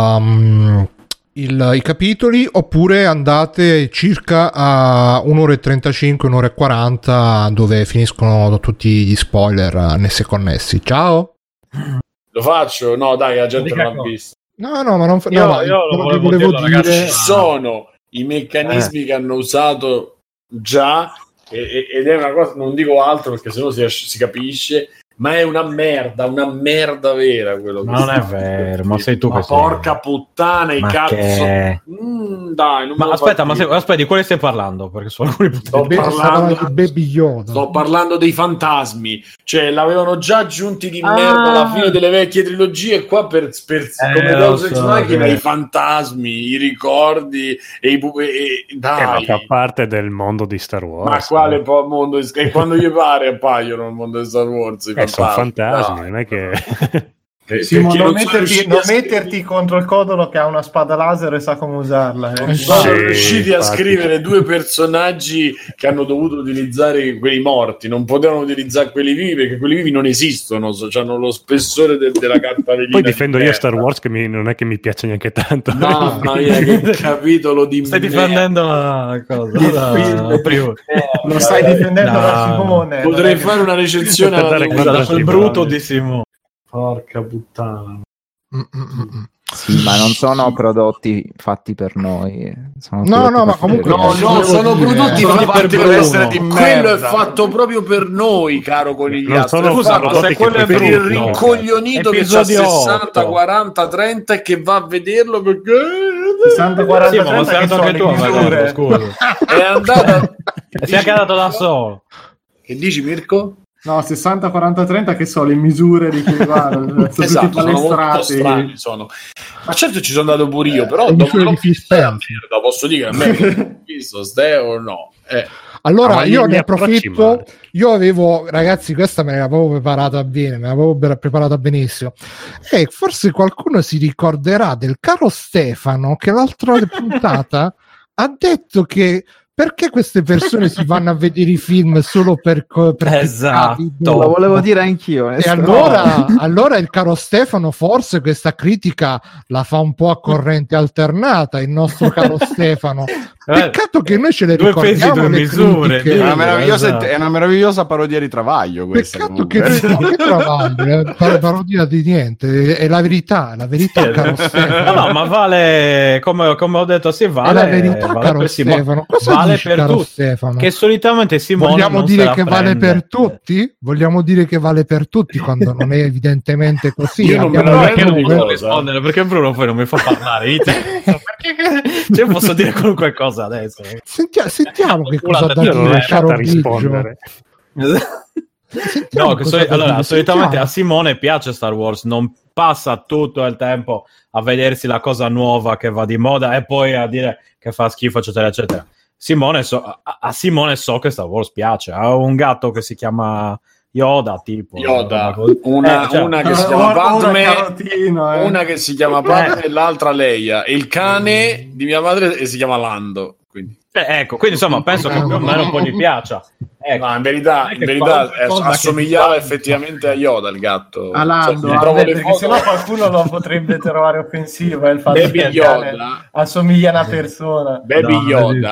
capitoli, oppure andate circa a 1:35, 1:40 dove finiscono tutti gli spoiler annessi e connessi. Ciao. Lo faccio? No, dai, la gente non l'ha visto. No, ma non io lo volevo dire. Ragazzi, ci sono i meccanismi che hanno usato già ed è una cosa, non dico altro perché sennò si capisce, ma è una merda vera quello che non è vero, ma sei tu che porca puttana, i cazzo che... dai, non ma aspetta, aspetta, di quale stai parlando? Perché sono alcuni sto parlando dei fantasmi, cioè l'avevano già aggiunti di merda alla fine delle vecchie trilogie, e qua per come Deus Ex Machina i fantasmi, i ricordi e i dai, fa parte del mondo di Star Wars. Ma quale mondo? E quando gli pare appaiono nel mondo di Star Wars sono fantasmi, non è che Simo, non metterti contro il codolo che ha una spada laser e sa come usarla. Sono riusciti a scrivere 2 personaggi che hanno dovuto utilizzare quelli morti, non potevano utilizzare quelli vivi perché quelli vivi non esistono, hanno lo spessore della carta velina. Poi difendo io Star Wars che non è che mi piace neanche tanto. Mamma mia, che capitolo di stai difendendo la cosa. Lo stai difendendo da Simone. Potrei fare una recensione da quel bruto di Simone. Porca puttana. Sì, ma non sono prodotti fatti per noi. Ma comunque sono prodotti fatti per essere di merda. Quello è fatto proprio per noi, caro conigliastro. Scusa, ma se quello è per il rincoglionito che ha 60, 40, 30 e che va a vederlo perché 60, 40, 30 ma sei andato anche tu, scusa. È andata si è quedato da solo. Che dici, Mirko? No, 60, 40, 30 che sono le misure di cui vanno. Esatto, sono molto strani, ma certo ci sono andato pure io, però dopo posso dire che a me visto o no. Allora io ne approfitto, io avevo, ragazzi, questa me l'avevo preparata bene, me l'avevo preparata benissimo, e forse qualcuno si ricorderà del caro Stefano che l'altra puntata ha detto che perché queste persone si vanno a vedere i film solo per esatto, lo volevo dire anch'io. E allora il caro Stefano forse questa critica la fa un po' a corrente alternata, il nostro caro Stefano. Peccato che noi ce le ricordiamo, 2 misure. È una meravigliosa parodia di Travaglio questa. Peccato che che Travaglio, parodia di niente, è la verità, caro Stefano. No, ma vale, come ho detto, sì, vale. È la verità, caro Stefano. Cosa vale per tutti, Stefano? che solitamente Simone vogliamo dire che vale per tutti? Vogliamo dire che vale per tutti quando non è evidentemente così. Io non devo rispondere perché Bruno poi non mi fa parlare. Perché posso dire qualunque cosa adesso. Sentiamo che cosa da dire, caro rispondere. No, allora, solitamente a Simone piace Star Wars, non passa tutto il tempo a vedersi la cosa nuova che va di moda e poi a dire che fa schifo, eccetera, eccetera. A Simone so che Star Wars piace, ha un gatto che si chiama Yoda, tipo una che si chiama Padme, una che si chiama Padme e l'altra Leia, e il cane di mia madre si chiama Lando, quindi insomma penso che più o meno un po' gli piaccia. No, in verità assomigliava effettivamente a Yoda il gatto, a Lando, perché sennò qualcuno lo potrebbe trovare offensivo, il fatto che il cane assomiglia a una persona. Baby Yoda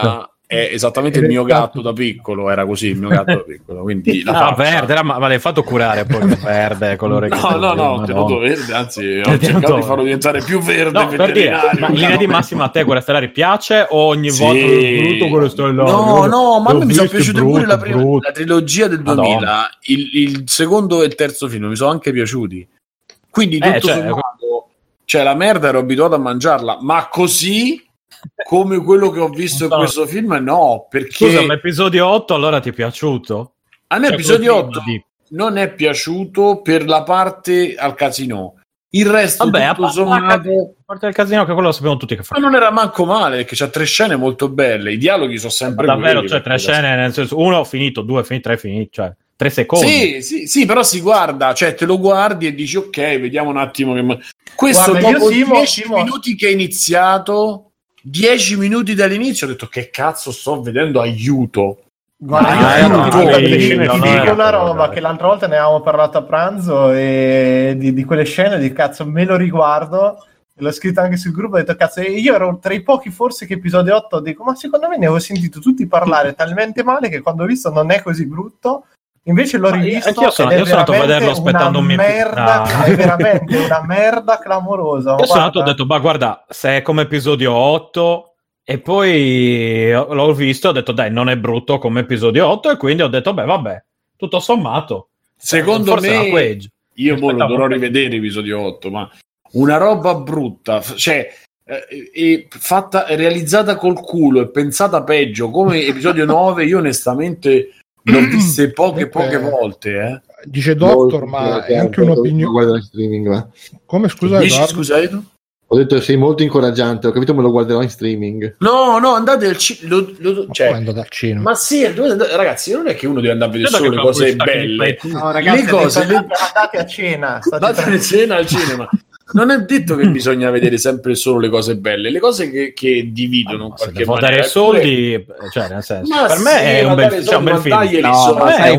è esattamente il mio gatto da piccolo, era così il mio gatto da piccolo, quindi verde, ma l'hai fatto curare poi verde colore no, tenuto verde, anzi ho cercato di farlo diventare più verde. No, per dire, ma in linea di massima a te Guerre Stellari piace o ogni volta brutto quello stellare? No, ma a me mi sono piaciute pure la trilogia del 2000, il secondo e il terzo film mi sono anche piaciuti, quindi tutto sommato, cioè la merda ero abituato a mangiarla, ma così come quello che ho visto in questo film no, perché scusa, ma episodio 8 allora ti è piaciuto? A me episodio 8 non è piaciuto per la parte al casino, il resto tutto sommato, a parte il casino, che quello lo sappiamo tutti che fa, ma non era manco male, perché c'ha 3 scene molto belle, i dialoghi sono sempre davvero, c'è 3 scene, nel senso 1 finito, 2 finito, 3 finito, cioè 3 secondi. Sì, però si guarda, cioè te lo guardi e dici ok, vediamo un attimo che questo dopo 10 minuti che è iniziato, 10 minuti dall'inizio ho detto che cazzo sto vedendo, aiuto. Guarda, ti dico una roba che l'altra volta ne avevamo parlato a pranzo e di quelle scene di cazzo me lo riguardo, l'ho scritto anche sul gruppo, ho detto cazzo, io ero tra i pochi forse che episodio 8 dico ma secondo me ne avevo sentito tutti parlare talmente male che quando ho visto non è così brutto. Invece l'ho rivisto, io sono andato a vederlo aspettando un merda, è veramente una merda clamorosa. Io sono andato e ho detto, ma guarda, se è come episodio 8, e poi l'ho visto, ho detto, dai, non è brutto come episodio 8, e quindi ho detto, vabbè, tutto sommato. Secondo me, io lo dovrò rivedere episodio 8, ma una roba brutta, cioè... realizzata col culo e pensata peggio come episodio 9, io onestamente l'ho viste poche volte. Dice Doctor, ma è anche un'opinione. Guarda streaming, va. Come scusa? Scusate tu? Ho detto sei molto incoraggiante, ho capito, me lo guarderò in streaming. No, andate al cinema. Andate al cinema. Ma sì, ragazzi, non è che uno deve andare a vedere solo le cose belle. No, ragazzi, le cose andate a cena. Andate a cena al cinema. Non è detto che bisogna vedere sempre solo le cose belle, le cose che dividono in qualche maniera. Dare soldi, cioè nel senso, per me è un bel film. No, sai,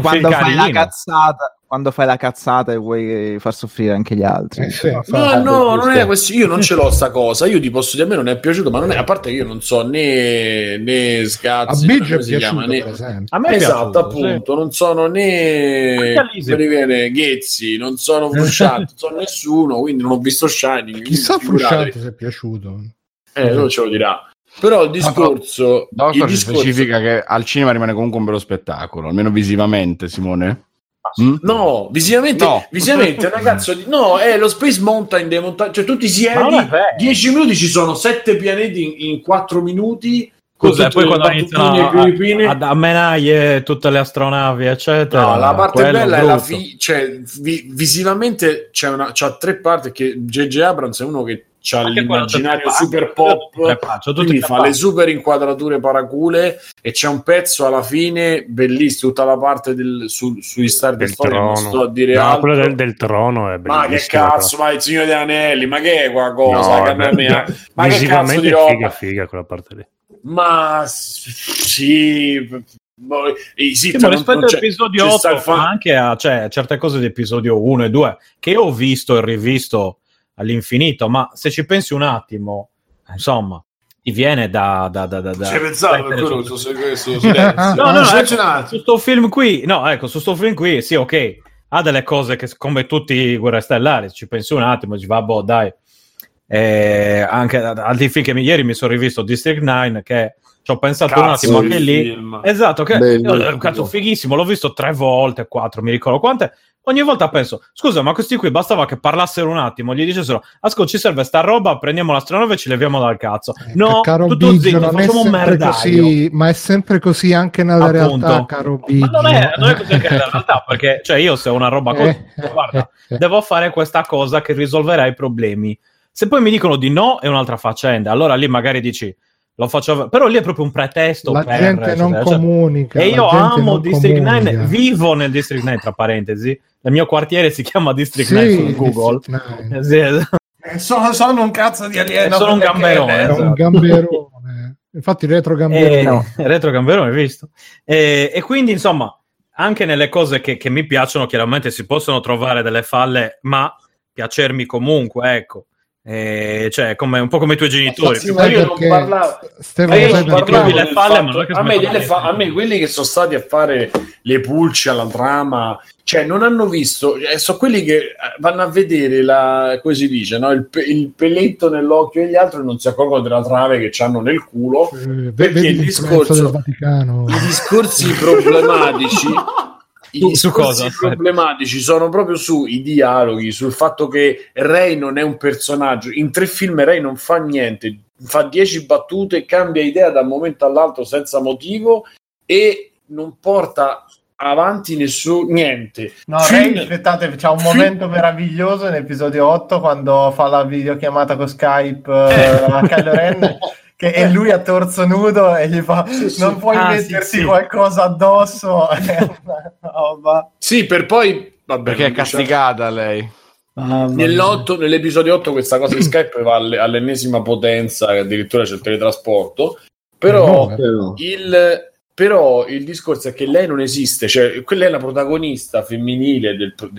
quando fai la cazzata e vuoi far soffrire anche gli altri. No, non è questo. Io non ce l'ho sta cosa. Io ti posso dire, a me non è piaciuto, ma non è, a parte che io non so né scazzi, a Biggio si chiama, né a me esatto, appunto, non sono né Ghezzi, non sono Frusciante, non so nessuno, quindi non ho visto Shining. Chissà Frusciante se è piaciuto. Non ce lo dirà. Però il discorso specifica che al cinema rimane comunque un bello spettacolo, almeno visivamente, Simone. No, visivamente ragazzo, è lo Space Mountain dei montaggi, cioè tu ti siedi 10 minuti, ci sono 7 pianeti in 4 minuti. Scusa, poi quando iniziano a menaglie tutte le astronavi eccetera, no, la parte bella è la visivamente c'ha 3 parti, che J.J. Abrams è uno che c'ha l'immaginario super pop, quindi fa le super inquadrature paracule, e c'è un pezzo alla fine bellissimo, tutta la parte sui Star del Storia, non sto a dire altro. Quello del trono è bellissimo. Ma che cazzo, ma il Signore degli Anelli, ma che è qua cosa? Ma che cazzo di roba? Figa quella parte lì. Ma sì, ma rispetto all'episodio 8 anche a certe cose di episodio 1 e 2 che io ho visto e rivisto all'infinito, ma se ci pensi un attimo, insomma, ti viene da c'è pensato per quello su sto film qui, su sto film qui, sì, ok, ha delle cose che come tutti i Guerre Stellari, ci pensi un attimo e dici vabbè dai, anche altri film che ieri mi sono rivisto District 9, che ci ho pensato un attimo anche lì film. Esatto, che io, cazzo fighissimo, l'ho visto 3 volte, 4, mi ricordo quante. Ogni volta penso, scusa, ma questi qui bastava che parlassero un attimo, gli dicessero, ascolta, ci serve sta roba, prendiamo l'astronave e ci leviamo dal cazzo. No, tutto Biggio, zitto, facciamo un merdaio. Così, ma è sempre così anche nella realtà, caro Biggio. Ma non è così anche nella realtà, perché io se ho una roba così, guarda, devo fare questa cosa che risolverà i problemi. Se poi mi dicono di no, è un'altra faccenda. Allora lì magari dici... Lo faccio, però lì è proprio un pretesto. La gente non comunica. E io amo District 9, vivo nel District 9, tra parentesi. Il mio quartiere si chiama District 9 su Google. Sono un cazzo di alieno. Sono un gamberone. Un gamberone. Infatti retro gamberone. Retro gamberone, visto. E quindi, insomma, anche nelle cose che mi piacciono, chiaramente si possono trovare delle falle, ma piacermi comunque, ecco. cioè come un po' come i tuoi genitori. Ma io non parlavo. A me quelli che sono stati a fare le pulci alla trama, cioè non hanno visto, sono quelli che vanno a vedere come si dice, no? il pelletto nell'occhio degli altri e non si accorgono della trave che hanno nel culo, perché il discorso, i discorsi problematici problematici sono proprio sui dialoghi, sul fatto che Rey non è un personaggio. In 3 film Rey non fa niente, fa 10 battute, cambia idea da un momento all'altro senza motivo e non porta avanti niente. No, Rey, aspettate, c'è un momento meraviglioso nell'episodio 8 quando fa la videochiamata con Skype a Kylo Ren e lui a torso nudo e gli fa non puoi mettersi qualcosa addosso. Sì, per poi perché è castigata lei. Nell'episodio 8 questa cosa di Skype va all'ennesima potenza, addirittura c'è il teletrasporto, però il discorso è che lei non esiste, cioè quella è la protagonista femminile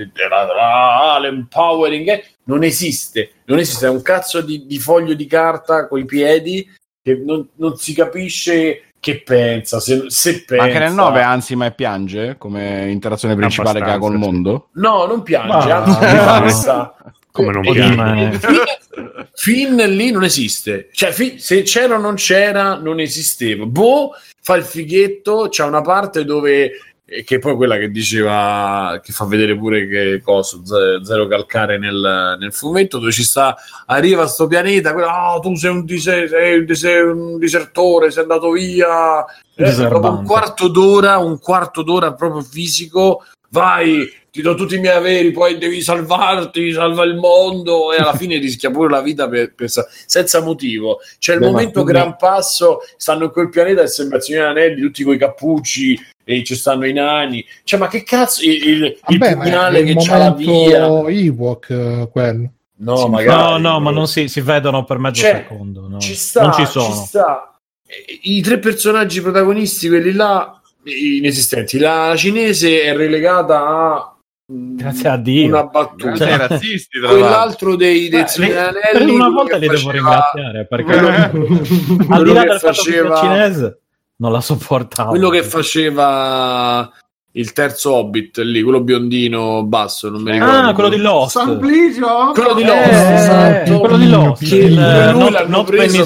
l'empowering, non esiste, è un cazzo di foglio di carta coi piedi che non si capisce che pensa, se pensa. Anche nel 9 ansima e piange come interazione principale che ha col mondo? No, non piange, anzi passa. Come non piange? Finn lì non esiste, cioè se c'era o non c'era non esisteva. Fa il fighetto, c'è una parte dove che poi quella che diceva, che fa vedere pure che zero calcare nel fumetto, dove ci sta, arriva a sto pianeta, tu sei un disertore, sei andato via, dopo un quarto d'ora proprio fisico, vai, ti do tutti i miei averi, poi devi salvarti, salva il mondo, e alla fine rischia pure la vita senza motivo. C'è il momento gran passo, stanno in quel pianeta e sembra il Signore Anelli, tutti coi cappucci e ci stanno i nani, cioè ma che cazzo, il criminale che c'ha la via Ewok, quello. No, magari no, ma non si vedono per mezzo secondo, no. Non ci sono. Ci sta. I 3 personaggi protagonisti, quelli là, inesistenti. La cinese è relegata a grazie a Dio una battuta, cioè, razzisti, quell'altro dei per una volta li devo ringraziare, perché al di là del fatto che è cinese non la sopportavo. Quello che faceva il terzo Hobbit lì, quello biondino basso, non mi ricordo. Quello di Lost. Quello di Lost. Quello di Lost. L'hanno preso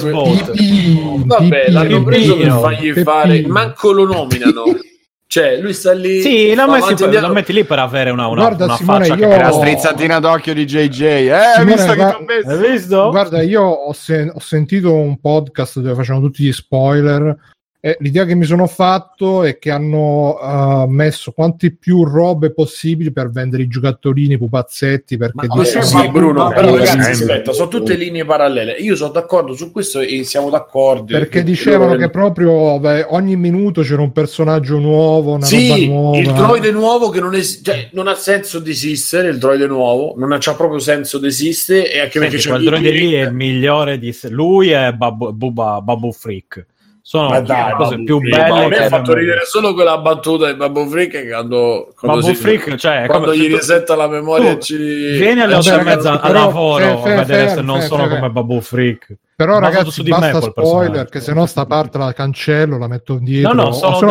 vabbè, l'hanno preso per fargli fare, manco lo nominano. Cioè, lui sta lì. Sì, lo metti lì per avere una Simone, faccia che è la strizzatina d'occhio di JJ. Hai visto che hai visto? Guarda, io ho sentito un podcast dove facevano tutti gli spoiler. L'idea che mi sono fatto è che hanno messo quanti più robe possibili per vendere i giocattolini, i pupazzetti, perché sì, Bruno, però ragazzi, aspetta, sono tutte linee parallele. Io sono d'accordo su questo e siamo d'accordo. Perché dicevano che proprio ogni minuto c'era un personaggio nuovo, una roba nuova. Il droide nuovo che non ha senso di esistere, il droide nuovo non c'ha proprio senso di esistere, e anche perché quel droide lì è il migliore lui è Babu Freak. Sono le cose più belle. Mi ha fatto ridere solo quella battuta di Babu Freak quando gli risetta la memoria. Vieni alle 8:30 al lavoro a vedere se non sono come Babu Freak. Però ragazzi, basta spoiler, che se no sta parte la cancello, la metto indietro. No,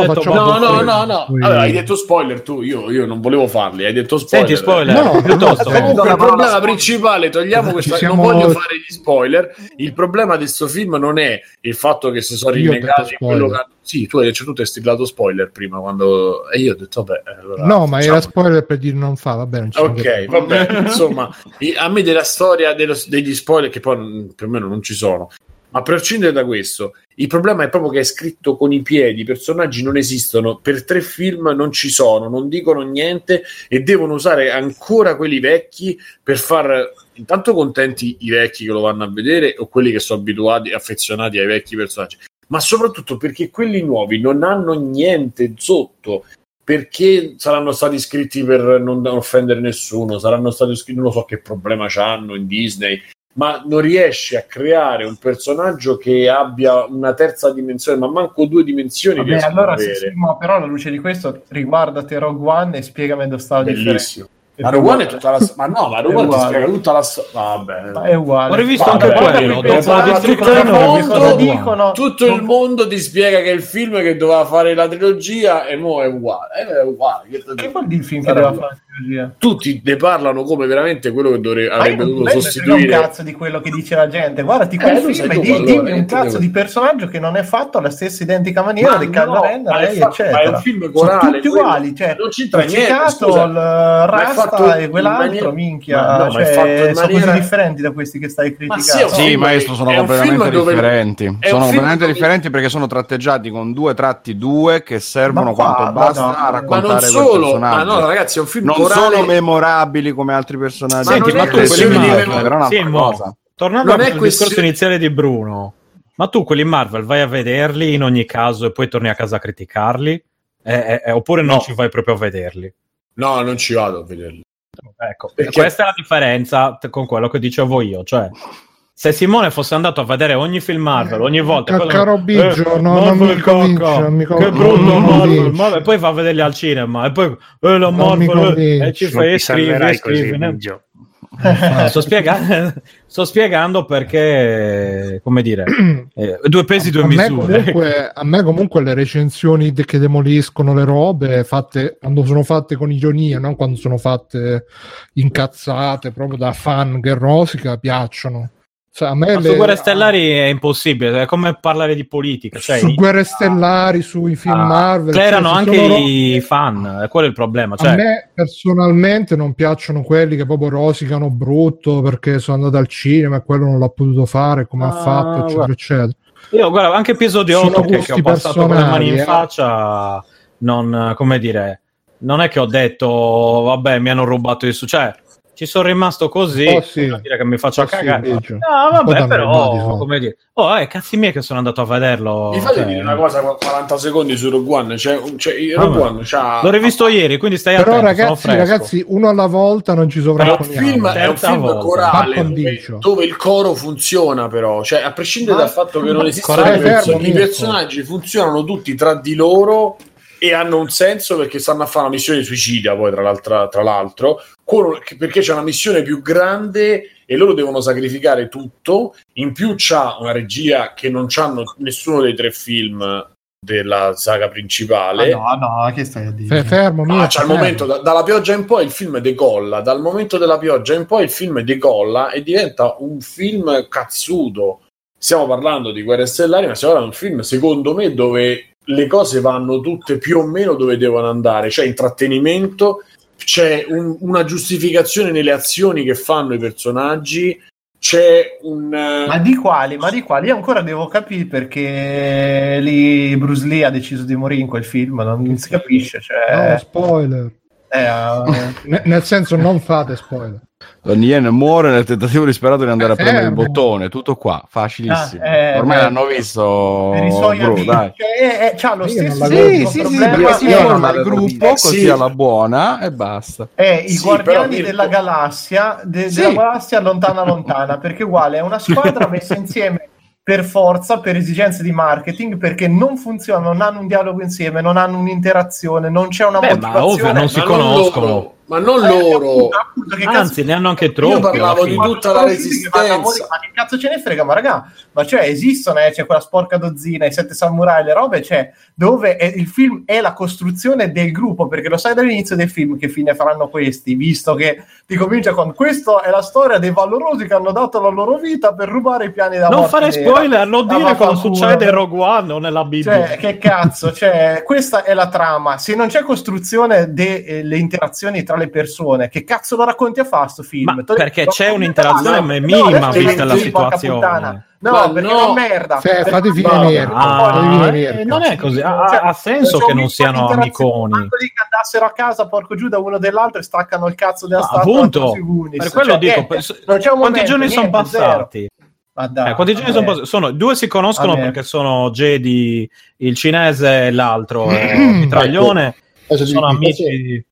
allora, hai detto spoiler tu, io non volevo farli, hai detto spoiler. Senti, spoiler, piuttosto. Comunque il problema principale, togliamo questa, non voglio fare gli spoiler, il problema di sto film non è il fatto che si sono rinnegati quello che... Sì, tu hai strillato spoiler prima quando... e io ho detto vabbè, allora, no, ma era spoiler per dire non fa, va bene. Ok, vabbè, insomma, a me della storia degli spoiler, che poi per me non ci sono, ma a prescindere da questo, il problema è proprio che è scritto con i piedi, i personaggi non esistono, per 3 film non ci sono, non dicono niente e devono usare ancora quelli vecchi per far intanto contenti i vecchi che lo vanno a vedere o quelli che sono abituati, affezionati ai vecchi personaggi, ma soprattutto perché quelli nuovi non hanno niente sotto, perché saranno stati scritti per non offendere nessuno, saranno stati scritti, non lo so che problema c'hanno in Disney, ma non riesce a creare un personaggio che abbia una terza dimensione, ma manco 2 dimensioni. Vabbè, allora sì, ma però alla luce di questo riguardate Rogue One e spiegami dove sta la differenza. Ma Rogue One è tutta la ma no, ma Rogue One ti spiega tutta la vabbè. Ma è uguale. Ho rivisto anche quello, tutto il mondo ti spiega che il film che doveva fare la trilogia e mo è uguale. È uguale. Che vuol dire il film che doveva fare la trilogia? Tutti ne parlano come veramente quello che avrebbe dovuto sostituire. Un cazzo di quello che dice la gente. Guardati quel film e dimmi un cazzo di personaggio che non è fatto alla stessa identica maniera di Kylo Ren, eccetera. Ma è un film corale, sono tutti uguali, cioè non c'entra niente. Il Rasta e quell'altro, minchia, cioè, sono così differenti da questi che stai criticando. Sì, maestro, sono completamente differenti. Sono completamente differenti perché sono tratteggiati con 2 tratti 2 che servono quanto basta a raccontare quel personaggio. Ma no, ragazzi, è un film non corale. Sono memorabili come altri personaggi. Senti, ma tu cosa. Tornando al discorso iniziale di Bruno, ma tu quelli Marvel vai a vederli in ogni caso e poi torni a casa a criticarli? Oppure non ci vai proprio a vederli? No, non ci vado a vederli. Ecco, questa è la differenza con quello che dicevo io, cioè se Simone fosse andato a vedere ogni film Marvel ogni volta caro Biggio, non mi convince, che brutto Marvel, e poi va a vederli al cinema e poi la Marvel e ci fai scrivi sto spiegando perché, come dire, 2 pesi 2 misure. A me comunque le recensioni che demoliscono le robe fatte quando sono fatte con ironia, non quando sono fatte incazzate proprio da fan che rosica, piacciono. Cioè, a me su Guerre Stellari è impossibile, è come parlare di politica, cioè, su Guerre Stellari, sui film Marvel erano anche i fan, quello è il problema, cioè. A me personalmente non piacciono quelli che proprio rosicano brutto perché sono andato al cinema e quello non l'ha potuto fare come ha fatto, eccetera eccetera. Io guarda, anche episodio 8 che ho passato con le mani in faccia, non, come dire, non è che ho detto vabbè mi hanno rubato il cioè ci sono rimasto così, vuol dire che mi faccio cagare. No, vabbè, però, come dire, cazzi miei che sono andato a vederlo. Mi fate dire una cosa, 40 secondi su Rogue One, Rogue One l'ho rivisto ieri, quindi stai attento. Però ragazzi, uno alla volta non ci sovrapponiamo. È un film corale dove il coro funziona, però, cioè a prescindere dal fatto che non esistono i personaggi funzionano tutti tra di loro e hanno un senso perché stanno a fare una missione suicida poi tra l'altro perché c'è una missione più grande e loro devono sacrificare tutto, in più c'ha una regia che non c'hanno nessuno dei 3 film della saga principale. No, che stai a dire? Fermo, c'è il momento dalla pioggia in poi il film decolla, dal momento della pioggia in poi il film decolla e diventa un film cazzuto. Stiamo parlando di Guerre Stellari, ma stiamo parlando di un film secondo me dove le cose vanno tutte più o meno dove devono andare, c'è intrattenimento, c'è una giustificazione nelle azioni che fanno i personaggi, c'è un ma di quali? Io ancora devo capire perché lì Bruce Lee ha deciso di morire in quel film, non si capisce, cioè. No, spoiler. Nel senso, non fate spoiler. Donnie Yen muore nel tentativo disperato di andare a premere il bottone, tutto qua, facilissimo. Ormai l'hanno visto per i suoi amici, dai. C'ha lo stesso problema, si forma il gruppo così alla buona e basta. I guardiani della galassia della galassia lontana perché uguale è una squadra messa insieme per forza, per esigenze di marketing, perché non funziona, non hanno un dialogo insieme, non hanno un'interazione, non c'è una motivazione. Ma ovvio, non si conoscono. Ma non loro, anzi ne hanno anche troppi. Io parlavo di tutta la resistenza. Ma che cazzo ce ne frega, ma raga, ma cioè esistono, c'è quella sporca dozzina, i 7 samurai, le robe, cioè dove il film è la costruzione del gruppo, perché lo sai dall'inizio del film che fine faranno questi, visto che ti comincia con questo è la storia dei valorosi che hanno dato la loro vita per rubare i piani da morte. Non fare spoiler, non dire cosa succede in Rogue One o nella Bibbia. Cioè, che cazzo, cioè questa è la trama. Se non c'è costruzione delle interazioni tra le persone, che cazzo lo racconti a fare sto film? Ma perché c'è un'interazione minima vista la situazione. No, perché è merda. Fate finire. Non è così. Ha senso che non siano amiconi. Quando li andassero a casa, porco giù, da uno dell'altro e staccano il cazzo della statua. Appunto, per quello dico. Quanti giorni sono passati? Quanti giorni sono passati? 2 si conoscono perché sono Jedi, il cinese e l'altro mitraglione. Sono amici.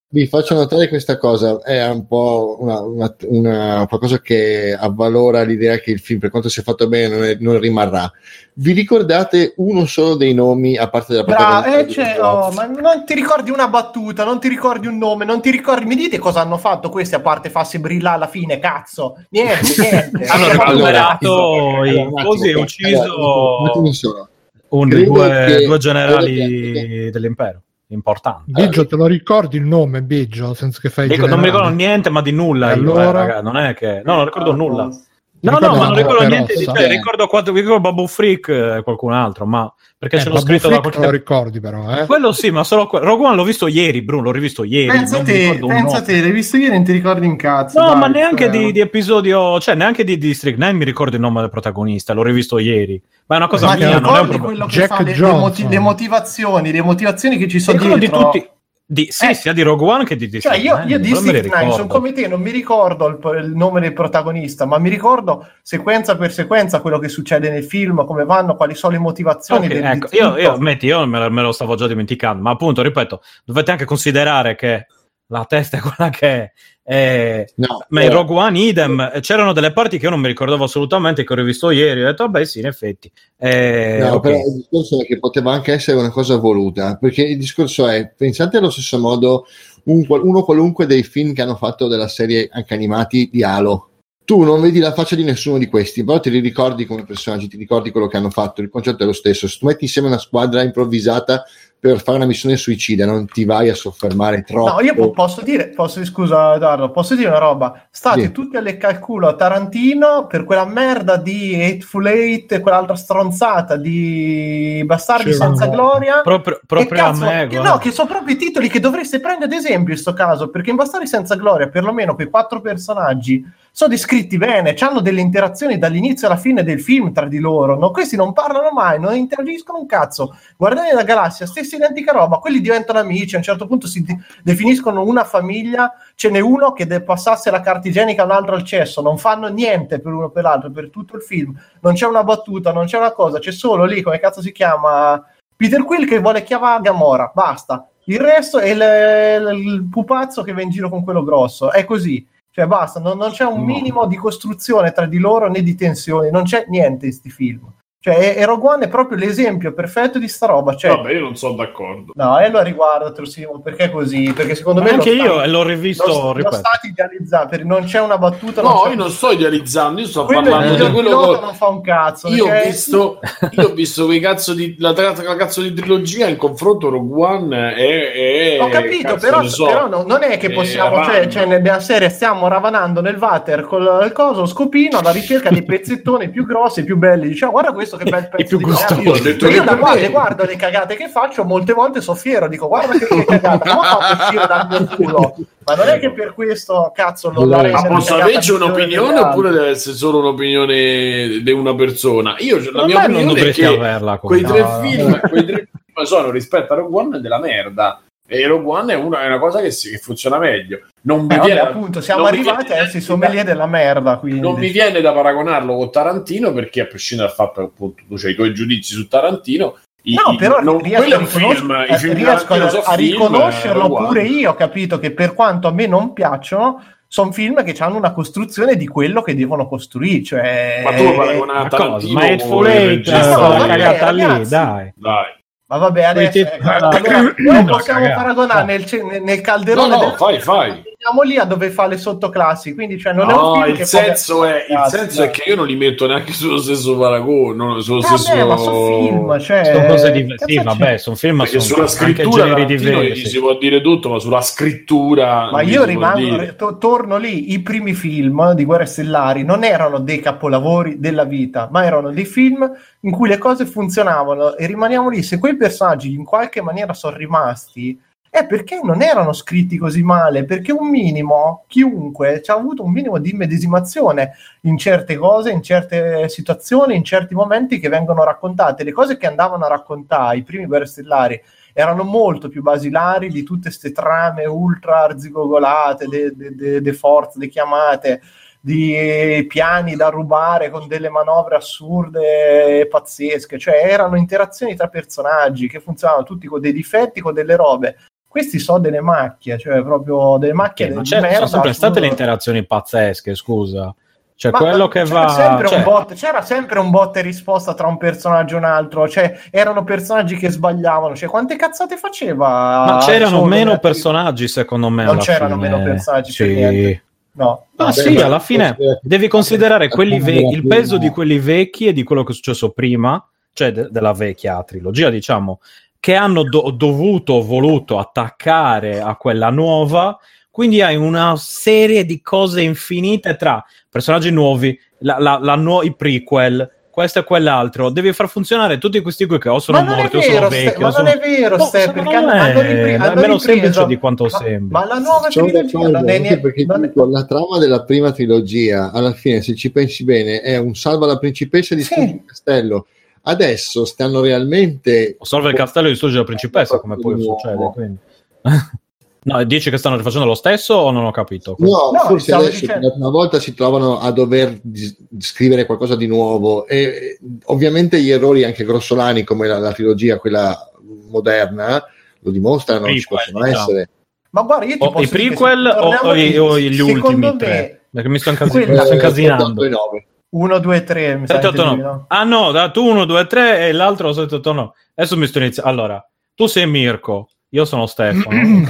vi faccio notare questa cosa, è un po' una qualcosa che avvalora l'idea che il film, per quanto sia fatto bene, non rimarrà. Vi ricordate uno solo dei nomi, a parte della protagonista? Ma non ti ricordi una battuta, non ti ricordi un nome, non ti ricordi, mi dite cosa hanno fatto questi a parte farsi brillare alla fine, cazzo? Niente. Hanno recuperato così, ucciso due generali dell'impero. Importante. Biggio, te lo ricordi il nome, Biggio? Senza che fai non mi ricordo niente, ma di nulla. Allora... raga, non è che non ricordo nulla. Ma non ricordo niente di te. Ricordo Babu Freak e qualcun altro, ma perché ce l'ho scritto da qualche... lo ricordi però, Quello sì, ma solo Rogue One l'ho visto ieri, Bruno, l'ho rivisto ieri. Pensa te, l'hai visto ieri e non ti ricordi un cazzo. No, dai, ma neanche di episodio, cioè neanche di District 9 mi ricordo il nome del protagonista, l'ho rivisto ieri. Ma è una cosa mia, non è un problema. Jack Johnson. Le motivazioni che ci sono dietro. Di tutti. Sia di Rogue One che di District 9. Io District 9 sono come te, non mi ricordo il nome del protagonista, ma mi ricordo sequenza per sequenza quello che succede nel film, come vanno, quali sono le mozioni. Ecco, io me lo stavo già dimenticando, ma appunto, ripeto, dovete anche considerare che la testa è quella che è. Ma in Rogue One idem, c'erano delle parti che io non mi ricordavo assolutamente, che ho rivisto ieri, ho detto vabbè sì, in effetti però il discorso è che poteva anche essere una cosa voluta, perché il discorso è, pensate allo stesso modo uno qualunque dei film che hanno fatto della serie anche animati di Halo, tu non vedi la faccia di nessuno di questi, però te li ricordi come personaggi, ti ricordi quello che hanno fatto, il concetto è lo stesso. Se tu metti insieme una squadra improvvisata per fare una missione suicida, non ti vai a soffermare troppo. No, io posso dire una roba, state tutti a leccare il culo a Tarantino per quella merda di Hateful Eight e quell'altra stronzata di Bastardi senza gloria, proprio a me, che sono proprio i titoli che dovreste prendere ad esempio in sto caso, perché in Bastardi senza gloria perlomeno quei 4 personaggi sono descritti bene, hanno delle interazioni dall'inizio alla fine del film tra di loro, no? Questi non parlano mai, non interagiscono un cazzo. Guardate la Galassia, stessa identica roba, quelli diventano amici, a un certo punto si definiscono una famiglia, ce n'è uno che deve passarsi la carta igienica, un altro al cesso, non fanno niente per uno per l'altro, per tutto il film, non c'è una battuta, non c'è una cosa, c'è solo lì, come cazzo si chiama, Peter Quill che vuole chiamare Gamora, basta, il resto è il pupazzo che va in giro con quello grosso, è così. Cioè basta, non c'è un minimo di costruzione tra di loro né di tensioni, non c'è niente in sti film. Cioè, e Rogue One è proprio l'esempio perfetto di sta roba. Cioè, vabbè, io non sono d'accordo. No, allora riguardatelo, Simo, perché è così? Perché secondo me anche io l'ho rivisto, lo state idealizzando, non c'è una battuta. No, io non sto idealizzando, io sto parlando di quello che non fa un cazzo. Io ho visto quei cazzo di la cazzo di trilogia in confronto Rogue One è ho capito, però non è che possiamo, cioè nella serie stiamo ravanando nel water col coso, scopino alla ricerca dei pezzettoni più grossi e più belli. Diciamo, guarda questo che bel pezzo di io guardo le cagate che faccio, molte volte so fiero, dico guarda che cagata, come ho fatto uscire dal mio culo, ma non è che per questo cazzo non la ma posso averci un'opinione oppure deve essere solo un'opinione di una persona? La mia opinione è che quei tre film sono rispetto a Rogue One della merda. E Rogue One è una cosa che funziona meglio. Non mi viene, appunto, siamo arrivati a essere sommelier della merda. Quindi. Non mi viene da paragonarlo con Tarantino, perché a prescindere dal fatto che appunto tu c'hai i tuoi giudizi su Tarantino. Riesco a riconoscerlo pure io. Ho capito che per quanto a me non piacciono, sono film che hanno una costruzione di quello che devono costruire. Cioè... Ma tu paragonare a Tarantino? Ma Hateful Eight, la cagata lì, dai. Ma vabbè, adesso noi possiamo paragonare nel calderone. No, fai. Andiamo lì a dove fa le sottoclassi, quindi cioè non è un film il senso è che io non li metto neanche sullo stesso paragone, non sullo stesso. Ma sono film, cioè sono cose diverse. Sì, vabbè, sono film, ma perché sulla scrittura si può dire tutto, ma sulla scrittura. Ma io rimango, torno lì. I primi film di Guerre Stellari non erano dei capolavori della vita, ma erano dei film in cui le cose funzionavano e rimaniamo lì. Se quei personaggi in qualche maniera sono rimasti è perché non erano scritti così male, perché un minimo, chiunque ci ha avuto un minimo di immedesimazione in certe cose, in certe situazioni, in certi momenti che vengono raccontate. Le cose che andavano a raccontare i primi Guerre Stellari erano molto più basilari di tutte ste trame ultra arzigogolate, de forze, de chiamate, di piani da rubare con delle manovre assurde e pazzesche. Cioè erano interazioni tra personaggi che funzionavano tutti con dei difetti, con delle robe questi sono delle macchie, cioè proprio delle macchie ma di merda. sono sempre state le interazioni pazzesche, scusa. Cioè, Ma quello che c'era va... c'era sempre un botta e risposta tra un personaggio e un altro, cioè erano personaggi che sbagliavano, cioè quante cazzate faceva? Ma c'erano meno personaggi, secondo me. Non c'erano meno personaggi, sì. per niente. No. Ma sì, alla fine devi considerare il peso di quelli vecchi e di quello che è successo prima, cioè della vecchia trilogia, diciamo, che hanno voluto attaccare a quella nuova. Quindi hai una serie di cose infinite tra personaggi nuovi, i prequel, questo e quell'altro. Devi far funzionare tutti questi qui che o sono morti o sono vecchi. Ma non è vero, perché è meno semplice di quanto sembra. Ma la nuova trilogia non è perché la trama della prima trilogia, alla fine, se ci pensi bene, è un salva la principessa di il castello. Adesso stanno realmente... Salva il castello e distrugge la principessa, come poi succede, quindi... No, dici che stanno rifacendo lo stesso o non ho capito? No, forse adesso per la prima volta si trovano a dover scrivere qualcosa di nuovo e ovviamente gli errori anche grossolani come la trilogia, quella moderna, lo dimostrano, non ci possono essere. Ma guarda, io ti posso i prequel o gli ultimi tre? Perché mi sto incasinando. 1, 2, 3 mi 7, 8, 9. No? Ah no, tu 1, 2, 3 e l'altro 7, 8, 9. Adesso mi sto iniziando. Allora, tu sei Mirko. Io sono Stefano.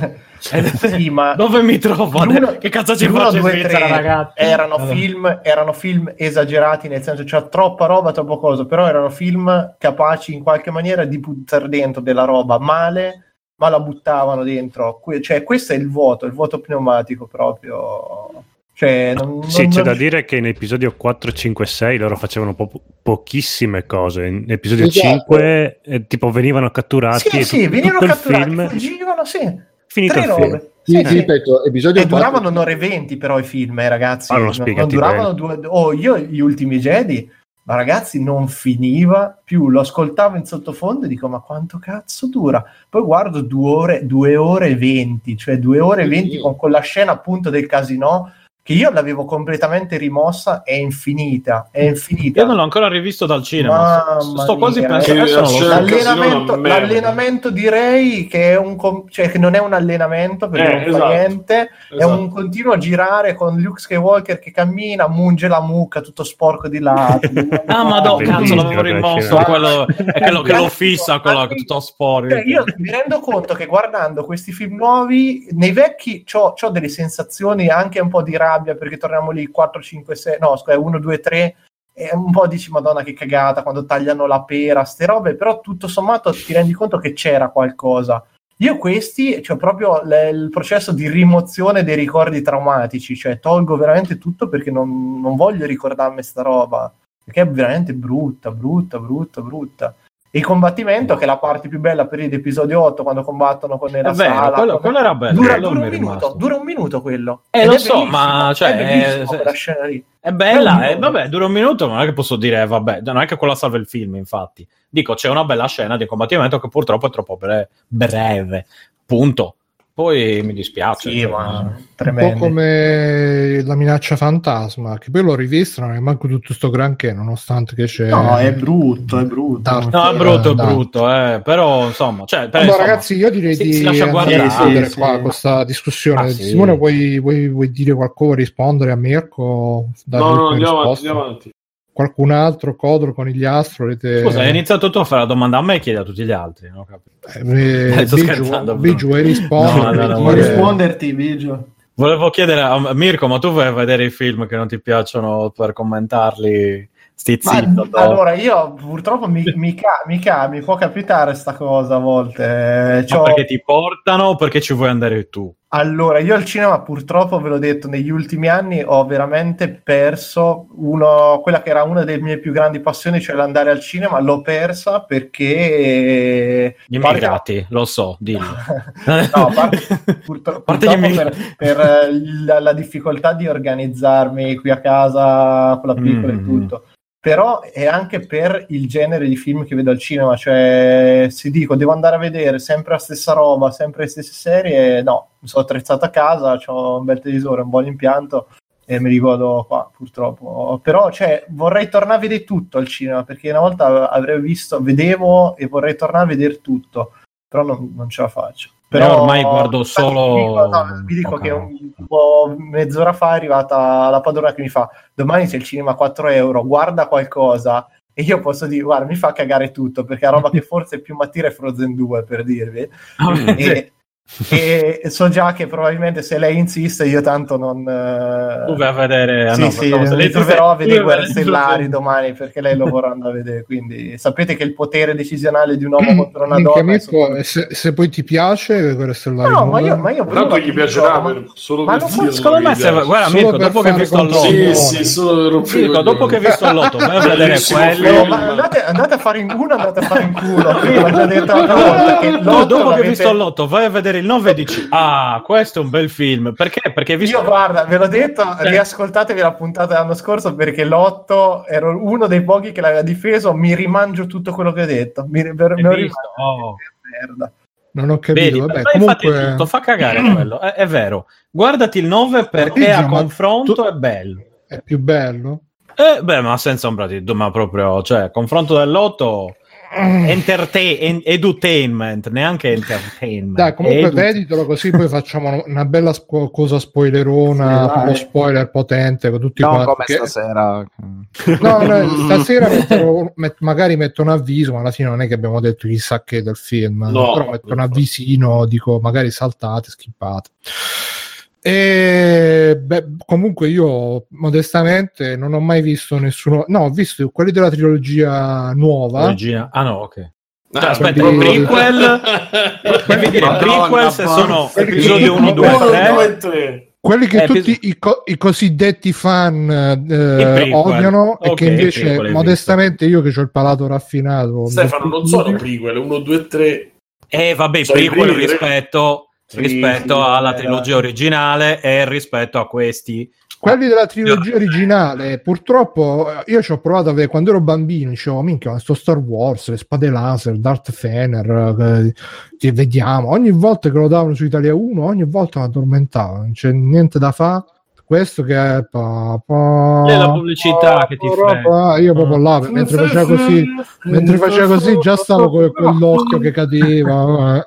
Sì, ma dove mi trovo? Che cazzo ci faccio in Svizzera, ragazzi? Erano film esagerati, nel senso c'era troppa roba, troppo cosa, però erano film capaci in qualche maniera di buttare dentro della roba male, ma la buttavano dentro. Cioè, questo è il vuoto pneumatico proprio. Cioè, c'è da dire che in episodio 4, 5 e 6 loro facevano pochissime cose. In episodio 5 tipo venivano catturati venivano tutto catturati, il film fuggivano, finito il film. Ripeto, episodio 4 duravano un'ora e 20 però i film, ragazzi, non duravano io gli ultimi Jedi, ma ragazzi non finiva più, lo ascoltavo in sottofondo e dico ma quanto cazzo dura, poi guardo 2 ore e 20, cioè 2 ore e 20 con quella scena appunto del casino che io l'avevo completamente rimossa, è infinita. Io non l'ho ancora rivisto dal cinema, sto quasi pensando l'allenamento direi che è che non è un allenamento perché non fa niente, è un continuo a girare con Luke Skywalker che cammina, munge la mucca tutto sporco di là. Madonna, cazzo, l'avevo rimosso quello che lo fissa quello tutto sporco. Io mi rendo conto che guardando questi film nuovi, nei vecchi c'ho delle sensazioni anche un po' di rabbia perché torniamo lì 4, 5, 6 no scusa 1, 2, 3 e un po' dici madonna che cagata quando tagliano la pera ste robe, però tutto sommato ti rendi conto che c'era qualcosa. Io questi cioè proprio il processo di rimozione dei ricordi traumatici, cioè tolgo veramente tutto perché non voglio ricordarmi sta roba perché è veramente brutta. E il combattimento, che è la parte più bella per l'episodio 8, quando combattono con nella sala. Quello era bello. Dura un minuto quello. Lo so, ma cioè, quella scena lì. È bella, vabbè, dura un minuto, ma non è che posso dire, vabbè, non è che quella salva il film, infatti. Dico, c'è una bella scena di combattimento che purtroppo è troppo breve. Punto. Poi mi dispiace. Sì, ma un po' come la minaccia fantasma, che poi l'ho rivista, non è manco tutto sto granché, nonostante che c'è... No, è brutto. È brutto, però insomma... Cioè, ragazzi, io direi di lascia guardare qua questa discussione. Simone, vuoi dire qualcosa, rispondere a Mirko? No, andiamo avanti. Qualcun altro, Codro, Conigliastro? Scusa, hai iniziato tu a fare la domanda a me e chiedi a tutti gli altri, no? Biju, vuoi rispondere? Vuoi risponderti, Biju? Volevo chiedere a Mirko, ma tu vuoi vedere i film che non ti piacciono per commentarli? Allora, io purtroppo mi può capitare sta cosa a volte. Perché ti portano o perché ci vuoi andare tu? Allora, io al cinema purtroppo, ve l'ho detto, negli ultimi anni ho veramente perso quella che era una delle mie più grandi passioni, cioè l'andare al cinema, l'ho persa perché... Gli immigrati, lo so, dillo. No, purtroppo per la difficoltà di organizzarmi qui a casa con la piccola e tutto. Però è anche per il genere di film che vedo al cinema, cioè se dico devo andare a vedere sempre la stessa roba, sempre le stesse serie, no, mi sono attrezzato a casa, ho un bel televisore, un buon impianto e me li godo qua purtroppo, però cioè vorrei tornare a vedere tutto al cinema perché una volta vedevo e vorrei tornare a vedere tutto. però non ce la faccio. Però ormai guardo solo... Vi dico che un po' mezz'ora fa è arrivata la padrona che mi fa: domani c'è il cinema a 4 euro, guarda qualcosa. E io posso dire, guarda, mi fa cagare tutto, perché la roba che forse più mi attira è Frozen 2, per dirvi. E so già che probabilmente se lei insiste io tanto non... Tu vai a vedere... mi troverò a vedere Guerre Stellari domani, perché lei lo vorranno a vedere, quindi sapete che il potere decisionale di un uomo contro una donna... Se poi ti piace Guerre Stellari... No, ma io tanto gli piacerà solo per film, secondo me guarda Mirko, dopo che hai visto il lotto... Sì, solo dopo che hai visto il lotto, vai a vedere quello... Andate a fare in culo, andate a fare in culo. L'ho già detto una volta che dopo che hai visto il lotto, vai a vedere il 9 e dici questo è un bel film, perché hai visto... Io guarda, ve l'ho detto, riascoltatevi la puntata dell'anno scorso, perché l'8 ero uno dei pochi che l'aveva difeso, mi rimangio tutto quello che ho detto, merda. Non ho capito. Vedi, vabbè, comunque tutto fa cagare quello, è vero. Guardati il 9 perché a confronto è bello. È più bello? Ma senza ombra di dubbio, ma proprio, cioè, confronto dell'8 edutainment, neanche entertainment. Dai, comunque veditelo, così poi facciamo una bella cosa spoilerona, uno spoiler potente con tutti quanti. Come stasera. No, stasera magari metto un avviso, ma alla fine non è che abbiamo detto chissà che del film, però metto un avvisino, dico magari saltate, skippate. Comunque io modestamente non ho mai visto nessuno. No, ho visto quelli della trilogia nuova. Ok. Aspetta, prequel. Devi dire prequel se sono episodi 1, 2, 3. Quelli che tutti i cosiddetti fan odiano, e che invece modestamente io che ho il palato raffinato. Stefano, non sono prequel, 1, 2, 3. Vabbè, prequel rispetto alla trilogia originale e rispetto a questi. Quelli della trilogia originale, purtroppo io ci ho provato a vedere quando ero bambino, dicevo minchia, sto Star Wars, le spade laser, Darth Fener, che vediamo, ogni volta che lo davano su Italia 1, ogni volta mi addormentavo, non c'è niente da fare. Questo che è è la pubblicità che ti frega. Io proprio là, mentre faceva così già stavo con quell'occhio che cadeva.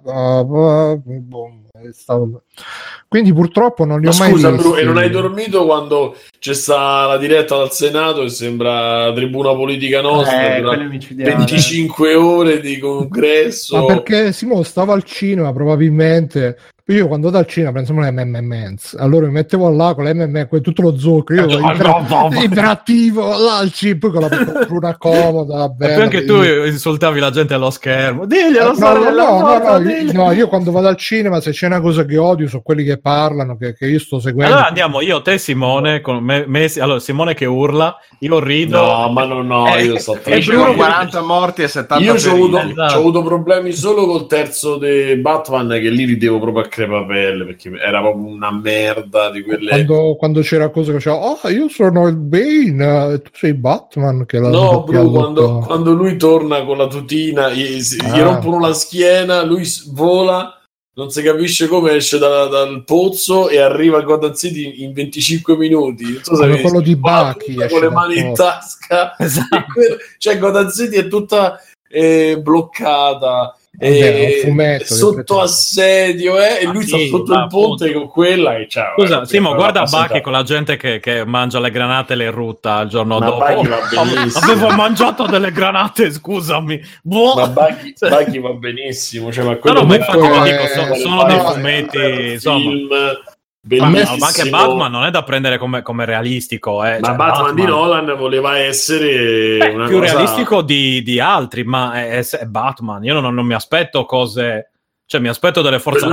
Quindi purtroppo non li ho mai visti. Bru, e non hai dormito quando c'è stata la diretta dal Senato e sembra tribuna politica nostra, 25 ore di congresso? Ma perché Simone stava al cinema probabilmente. Io quando vado al cinema pensiamo alle MMMs, allora mi mettevo là con le MM, tutto lo zucchero, io interattivo là al cinema, poi con la poltrona comoda, bella, e poi anche tu insultavi la gente allo schermo, diglielo, no, io quando vado al cinema, se c'è una cosa che odio sono quelli che parlano, che io sto seguendo. Allora andiamo io, te, Simone, con me allora Simone che urla, io rido. No, ma no, io sto e Bruno 40 morti e 70 io ho avuto problemi solo col terzo di Batman, che lì ridevo proprio a crepapelle, perché era proprio una merda di quelle. Quando c'era cosa che faceva, io sono il Bane, tu sei Batman, che no, Bru, quando lui torna con la tutina, gli rompono la schiena, lui vola, non si capisce come, esce dal pozzo e arriva a Gotham City in 25 minuti. Non so se quello di Bucky con le mani in tasca. Esatto. Cioè Gotham City è tutta bloccata. Sotto assedio e lui sta sotto il ponte con quella e ciao. Scusa, Simo, guarda Bucky con la gente che mangia le granate e le rutta il giorno dopo. Avevo mangiato delle granate, scusami. Ma Bucky va benissimo, cioè, ma quello ma infatti dico, sono dei fumetti, insomma. Ma anche Batman non è da prendere come realistico, ma cioè, Batman di Nolan voleva essere una più cosa... realistico di altri, ma è Batman. Io non mi aspetto cose, cioè mi aspetto delle forze.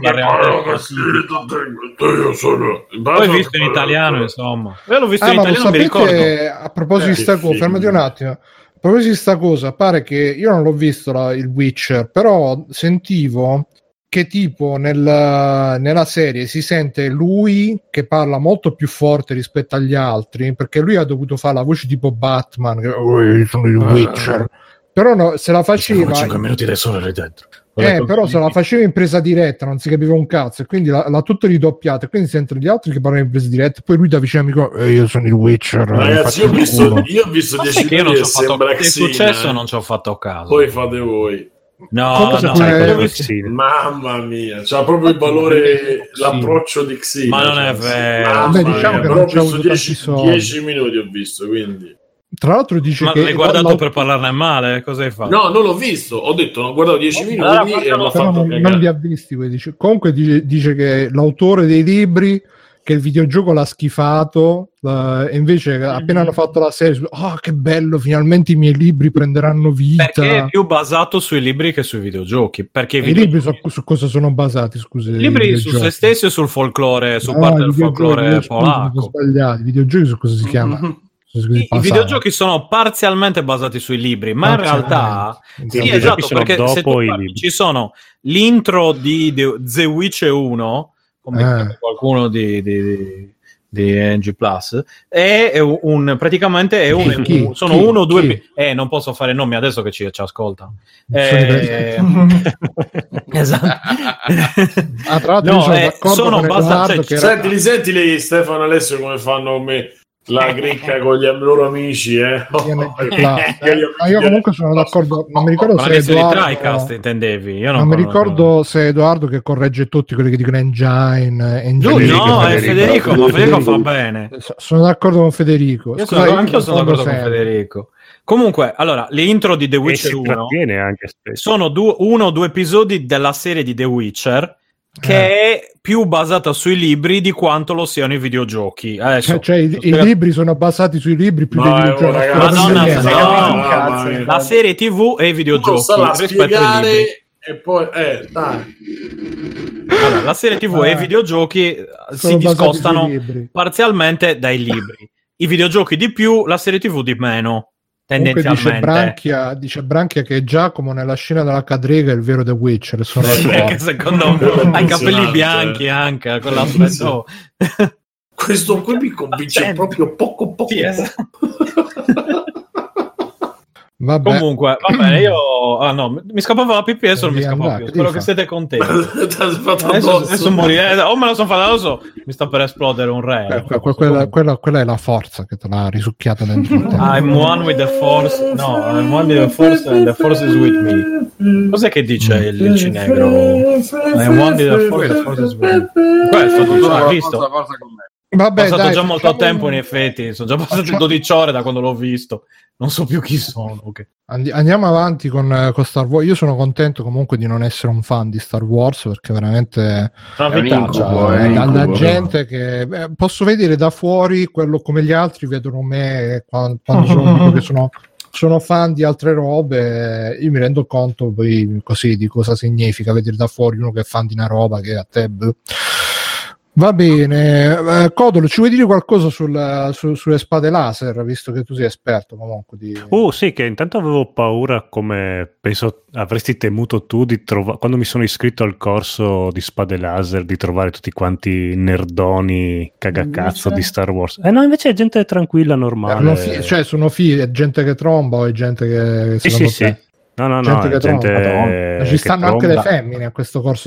Poi visto in italiano, insomma. Io l'ho visto in italiano, non mi ricordo. A proposito di sta cosa, fermati un attimo. A proposito di sta cosa, pare che io non l'ho visto il Witcher, però sentivo che tipo nella serie si sente lui che parla molto più forte rispetto agli altri, perché lui ha dovuto fare la voce tipo Batman, che sono il Witcher, però no, se la faceva 5 minuti del sole lì dentro. Però se la faceva in presa diretta non si capiva un cazzo, e quindi l'ha tutto ridoppiato, e quindi si sentono gli altri che parlano in presa diretta, e poi lui da vicino amico io sono il Witcher. Ragazzi, io ho visto 10 minuti e sembra che è successo, non ci ho fatto caso. Poi fate voi. Mamma mia, c'ha proprio il valore, l'approccio di Xena. Ma non è vero. Vabbè, diciamo che non c'è avuto 10 minuti ho visto, quindi. Tra l'altro dice ma che l'hai guardato per parlarne male? Cosa hai fatto? No, non l'ho visto, ho detto ho guardato 10 minuti e l'ho fatto non li ha visti. Dice. Comunque dice che l'autore dei libri, che il videogioco l'ha schifato, e invece appena hanno fatto la serie, che bello, finalmente i miei libri prenderanno vita. Perché è più basato sui libri che sui videogiochi. Perché i libri su cosa sono basati? Scusi, i libri su se stessi e sul folklore, su parte del folklore polacco. Sbagliati, i videogiochi su cosa si chiama? I videogiochi sono parzialmente basati sui libri, ma in realtà esatto, perché se tu ci sono l'intro di The Witcher 1, come qualcuno di NG Plus, praticamente è sono uno o due non posso fare nomi adesso che ci ascolta. Esatto. Tra l'altro sono basati. Sentili Stefano Alessio come fanno me. La gricca con gli loro amici, io comunque sono d'accordo. Non mi ricordo se Edoardo TriCast intendevi. Io non mi ricordo se Edoardo che corregge tutti quelli che dicono Engine. No, è Federico, ma Federico fa bene. Sono d'accordo con Federico. Anch'io sono d'accordo con Federico. Comunque, allora, le intro di The Witcher 1 sono uno o due episodi della serie di The Witcher che è più basata sui libri di quanto lo siano i videogiochi. Adesso, i libri sono basati sui libri più dei videogiochi. La serie TV e i videogiochi rispetto ai libri. E poi dai. Allora, la serie TV e i videogiochi si discostano parzialmente dai libri. I videogiochi di più, la serie TV di meno. Dice Branchia che Giacomo nella scena della cadrega è il vero The Witcher. Perché secondo me ha i capelli bianchi anche con l'aspetto. Questo qui mi convince proprio poco. Sì, esatto. Vabbè. Comunque, va bene, io mi scappava la pipì, adesso non mi scappa più. Spero che siete contenti. adesso morire. Me la sono fatta, lo so. Mi sta per esplodere un re. Quella è la forza che te l'ha risucchiata dentro te. I'm one with the force. No, I'm one with the force and the force is with me. Cos'è che dice il cinegro? I'm one with the force is with me. Questo dice, hai visto? Vabbè, è passato già molto tempo, in effetti. Sono già passate 12 ore da quando l'ho visto. Non so più chi sono. Okay. Andiamo avanti con Star Wars. Io sono contento comunque di non essere un fan di Star Wars, perché veramente la gente che posso vedere da fuori quello come gli altri vedono me quando sono che sono fan di altre robe. Io mi rendo conto poi così di cosa significa vedere da fuori uno che è fan di una roba che a te va bene. Codolo, ci vuoi dire qualcosa sulle spade laser, visto che tu sei esperto comunque sì, che intanto avevo paura, come penso avresti temuto tu, di quando mi sono iscritto al corso di spade laser, di trovare tutti quanti nerdoni cagacazzo di Star Wars. No, invece è gente tranquilla, normale. Sono è gente che tromba o è gente che sì. No, gente ci stanno anche le femmine a questo corso.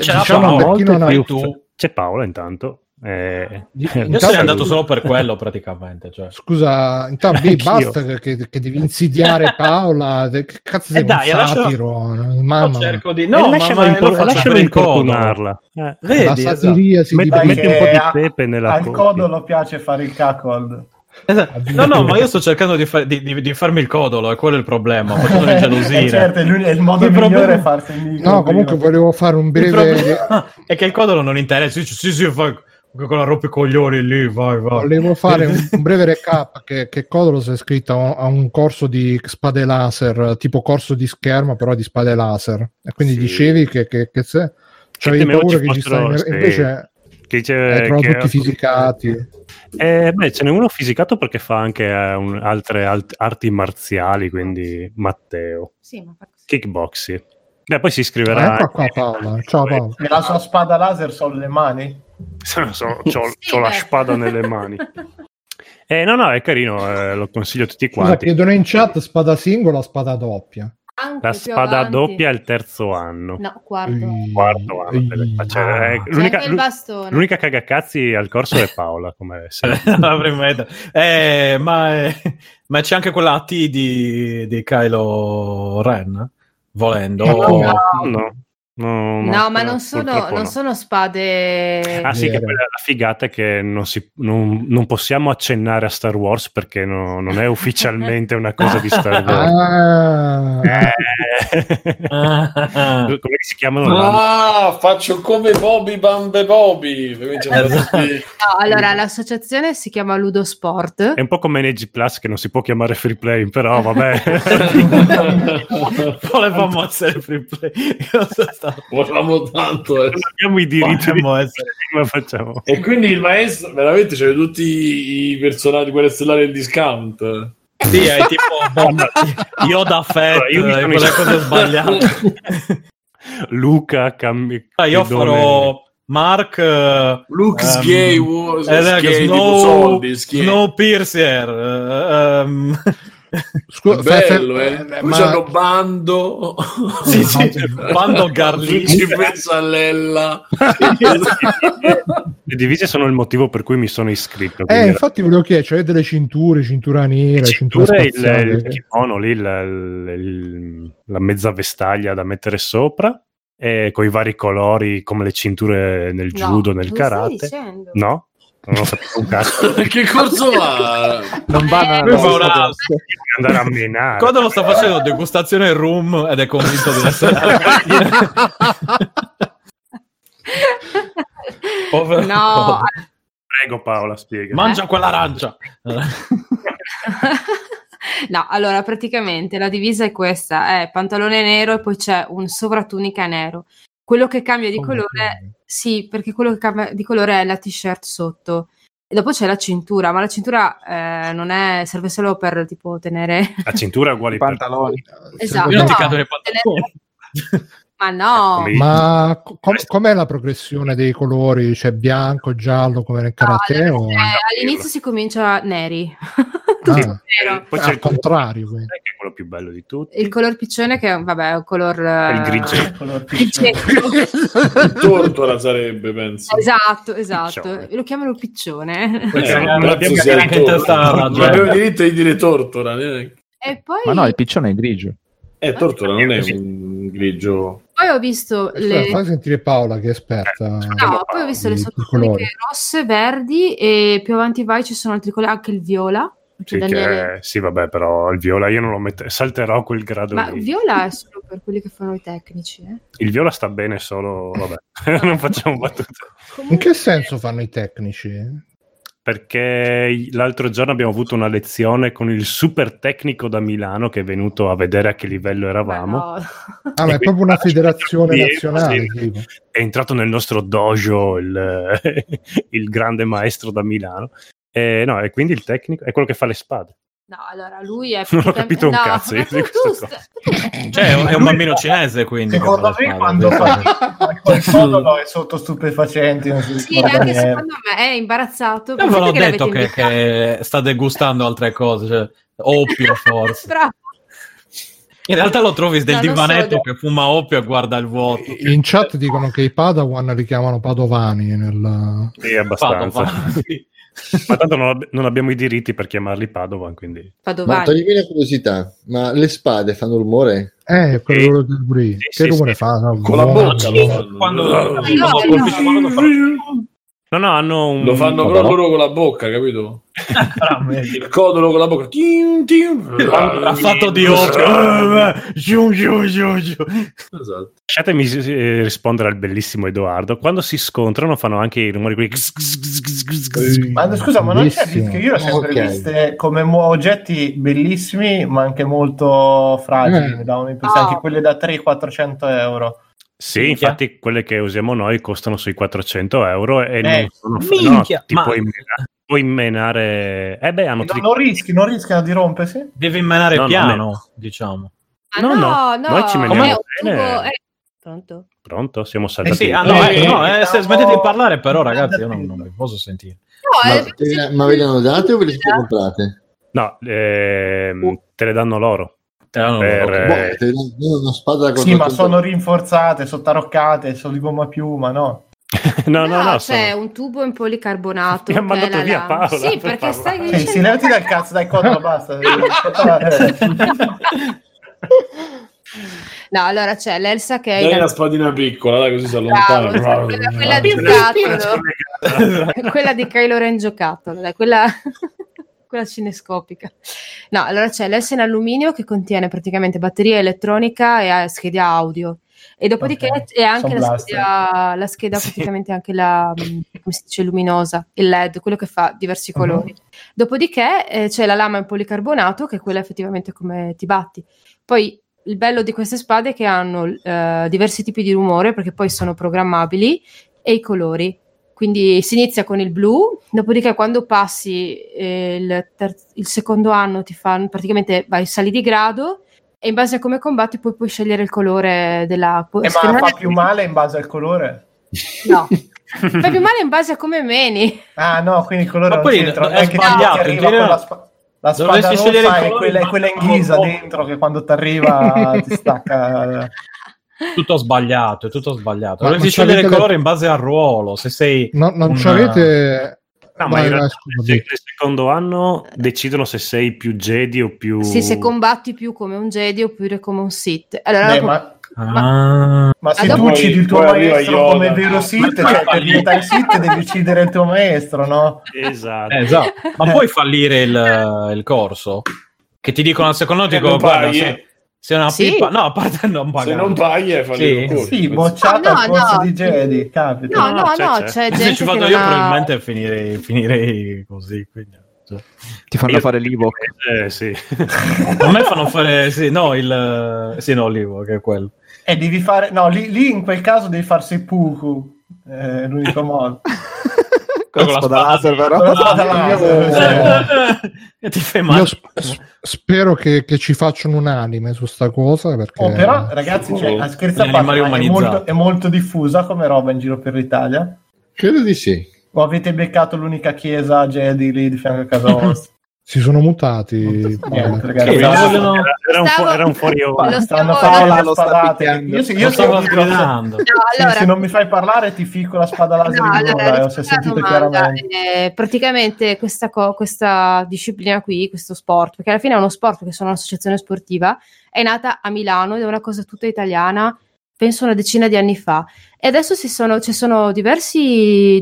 C'è Paola intanto. Io sono andato solo per quello praticamente. Cioè. Scusa, intanto basta che devi insidiare Paola. Che cazzo sei un satiro? Mamma. Cerco di lasciami importunarla. Vedi, la satiria si metti un po' di pepe nella al codolo piace fare il cuckold. No, ma io sto cercando di farmi il codolo, è quello il problema. Facendo gelosire. Certo, è il modo migliore è farsi il no, comunque volevo fare un breve. È che il codolo non interessa. Sì, fai con la roba i coglioni lì, vai. Volevo fare un breve recap che Codolo si è iscritto a un corso di spade laser, tipo corso di scherma, però di spade laser. E quindi dicevi che c'avevi paura che ci stai invece. Che tutti fisicati. Ce n'è uno fisicato perché fa anche altre arti marziali, quindi Matteo. Sì, ma fa così. Kickboxing. Poi si iscriverà. Ecco qua Paola. Ciao Paola. E la sua spada laser sono le mani? C'ho la spada nelle mani. No, è carino, lo consiglio a tutti quanti. Scusa, chiedono in chat spada singola o spada doppia? Anche la spada doppia è il terzo anno. No, quarto anno. L'unica cagacazzi al corso è Paola, come ma c'è anche quella T di Kylo Ren? volendo. No, ma non sono spade. Ah sì, che quella, la figata è che non possiamo accennare a Star Wars perché non è ufficialmente una cosa di Star Wars. Come si chiamano? Faccio come Bobby Bambe Bobby. No, allora l'associazione si chiama Ludosport. È un po' come NG Plus che non si può chiamare free play, però vabbè. Volevamo essere free play. Volevamo tanto. Non abbiamo i diritti di essere, come facciamo? E quindi il maestro veramente c'è tutti i personaggi, quelle stellari in discount. Sì, è tipo Yoda Fett, quelle cose sbagliate. Luca io farò Mark Luke's gay, Snowpiercer, bello, poi c'hanno Bando, Bando Garlic, Pezzalella. Le divise sono il motivo per cui mi sono iscritto. Infatti volevo chiedere, cioè delle cintura nera, cintura il kimono lì, la mezza vestaglia da mettere sopra, e con i vari colori come le cinture nel judo, nel karate. No? Non ho capito un cazzo. Che corso va? Non va andare a menare. Quando lo sta facendo degustazione room ed è convinto di essere povero. No. Prego Paola, spiega. Mangia quell'arancia. No, allora praticamente la divisa è questa, è pantalone nero e poi c'è un sovratunica nero. Quello che cambia di colore, sì, perché quello che cambia di colore è la t-shirt sotto. E dopo c'è la cintura, ma la cintura non è, serve solo per tipo tenere... La cintura è uguale ai pantaloni. Esatto. Non ti cadono i pantaloni. Ma no. Ma com'è la progressione dei colori? C'è bianco, giallo, come nel karate? All'inizio si comincia neri. Poi c'è il contrario, che è quello più bello di tutti. Il color piccione che vabbè è un color il grigio. Il tortora sarebbe, penso. Esatto. Piccione. Lo chiamano piccione. Non abbiamo diritto di dire tortora neanche. E poi... Ma no, il piccione è grigio. Tortora non è un grigio. Poi ho visto Fai sentire Paola che è esperta. No, poi ho visto le sottotuniche rosse, verdi, e più avanti vai ci sono altri colori, anche il viola. Sì, vabbè, però il viola io non lo metto, salterò quel grado. Ma lì. Il viola è solo per quelli che fanno i tecnici, Il viola sta bene solo, vabbè, non facciamo battute. In che senso fanno i tecnici? Perché l'altro giorno abbiamo avuto una lezione con il super tecnico da Milano che è venuto a vedere a che livello eravamo. Ma è proprio una federazione nazionale. Sì. È entrato nel nostro dojo il grande maestro da Milano. E quindi il tecnico è quello che fa le spade. No, allora lui è... Non ho capito un cazzo di questa cosa. Cioè è un bambino cinese, quindi. Secondo me quando fa quel modo è sotto stupefacenti. Sì, anche secondo me è imbarazzato. Io ve l'ho detto che sta degustando altre cose, cioè oppio forse. Bravo. In realtà lo trovi del divanetto che fuma oppio e guarda il vuoto. In chat dicono che i Padawan li chiamano Padovani. Sì, abbastanza. Ma tanto non abbiamo i diritti per chiamarli Padovan, quindi... Ma toglimi la curiosità, ma le spade fanno rumore? Quello del Bri. Che rumore fa? No, con la bocca quando No, hanno un... Lo fanno però loro con la bocca, capito? Il codolo con la bocca. Ha fatto di oppio. Esatto. Lasciatemi rispondere al bellissimo Edoardo. Quando si scontrano fanno anche i rumori quelli... Ma scusa, ma non c'è rischio? Io l'ho sempre viste come oggetti bellissimi, ma anche molto fragili. Mi davano l'impressione, anche quelle da 300-400 euro. Sì, infatti quelle che usiamo noi costano sui 400 euro e non sono puoi menare. Hanno non rischiano di rompersi? Devi menare piano, diciamo. No, noi ci meniamo bene. Pronto? Siamo saltati. Smettete di parlare, però, ragazzi, io non mi posso sentire. Ma ve le hanno date o ve le siete comprate? No, te le danno loro. Una spada sì, ma sono rinforzate, sono taroccate, sono di gomma piuma, no? No, c'è un tubo in policarbonato. Mi ha mandato via Paola. Sì, perché stai dicendo... Sì, levati dal cazzo, dai, codolo, basta. No, allora c'è l'Elsa che è Dai una spadina piccola, dai, così si allontana. Quella di giocattolo. Quella di Kylo Ren giocattolo, dai, quella cinescopica. No, allora c'è l'Elsa in alluminio che contiene praticamente batteria elettronica e scheda audio. E dopodiché è anche la scheda praticamente anche la, come si dice, luminosa, il LED, quello che fa diversi colori. Dopodiché c'è la lama in policarbonato, che è quella effettivamente come ti batti. Poi il bello di queste spade è che hanno diversi tipi di rumore, perché poi sono programmabili, e i colori. Quindi si inizia con il blu, dopodiché quando passi il secondo anno praticamente sali di grado, e in base a come combatti poi puoi scegliere il colore della... ma fa più male in base al colore? No, fa più male in base a come meni. Ah no, quindi il colore ma non poi c'entra. è sbagliato, la spada rossa è quella in ghisa dentro, che quando ti arriva ti stacca. Tutto sbagliato, è tutto sbagliato. Dovresti scegliere il colore in base al ruolo. Se sei non c'avete... No, ma in realtà nel secondo anno decidono se sei più Jedi o più... Sì, se combatti più come un Jedi oppure come un Sith. Allora, ma se tu uccidi il tuo maestro come vero Sith, cioè per diventare Sith devi uccidere il tuo maestro, no? Esatto. Ma puoi fallire il corso? Che ti dicono al secondo anno, dicono, guarda, sei una pippa. No, a parte non pagare. Se non paghi è fallire il corso. Sì, bocciato al corso di Jedi, capita. No, c'è gente se ci vado che io probabilmente finirei così, quindi... Ti fanno fare l'Ewok. Sì. A me fanno fare l'Ewok, che è quello. E devi fare... No, lì in quel caso devi fare seppuku. È l'unico modo. Con la spada laser, però. Ti fai male. Io spero che ci facciano un anime su sta cosa, perché... però ragazzi, a scherzo a parte, è molto diffusa come roba in giro per l'Italia. Credo di sì. O avete beccato l'unica chiesa Jedi lì di fianco a casa vostra? Si sono mutati. Era un fuori ora. Stanno facendo spadate. Io stavo gridando. Se non mi fai parlare ti ficco la spada laser in gola. Si è sentito chiaramente. Praticamente questa disciplina qui, questo sport, perché alla fine è uno sport, che sono un'associazione sportiva, è nata a Milano ed è una cosa tutta italiana, penso una decina di anni fa, e adesso ci sono diversi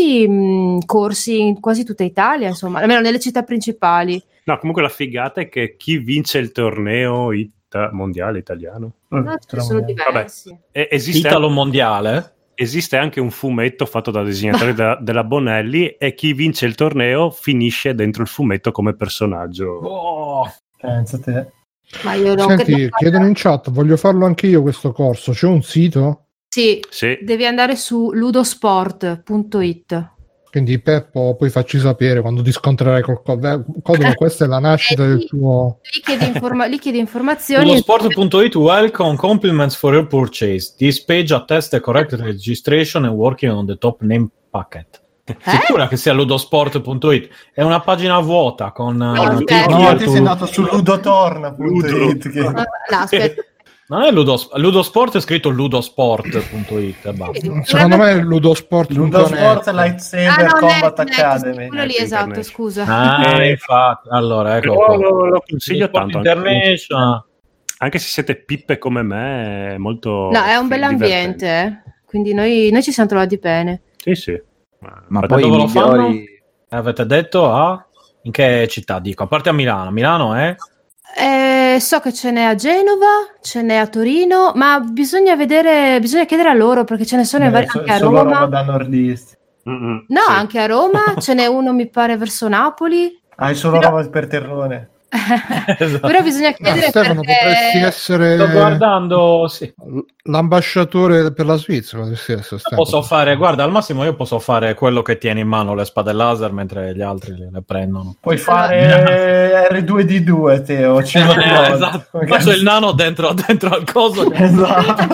corsi in quasi tutta Italia, insomma, almeno nelle città principali. No, comunque la figata è che chi vince il torneo mondiale italiano, ce ne sono diversi. Esiste Italo mondiale. Esiste anche un fumetto fatto da disegnatori della Bonelli, e chi vince il torneo finisce dentro il fumetto come personaggio. Pensa te. Ma io non Senti, chiedono in chat, voglio farlo anche io questo corso, c'è un sito? Sì. Devi andare su ludosport.it. Quindi Peppo, poi facci sapere quando ti scontrerai col Codolo. Questa è la nascita del tuo... Lì chiedi informazioni. Ludosport.it, welcome, compliments for your purchase. This page attests a correct registration and working on the top name packet. Sicura che sia ludosport.it? È una pagina vuota con... ti sei andato su ludotorn.it. No, aspetta. Non è Ludosport, è scritto ludosport.it. Secondo me è ludosport.net. Ludosport Lightsaber Combat Academy. Quello lì, esatto, scusa. Infatti. Allora, ecco. Lo consiglio tanto. International. Anche se siete pippe come me, è molto... No, è un bell'ambiente, quindi noi ci siamo trovati bene. Sì. Ma poi dove lo fanno? Avete detto in che città? Dico, a parte a Milano. Milano è? So che ce n'è a Genova, ce n'è a Torino, ma bisogna chiedere a loro, perché ce ne sono anche a Roma. Roba da nordisti. Anche a Roma ce n'è uno, mi pare, verso Napoli. È solo roba per terrone. Esatto. Però bisogna chiedere, Stefano, potresti essere sto guardando l'ambasciatore per la Svizzera. Posso fare, guarda, al massimo io posso fare quello che tiene in mano, le spade laser, mentre gli altri le prendono. Puoi fare R2D2, Teo. Esatto. Faccio il nano dentro al coso. Esatto.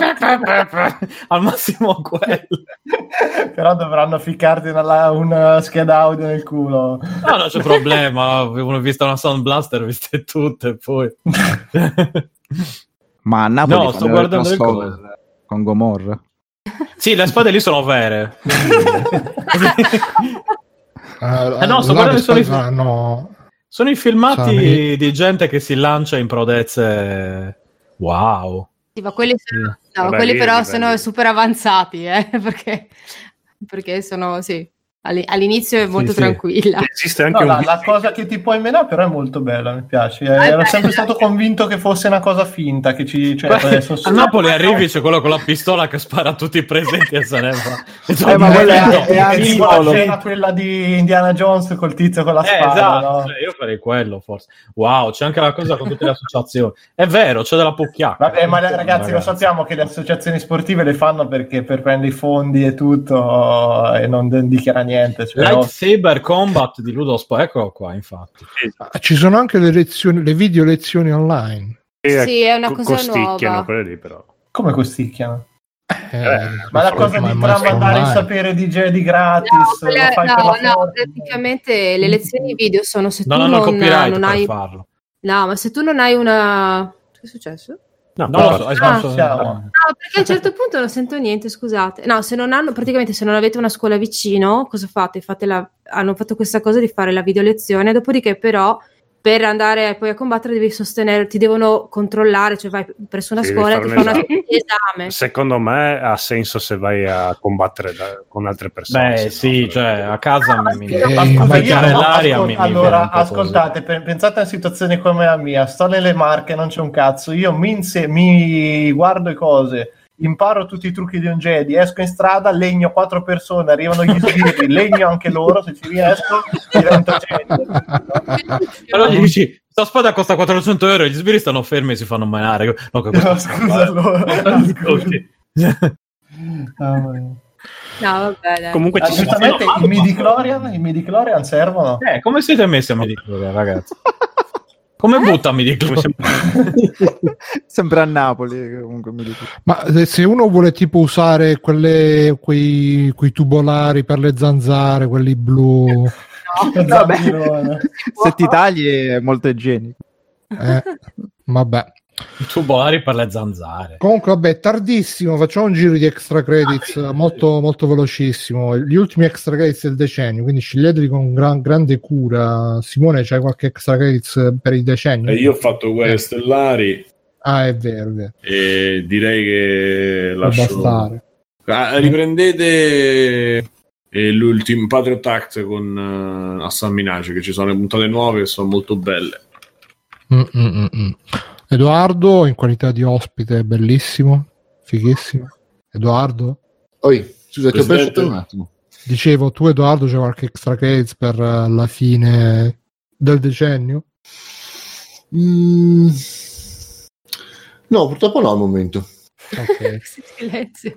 Al massimo quello. Però dovranno ficcarti una scheda audio nel culo. No, non c'è problema. Avevo visto una Sound Blaster, viste tutte, poi. Ma a Napoli sto guardando il coso con Gomorra. Sì, le spade lì sono vere. Sto guardando sono i filmati di gente che si lancia in prodezze Wow. Sì, ma quelli quelli però sono super avanzati, perché sono, sì, all'inizio è molto tranquilla. Esiste anche la cosa che ti puoi menare però è molto bella, mi piace. Ero sempre stato convinto che fosse una cosa finta, che a Napoli arrivi, c'è quello con la pistola che spara a tutti i presenti a Salerno. Ma quella è tipo la scena, quella di Indiana Jones col tizio con la spada. Esatto, no? Io farei quello forse. Wow, c'è anche la cosa con tutte le associazioni. È vero, c'è della pucchiacca. Vabbè, ma ragazzi, lo sappiamo che le associazioni sportive le fanno perché per prendere i fondi e tutto e non dichiara niente. Lightsaber Combat di Ludosport, eccolo qua, infatti. Ci sono anche le video lezioni online. Sì, è una cosa costicchiano nuova. quelle lì, però. Come costicchiano? Ma la cosa di tramandare il sapere di Jedi gratis? No, praticamente le lezioni video sono se tu non hai farlo. No, ma se tu non hai una... Che è successo? No, lo so, perché a un certo punto non sento niente, scusate. No, se non avete una scuola vicino, cosa fate? Hanno fatto questa cosa di fare la video lezione, dopodiché però per andare poi a combattere devi sostenere, ti devono controllare, cioè vai presso una scuola e ti fanno un esame. Secondo me ha senso se vai a combattere con altre persone. Beh, sì, cioè a casa ascoltate, pensate a una situazione come la mia, sto nelle Marche, non c'è un cazzo, io mi guardo le cose, imparo tutti i trucchi di un Jedi, esco in strada, legno 4 persone, arrivano gli sbirri, legno anche loro, se ci riesco divento Jedi. Allora gli dici, sta spada costa 400 euro, gli sbirri stanno fermi e si fanno manare. Scusa allora. No, vabbè. Comunque giustamente i midi-chlorian servono? Come siete messi a midi-chlorian, ragazzi? Come butta midi-chlorian? Sempre a Napoli comunque. Ma se uno vuole tipo usare quei tubolari per le zanzare, quelli blu, se ti tagli è molto igienico. Vabbè. Tubolari per le zanzare. Comunque vabbè, tardissimo, facciamo un giro di extra credits molto molto velocissimo, gli ultimi extra credits del decennio, quindi sceglieteli con grande cura. Simone, c'hai qualche extra credits per il decennio? Io ho fatto Guerre Stellari. È vero. E direi che lascio riprendete l'ultimo Patriot Act con Hassan Minaj, che ci sono le puntate nuove che sono molto belle. Edoardo in qualità di ospite, bellissimo, fighissimo. Edoardo? Scusa, ti ho perso per un attimo. Dicevo, tu Edoardo c'è qualche extra credits per la fine del decennio? No, purtroppo no al momento. Ok. Silenzio.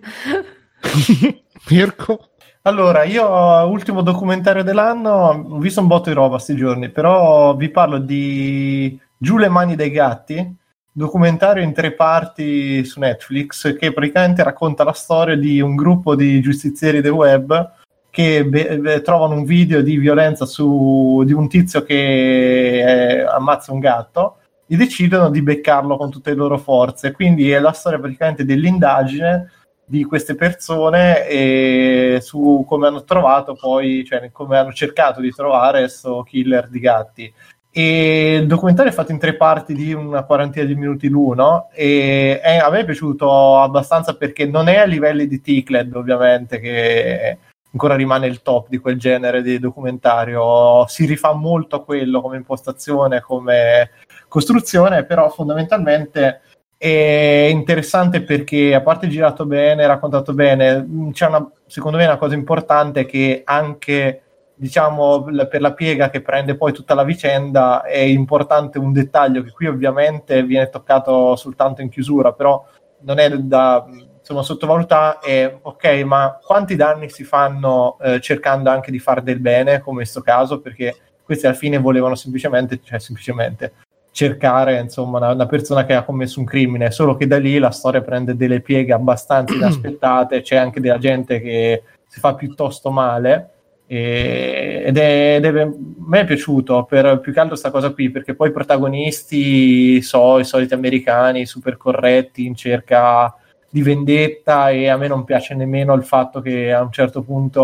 Mirko? Allora, io ultimo documentario dell'anno, ho visto un botto di roba sti giorni, però vi parlo di Giù le mani dai gatti, documentario in 3 parti su Netflix che praticamente racconta la storia di un gruppo di giustizieri del web che trovano un video di violenza di un tizio che ammazza un gatto e decidono di beccarlo con tutte le loro forze. Quindi è la storia praticamente dell'indagine di queste persone e su come hanno trovato poi, cioè come hanno cercato di trovare questo killer di gatti. E il documentario è fatto in 3 parti di una quarantina di minuti l'uno e a me è piaciuto abbastanza perché non è a livelli di Ticled, ovviamente, che ancora rimane il top di quel genere di documentario, si rifà molto a quello come impostazione, come costruzione, però fondamentalmente è interessante perché a parte girato bene, raccontato bene, c'è secondo me una cosa importante che anche diciamo per la piega che prende poi tutta la vicenda è importante un dettaglio che qui ovviamente viene toccato soltanto in chiusura, però non è da sottovalutare. Ok, ma quanti danni si fanno cercando anche di fare del bene come in questo caso, perché questi alla fine volevano semplicemente cercare insomma una persona che ha commesso un crimine, solo che da lì la storia prende delle pieghe abbastanza inaspettate, c'è anche della gente che si fa piuttosto male ed è a me è piaciuto per più che altro sta cosa qui, perché poi i protagonisti i soliti americani super corretti in cerca di vendetta, e a me non piace nemmeno il fatto che a un certo punto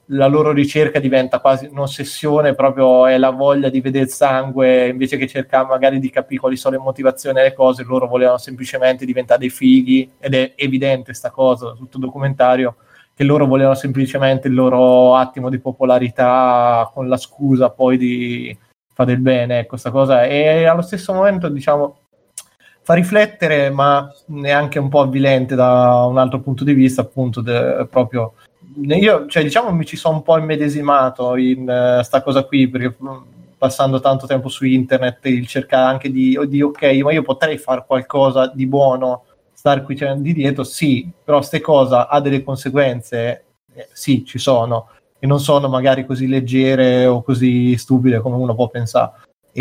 la loro ricerca diventa quasi un'ossessione, proprio è la voglia di vedere il sangue, invece che cercare magari di capire quali sono le motivazioni delle cose, loro volevano semplicemente diventare dei fighi, ed è evidente sta cosa, tutto documentario, che loro volevano semplicemente il loro attimo di popolarità con la scusa poi di fare del bene, ecco, sta cosa, e allo stesso momento, diciamo, fa riflettere, ma neanche un po' avvilente da un altro punto di vista, appunto, proprio io, cioè, diciamo, mi ci sono un po' immedesimato in sta cosa qui, perché passando tanto tempo su internet, il cercare anche di ok, ma io potrei fare qualcosa di buono, stare qui di dietro, sì, però ste cosa ha delle conseguenze, sì, ci sono, e non sono magari così leggere o così stupide come uno può pensare.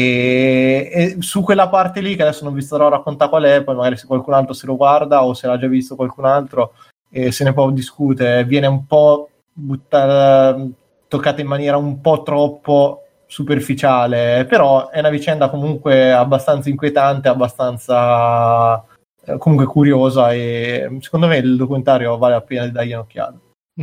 E su quella parte lì, che adesso non vi starò a raccontare qual è, poi magari se qualcun altro se lo guarda o se l'ha già visto qualcun altro, se ne può discutere, viene un po' toccata in maniera un po' troppo superficiale, però è una vicenda comunque abbastanza inquietante, abbastanza comunque curiosa, e secondo me il documentario vale la pena di dargli un'occhiata.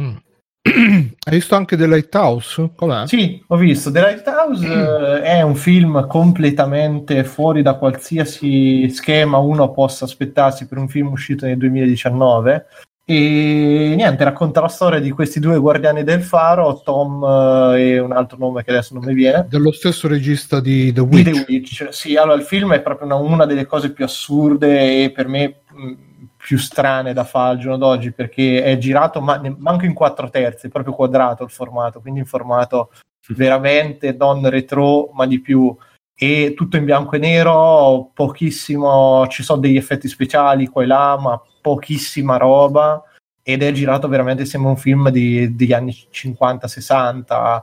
Hai visto anche The Lighthouse? Com'è? Sì, ho visto. The Lighthouse è un film completamente fuori da qualsiasi schema uno possa aspettarsi per un film uscito nel 2019, e niente, racconta la storia di questi due guardiani del faro, Tom e un altro nome che adesso non mi viene. Dello stesso regista di The Witch. Di The Witch, sì. Allora, il film è proprio una delle cose più assurde e per me più strane da fare al giorno d'oggi, perché è girato manco in 4/3, è proprio quadrato il formato, quindi in formato veramente non retro, ma di più, e tutto in bianco e nero, pochissimo, ci sono degli effetti speciali qua e là, ma pochissima roba, ed è girato veramente, sembra un film degli anni 50-60.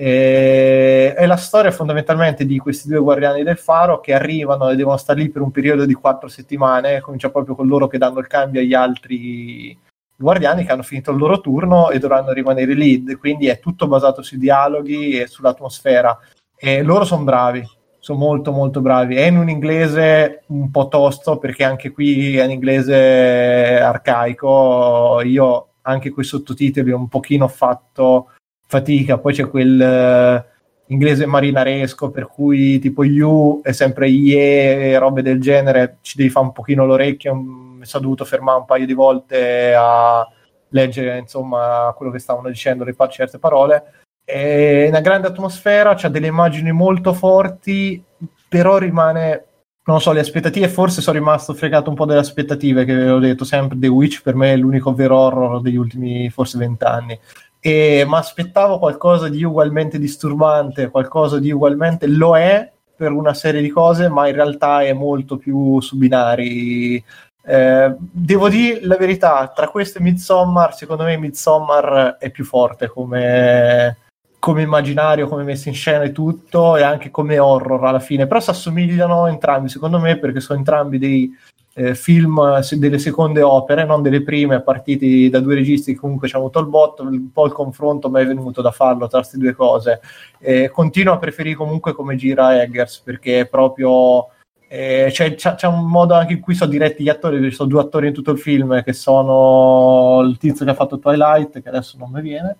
È la storia fondamentalmente di questi due guardiani del faro che arrivano e devono stare lì per un periodo di 4 settimane. Comincia proprio con loro che danno il cambio agli altri guardiani che hanno finito il loro turno e dovranno rimanere lì, quindi è tutto basato sui dialoghi e sull'atmosfera, e loro sono bravi, sono molto molto bravi. È in un inglese un po' tosto, perché anche qui è un inglese arcaico, io anche coi sottotitoli ho un pochino fatto fatica, poi c'è quel inglese marinaresco per cui tipo you è sempre ye e robe del genere, ci devi fare un pochino l'orecchio, mi sono dovuto fermare un paio di volte a leggere insomma quello che stavano dicendo, certe parole. È una grande atmosfera, c'ha delle immagini molto forti, però rimane, non so, le aspettative, forse sono rimasto fregato un po' delle aspettative, che ho detto sempre, The Witch per me è l'unico vero horror degli ultimi forse 20 anni. Ma aspettavo qualcosa di ugualmente disturbante, qualcosa di ugualmente, lo è per una serie di cose, ma in realtà è molto più su binari. Devo dire la verità, tra queste e Midsommar, secondo me Midsommar è più forte come immaginario, come messa in scena e tutto, e anche come horror alla fine, però si assomigliano entrambi secondo me, perché sono entrambi dei film, delle seconde opere, non delle prime, partiti da due registi che comunque ci hanno avuto il botto, un po' il confronto mi è venuto da farlo tra queste due cose. Continuo a preferire comunque come gira Eggers, perché è proprio c'è un modo anche in cui sono diretti gli attori, ci sono due attori in tutto il film, che sono il tizio che ha fatto Twilight, che adesso non mi viene,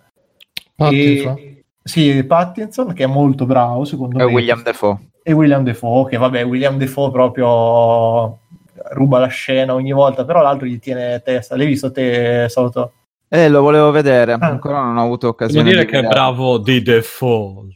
Pattinson, che è molto bravo secondo me, William Dafoe, che vabbè, William Dafoe proprio ruba la scena ogni volta, però l'altro gli tiene testa. L'hai visto te, Salto? Lo volevo vedere, ancora non ho avuto occasione. Devo dire che è bravo di default.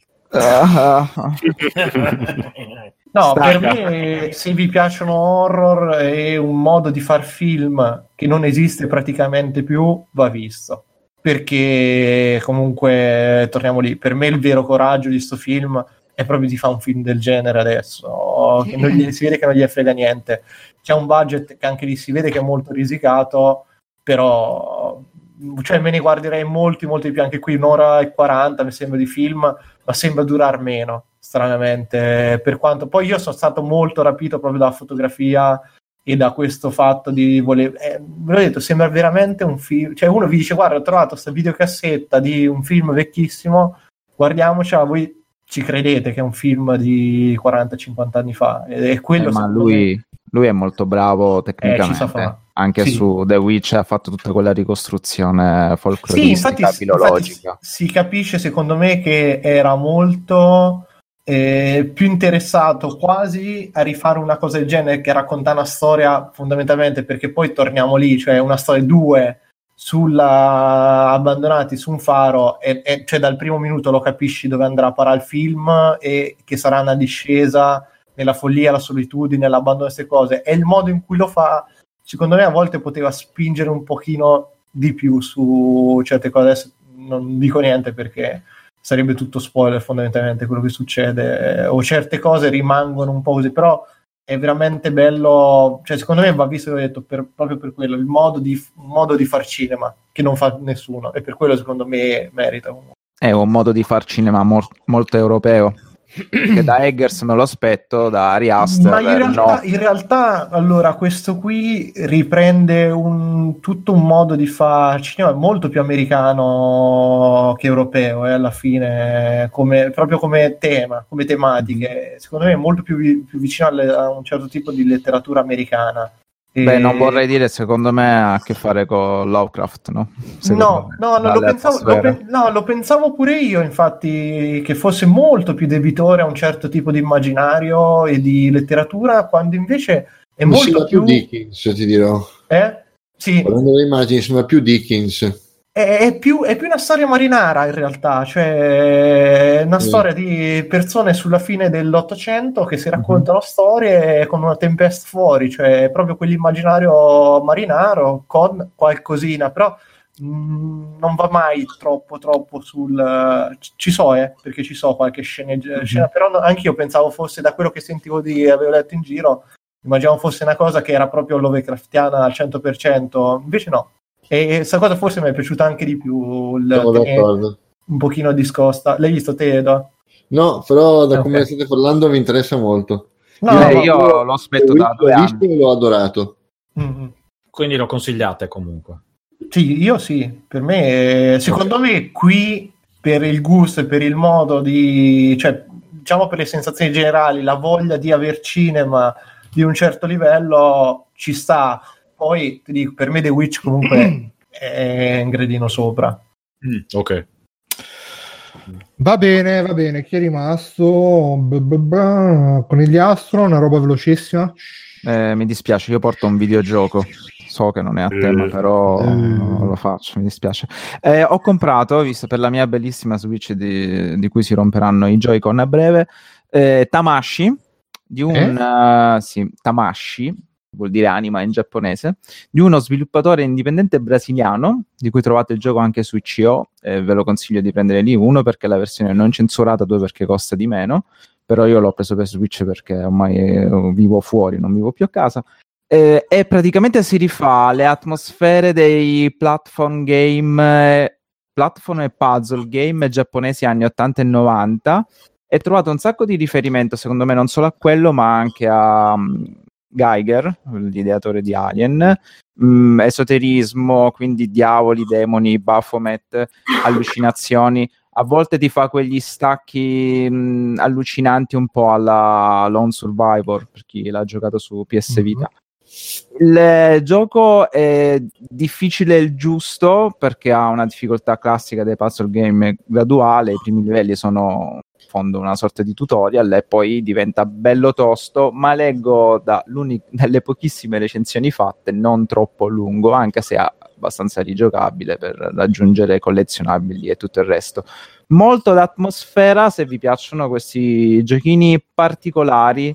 No, per me, se vi piacciono horror e un modo di far film che non esiste praticamente più, va visto, perché comunque torniamo lì, per me il vero coraggio di sto film è proprio di fare un film del genere adesso, che si vede che non gli frega niente, c'è un budget che anche lì si vede che è molto risicato, però cioè me ne guarderei molti di più, anche qui 1:40 mi sembra di film, ma sembra durar meno stranamente, per quanto poi io sono stato molto rapito proprio dalla fotografia e da questo fatto di voler, ve l'ho detto, sembra veramente un film, cioè uno vi dice guarda ho trovato questa videocassetta di un film vecchissimo, guardiamocela, voi ci credete che è un film di 40-50 anni fa, ed è quello. Ma lui è molto bravo tecnicamente. anche su The Witch ha fatto tutta quella ricostruzione folcloristica, filologica. Infatti si capisce secondo me che era molto più interessato quasi a rifare una cosa del genere che raccontare una storia, fondamentalmente, perché poi torniamo lì, cioè una storia 2 abbandonati su un faro e cioè dal primo minuto lo capisci dove andrà a parare il film e che sarà una discesa nella follia, la solitudine, l'abbandono, queste cose, e il modo in cui lo fa secondo me a volte poteva spingere un pochino di più su certe cose. Adesso non dico niente perché sarebbe tutto spoiler fondamentalmente quello che succede, o certe cose rimangono un po' così, però è veramente bello, cioè secondo me va visto, ho detto, proprio per quello, il modo di far cinema che non fa nessuno, e per quello secondo me merita. È un modo di far cinema molto europeo, che da Eggers me lo aspetto, da Ari Aster ma in realtà allora questo qui riprende tutto un modo di fare cinema molto più americano che europeo, alla fine, proprio come tema, come tematiche, secondo me è molto più vicino a un certo tipo di letteratura americana. Beh, non vorrei dire, secondo me ha a che fare con Lovecraft, no? No, lo pensavo pure io, infatti, che fosse molto più debitore a un certo tipo di immaginario e di letteratura, quando invece è non molto più Dickens, ti dirò. Sì. Guardando le immagini sembra più Dickens. È più una storia marinara in realtà, cioè una storia di persone sulla fine dell'Ottocento che si raccontano storie con una tempesta fuori, cioè proprio quell'immaginario marinaro con qualcosina, però non va mai troppo sul... Ci so, perché ci so qualche scena, però anche io pensavo fosse, da quello che sentivo avevo letto in giro, immaginavo fosse una cosa che era proprio Lovecraftiana al 100%, invece no. E questa cosa forse mi è piaciuta anche di più, un pochino discosta. L'hai visto te, Edo? No, però da come state parlando mi interessa molto. Io lo aspetto da 2 anni. L'ho adorato. Mm-hmm. Quindi lo consigliate comunque? Sì, io sì. Per me, secondo me qui, per il gusto e per il modo di... cioè, diciamo per le sensazioni generali, la voglia di aver cinema di un certo livello ci sta. Poi ti dico, per me The Witch comunque è un gradino sopra. Ok. Va bene. Chi è rimasto? Conigliastro, una roba velocissima. Mi dispiace, io porto un videogioco. So che non è a tema, però lo faccio, mi dispiace. Ho comprato, visto per la mia bellissima Switch di cui si romperanno i Joy-Con a breve, Tamashii, di un... Tamashii, vuol dire anima in giapponese, di uno sviluppatore indipendente brasiliano, di cui trovate il gioco anche su itch.io, ve lo consiglio di prendere lì, 1 perché la versione non censurata, 2 perché costa di meno, però io l'ho preso per Switch perché ormai vivo fuori, non vivo più a casa, e praticamente si rifà le atmosfere dei platform game, platform e puzzle game giapponesi anni 80 e 90, e trovato un sacco di riferimento, secondo me, non solo a quello, ma anche a... Geiger, l'ideatore di Alien, esoterismo, quindi diavoli, demoni, Baphomet, allucinazioni. A volte ti fa quegli stacchi allucinanti un po' alla Lone Survivor, per chi l'ha giocato su PS Vita. Il gioco è difficile il giusto, perché ha una difficoltà classica dei puzzle game graduale, i primi livelli sono... fondo una sorta di tutorial e poi diventa bello tosto, ma leggo dalle pochissime recensioni fatte non troppo lungo, anche se è abbastanza rigiocabile per raggiungere collezionabili e tutto il resto. Molto d'atmosfera, se vi piacciono questi giochini particolari,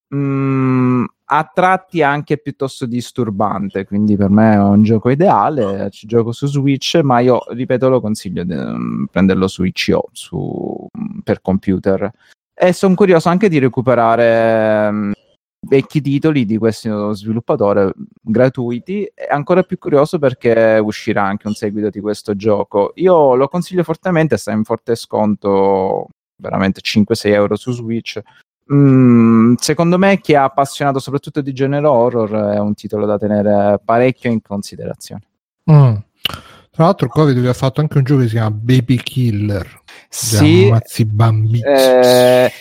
a tratti anche piuttosto disturbante, quindi per me è un gioco ideale. Ci gioco su Switch, ma io ripeto lo consiglio di prenderlo su itch.io per computer, e sono curioso anche di recuperare vecchi titoli di questo sviluppatore gratuiti, e ancora più curioso perché uscirà anche un seguito di questo gioco. Io lo consiglio fortemente, sta in forte sconto, veramente 5-6 euro su Switch. Secondo me, chi è appassionato soprattutto di genere horror, è un titolo da tenere parecchio in considerazione. Tra l'altro Covid aveva fatto anche un gioco che si chiama Baby Killer, sì, bambini.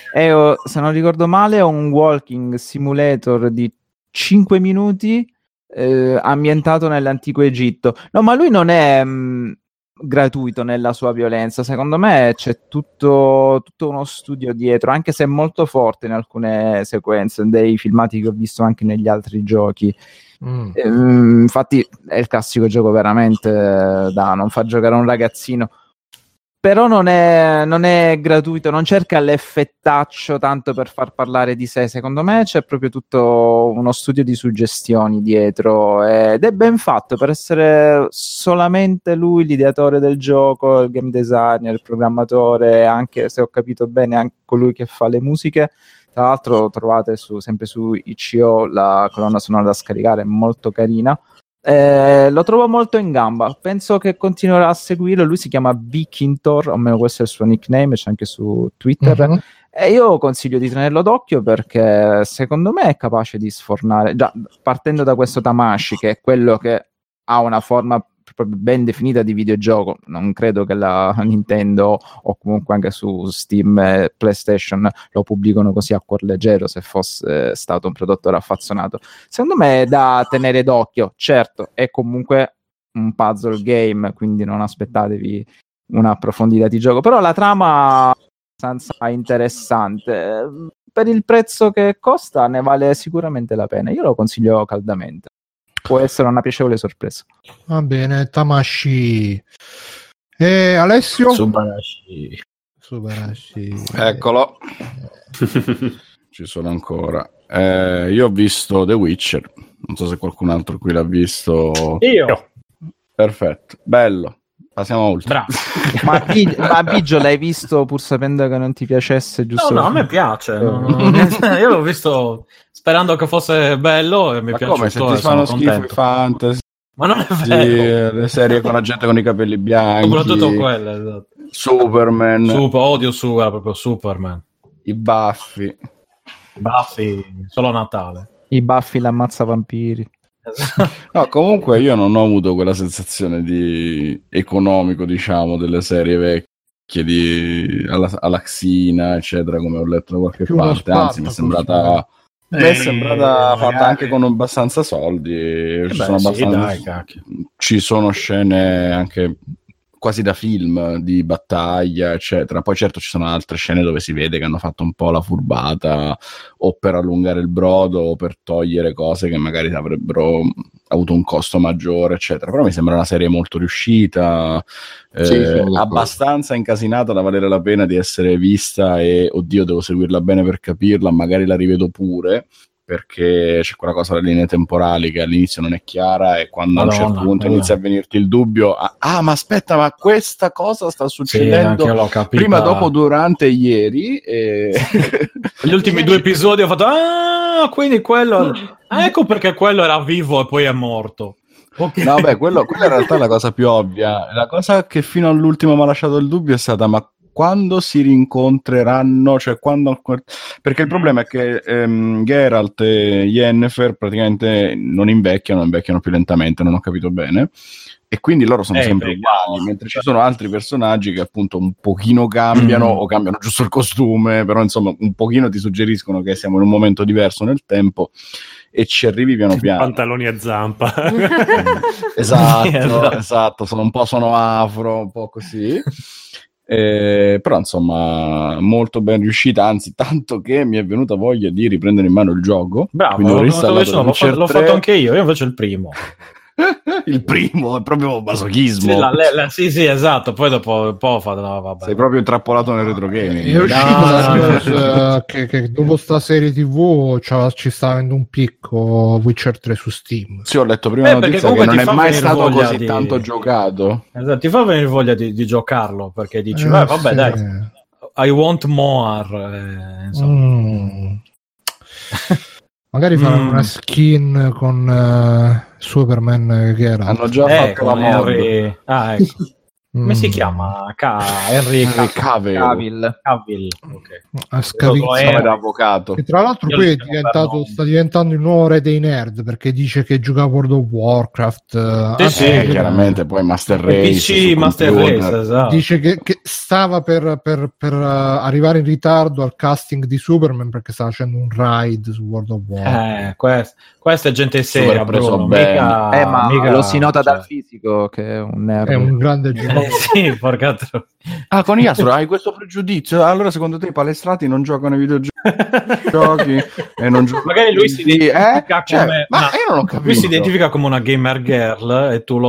Se non ricordo male è un walking simulator di 5 minuti ambientato nell'antico Egitto. No, ma lui non è gratuito nella sua violenza, secondo me c'è tutto uno studio dietro, anche se è molto forte in alcune sequenze dei filmati che ho visto anche negli altri giochi. Infatti è il classico gioco veramente da non far giocare a un ragazzino, però non è gratuito, non cerca l'effettaccio tanto per far parlare di sé. Secondo me c'è proprio tutto uno studio di suggestioni dietro ed è ben fatto per essere solamente lui l'ideatore del gioco, il game designer, il programmatore, anche se ho capito bene anche colui che fa le musiche. Tra l'altro trovate sempre su itch.io la colonna sonora da scaricare, è molto carina. Lo trovo molto in gamba, penso che continuerà a seguirlo. Lui si chiama Vikintor, o almeno questo è il suo nickname, c'è anche su Twitter. E io consiglio di tenerlo d'occhio perché secondo me è capace di sfornare, già partendo da questo Tamashii, che è quello che ha una forma proprio ben definita di videogioco. Non credo che la Nintendo o comunque anche su Steam e PlayStation lo pubblicano così a cuor leggero, se fosse stato un prodotto raffazzonato. Secondo me è da tenere d'occhio. Certo, è comunque un puzzle game, quindi non aspettatevi una profondità di gioco, però la trama è abbastanza interessante. Per il prezzo che costa ne vale sicuramente la pena, io lo consiglio caldamente. Può essere una piacevole sorpresa. Va bene, Tamashii. E Alessio? Subarashi. Eccolo. Ci sono ancora. Io ho visto The Witcher. Non so se qualcun altro qui l'ha visto. Io. Perfetto. Bello. Passiamo oltre. Ma Biggio l'hai visto pur sapendo che non ti piacesse, giusto? No, a me piace. Io l'ho visto sperando che fosse bello e mi piace. Come se ti fanno schifo i fantasy? Ma non è vero. Le serie con la gente con i capelli bianchi. Soprattutto quelle, esatto. Superman. Odio proprio Superman. I baffi. Solo a Natale. I baffi l'ammazza vampiri. No, comunque io non ho avuto quella sensazione di economico, diciamo, delle serie vecchie alla Xina, eccetera, come ho letto da qualche parte. Anzi, mi è sembrata fatta anche con abbastanza soldi. Ci sono scene anche quasi da film di battaglia, eccetera. Poi certo ci sono altre scene dove si vede che hanno fatto un po' la furbata, o per allungare il brodo o per togliere cose che magari avrebbero avuto un costo maggiore, eccetera. Però mi sembra una serie molto riuscita, abbastanza incasinata da valere la pena di essere vista, e oddio, devo seguirla bene per capirla, magari la rivedo pure, perché c'è quella cosa delle linee temporali che all'inizio non è chiara, e quando a un certo punto inizia a venirti il dubbio, ma aspetta, ma questa cosa sta succedendo prima, dopo, durante, ieri, e... gli ultimi 2 episodi ho fatto quindi quello, ecco perché quello era vivo e poi è morto. Okay. No, beh, quella in realtà è la cosa più ovvia. La cosa che fino all'ultimo mi ha lasciato il dubbio è stata: ma quando si rincontreranno, cioè quando, perché il problema è che Geralt e Yennefer praticamente non invecchiano più lentamente, non ho capito bene, e quindi loro sono sempre uguali, mentre ci sono altri personaggi che appunto un pochino cambiano, o cambiano giusto il costume, però insomma un pochino ti suggeriscono che siamo in un momento diverso nel tempo, e ci arrivi piano piano. Pantaloni a zampa. Esatto, sono afro, un po' così. Però insomma molto ben riuscita, anzi tanto che mi è venuta voglia di riprendere in mano il gioco. Bravo, l'ho fatto anche io invece il primo. Il primo è proprio masochismo. Sì, esatto. Poi dopo vabbè. Sei proprio intrappolato nel retro gaming. È uscito che dopo sta serie TV ci sta avendo un picco Witcher 3 su Steam. Sì, ho letto prima notizia che non è mai stato così tanto giocato. Esatto, ti fa venire voglia di giocarlo, perché dici vabbè, sì, dai, I want more, insomma. Magari fanno una skin con Superman che era. Hanno già fatto la mod. Ecco. Come si chiama? Henry Cavill. Come l'avvocato. E tra l'altro Io poi li sta diventando il nuovo re dei nerd, perché dice che gioca a World of Warcraft. Chiaramente poi Master Race. PC, Master Race, esatto. Dice che stava per arrivare in ritardo al casting di Superman perché stava facendo un raid su World of Warcraft. Questa è gente seria, Bruno. Ma lo si nota dal fisico che è un nerd. È un grande giocatore. Sì, porca tro- Con Iastro hai questo pregiudizio? Allora secondo te i palestrati non giocano ai videogiochi e non giocano? Magari lui si identifica come ma io non ho capito. Lui si identifica come una gamer girl e tu lo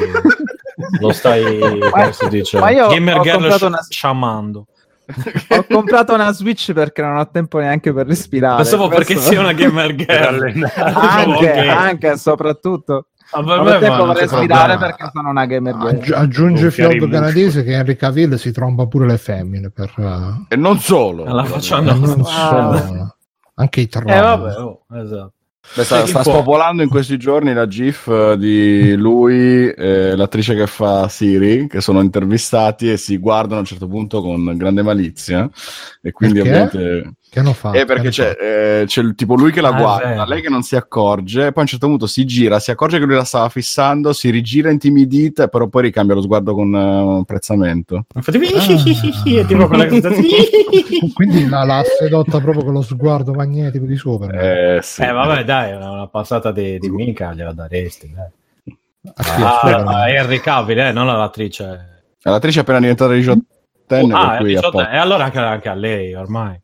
stai come si dice? Ma io Gamer ho girl comprato sciamando. Ho comprato una Switch perché non ho tempo neanche per respirare. Pensavo perché sei una gamer girl. anche soprattutto. Non ho tempo per respirare perché sono una gamer girl. Aggiunge Fiordo Canadese che Henry Cavill si tromba pure le femmine per... E non solo. La facciamo non solo. Anche i trolli. Esatto. Sta spopolando in questi giorni la gif di lui l'attrice che fa Siri, che sono intervistati e si guardano a un certo punto con grande malizia e quindi ovviamente che hanno fatto? Perché c'è il tipo lui che la guarda, lei che non si accorge, e poi a un certo punto si gira, si accorge che lui la stava fissando, si rigira intimidita, però poi ricambia lo sguardo con apprezzamento. Quindi l'ha sedotta proprio con lo sguardo magnetico di Superman. Sì. Vabbè, dai, una passata di mica gliela daresti, dai. Henry Cavill, non l'attrice. L'attrice è appena diventata 18enne. E allora anche a lei ormai.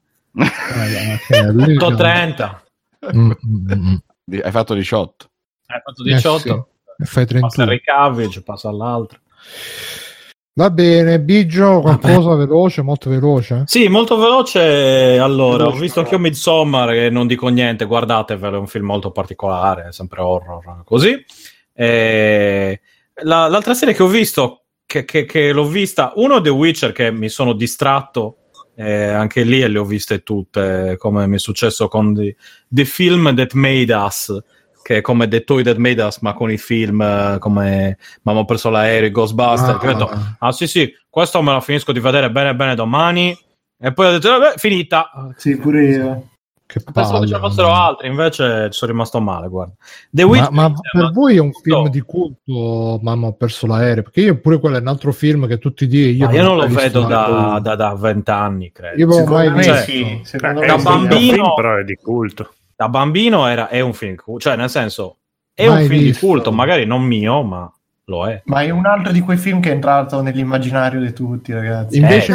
30. Hai fatto 18. Hai fatto 18. Sì. Fai 31. Passa Henry Cavill, passa all'altro. Va bene, Biggio, qualcosa veloce, molto veloce? Sì, molto veloce. Allora, ho visto anche io Midsommar, che non dico niente, guardatevelo, è un film molto particolare, è sempre horror, così. L'altra serie che ho visto, che l'ho vista, uno The Witcher, che mi sono distratto, anche lì e le ho viste tutte, come mi è successo con The Film That Made Us, che è come The Toy That Made Us, ma con i film come Mamma ho perso l'aereo, Ghostbusters, che ho detto, sì, questo me lo finisco di vedere bene domani, e poi ho detto, vabbè, finita. Sì, pure io. Pensavo che ce ne fossero altri, invece ci sono rimasto male, guarda. The Witcher, ma per voi è un film di culto, Mamma ho perso l'aereo? Perché io pure quello è un altro film che tutti dicono io non lo vedo da 20 anni, credo. Io mai visto. Sì, da bambino, però è di culto. Da bambino è un film, cioè nel senso è un film di culto, magari non mio, ma lo è. Ma è un altro di quei film che è entrato nell'immaginario di tutti, ragazzi. Invece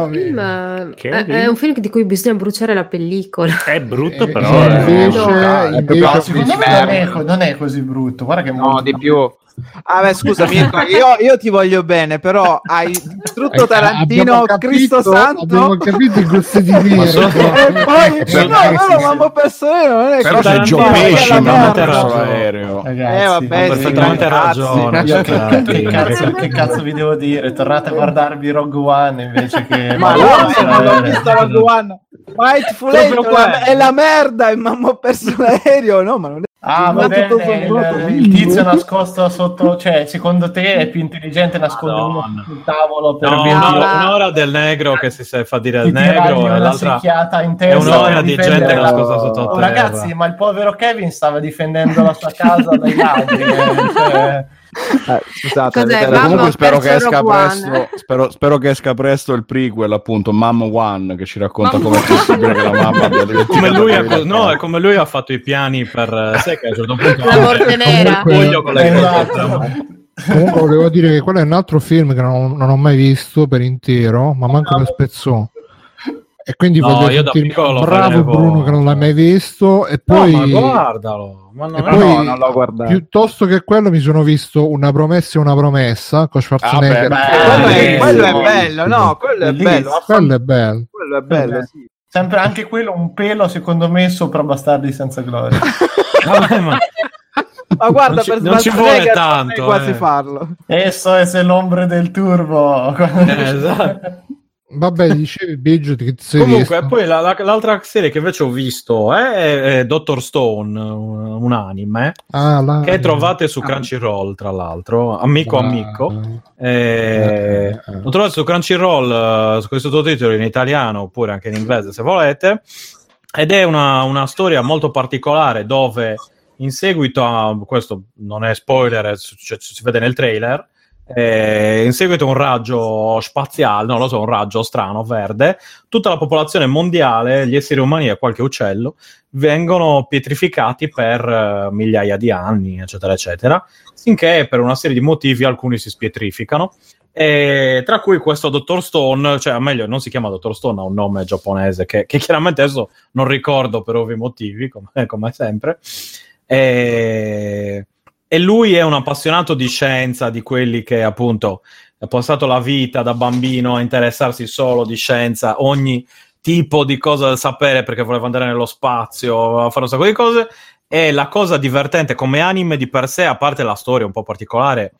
è un film di cui bisogna bruciare la pellicola. È brutto, però. Secondo me non è così brutto. Guarda che no, di più. Scusa Mirko, io ti voglio bene, però hai distrutto Tarantino, Cristo santo. Abbiamo capito i gusti di Mirko. E poi mamma perso non è però c'è Joe Pesci, non l'aereo. Ragazzi, perfettamente ragione. Che cazzo vi devo dire? Tornate a guardarvi Rogue One invece che ma no, non l'ho visto Rogue One. Fightful è la merda e mamma ho perso l'aereo, no, ma non è. Va bene, il tizio nascosto sotto, cioè secondo te è più intelligente nascondere uno sul tavolo per un'ora del negro che si fa dire al negro e l'altra in testa, è un'ora di gente nascosta sotto terra. Ragazzi, ma il povero Kevin stava difendendo la sua casa dai ladri, scusate, comunque spero che esca presto il prequel, appunto Mom One, che ci racconta come è possibile che la mamma abbia come lui ha fatto i piani per sai che a un certo punto la morte nera. Comunque volevo dire che quello è un altro film che non ho mai visto per intero, ma manco per spezzone. E quindi voglio sentirmi bravo Bruno che non l'hai mai visto, e poi ma guardalo, ma non l'ho guardato. Piuttosto che quello mi sono visto Una promessa e una promessa con Schwarzenegger. Quello è bello, no, quello è bello. Quello è bello. Quello è bello, sì. Sempre anche quello un pelo secondo me sopra Bastardi senza gloria. Ma guarda, non ci vuole tanto quasi farlo. Esso è se l'ombre del turbo. Esatto. Vabbè, dicevi Biggio che ti sei Comunque, visto? poi l'altra serie che invece ho visto è Dr. Stone, un anime che trovate su Crunchyroll, tra l'altro, amico. L'ho trovato su Crunchyroll con i sottotitoli in italiano oppure anche in inglese se volete, ed è una storia molto particolare dove in seguito a questo non è spoiler, si vede nel trailer. In seguito a un raggio spaziale, non lo so, un raggio strano verde, tutta la popolazione mondiale, gli esseri umani e qualche uccello vengono pietrificati per migliaia di anni, eccetera eccetera, finché per una serie di motivi alcuni si spietrificano, e tra cui questo Dr. Stone, cioè meglio non si chiama Dr. Stone, ha un nome giapponese che chiaramente adesso non ricordo per ovvi motivi, come sempre. E lui è un appassionato di scienza, di quelli che appunto ha passato la vita da bambino a interessarsi solo di scienza, ogni tipo di cosa da sapere perché voleva andare nello spazio, a fare un sacco di cose. E la cosa divertente come anime di per sé, a parte la storia un po' particolare,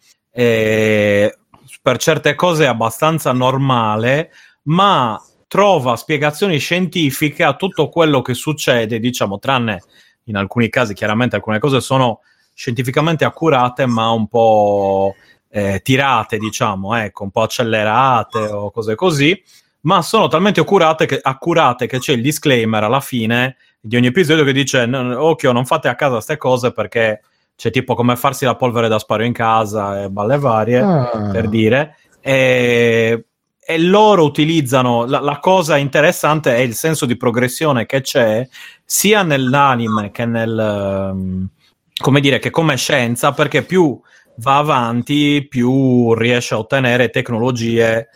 per certe cose è abbastanza normale, ma trova spiegazioni scientifiche a tutto quello che succede, diciamo, tranne in alcuni casi, chiaramente alcune cose sono scientificamente accurate ma un po' tirate, diciamo, ecco, un po' accelerate o cose così, ma sono talmente accurate che c'è il disclaimer alla fine di ogni episodio che dice occhio, non fate a casa queste cose perché c'è tipo come farsi la polvere da sparo in casa e balle varie, per dire, e loro utilizzano la cosa interessante è il senso di progressione che c'è sia nell'anime che nel come dire, che come scienza, perché più va avanti più riesce a ottenere tecnologie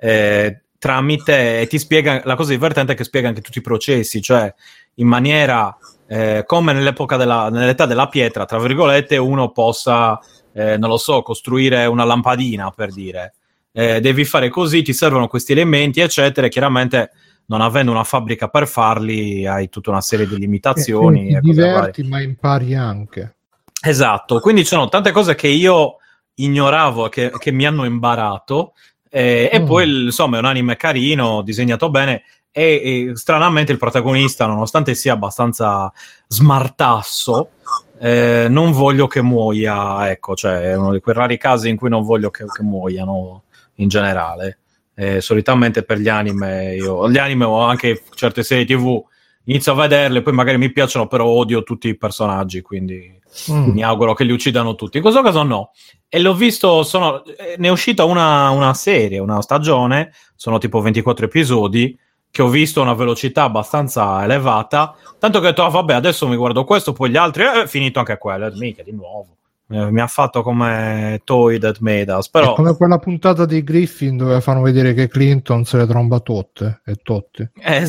tramite, e ti spiega, la cosa divertente è che spiega anche tutti i processi, cioè in maniera come nell'età della pietra, tra virgolette, uno possa non lo so, costruire una lampadina, per dire, devi fare così, ti servono questi elementi eccetera, e chiaramente non avendo una fabbrica per farli hai tutta una serie di limitazioni, ti diverti ma impari anche. Esatto, quindi ci sono tante cose che io ignoravo che mi hanno imbarato, e poi insomma è un anime carino, disegnato bene, e stranamente il protagonista, nonostante sia abbastanza smartasso, non voglio che muoia, ecco, cioè è uno di quei rari casi in cui non voglio che muoiano in generale. Solitamente per gli anime o anche certe serie TV inizio a vederle, poi magari mi piacciono, però odio tutti i personaggi, quindi mi auguro che li uccidano tutti. In questo caso no, e l'ho visto, ne è uscita una serie, una stagione, sono tipo 24 episodi che ho visto a una velocità abbastanza elevata, tanto che ho detto vabbè, adesso mi guardo questo, poi gli altri, è finito anche quello, mica di nuovo. Mi ha fatto come Toy That Made Us, però è come quella puntata di Griffin dove fanno vedere che Clinton se le tromba tutte e Totti.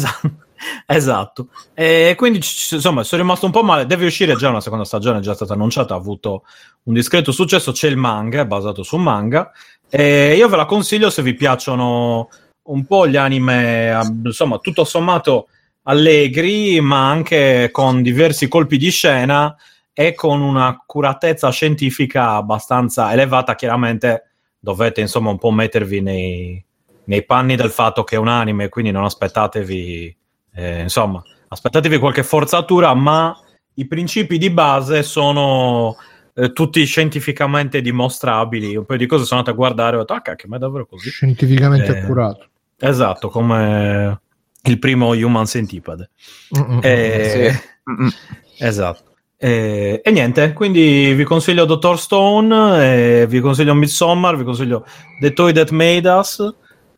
Esatto. E quindi insomma sono rimasto un po' male. Deve uscire già una seconda stagione, è già stata annunciata, ha avuto un discreto successo. C'è il manga, è basato su un manga, e io ve la consiglio se vi piacciono un po' gli anime, insomma tutto sommato allegri, ma anche con diversi colpi di scena e con un'accuratezza scientifica abbastanza elevata. Chiaramente dovete insomma un po' mettervi nei panni del fatto che è un anime, quindi non aspettatevi insomma aspettatevi qualche forzatura, ma i principi di base sono tutti scientificamente dimostrabili. Un paio di cose sono andato a guardare e ho detto cacchio, ma è davvero così scientificamente accurato, esatto, come il primo Human Centipede. Esatto. E niente, quindi vi consiglio Dr. Stone, vi consiglio Midsommar, vi consiglio The Toy That Made Us.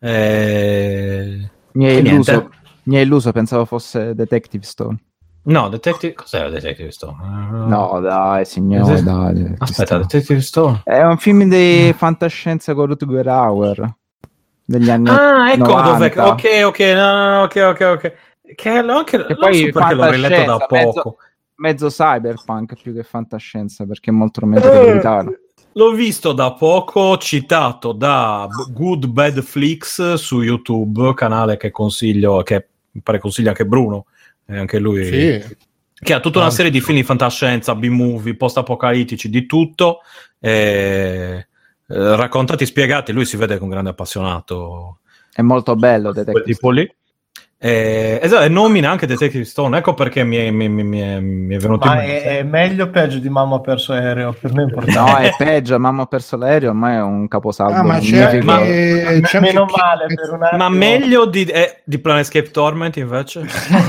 Mi ha illuso, pensavo fosse Detective Stone. No, cos'era Detective Stone? No, dai, signore, dai. Aspetta, Detective Stone è un film di fantascienza con Rutger Hauer degli anni ecco 90. Dov'è? Ok, no, ok. Che anche, e poi so perché l'ho riletto da poco. Mezzo cyberpunk più che fantascienza, perché è molto romantico. L'ho visto da poco, citato da Good Bad Flix su YouTube, canale che consiglio, che mi pare consiglia anche Bruno, anche lui, sì, che ha tutta una serie di film di fantascienza, B-movie, post-apocalittici, di tutto, raccontati, spiegati. Lui si vede che è un grande appassionato È molto bello quel tipo lì. Esatto, e nomina anche Detective Stone, ecco perché mi è venuto in mente. È meglio o peggio di Mamma ha perso l'aereo? Per me è importante. No, è peggio, Mamma ha perso l'aereo, ma è un caposaldo. Ma c'è male per un attimo. Ma meglio di Planescape Torment invece?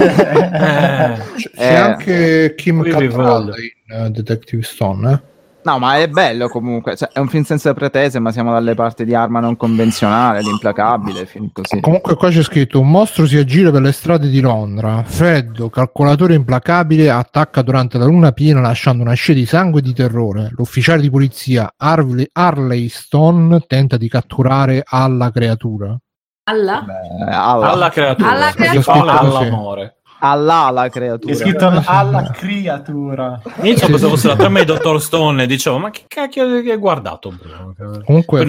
C'è anche Kim Cattrall in Detective Stone, No, ma è bello comunque, cioè, è un film senza pretese, ma siamo dalle parti di Arma non convenzionale, l'implacabile, film così. Comunque qua c'è scritto: un mostro si aggira per le strade di Londra, freddo, calcolatore implacabile, attacca durante la luna piena lasciando una scia di sangue e di terrore. L'ufficiale di polizia Harley Stone tenta di catturare alla creatura. Alla creatura. All'amore. Alla creatura. È scritto alla creatura. Inizio pensavo fosse la trama di Dottor Stone e dicevo ma che cacchio hai guardato? Comunque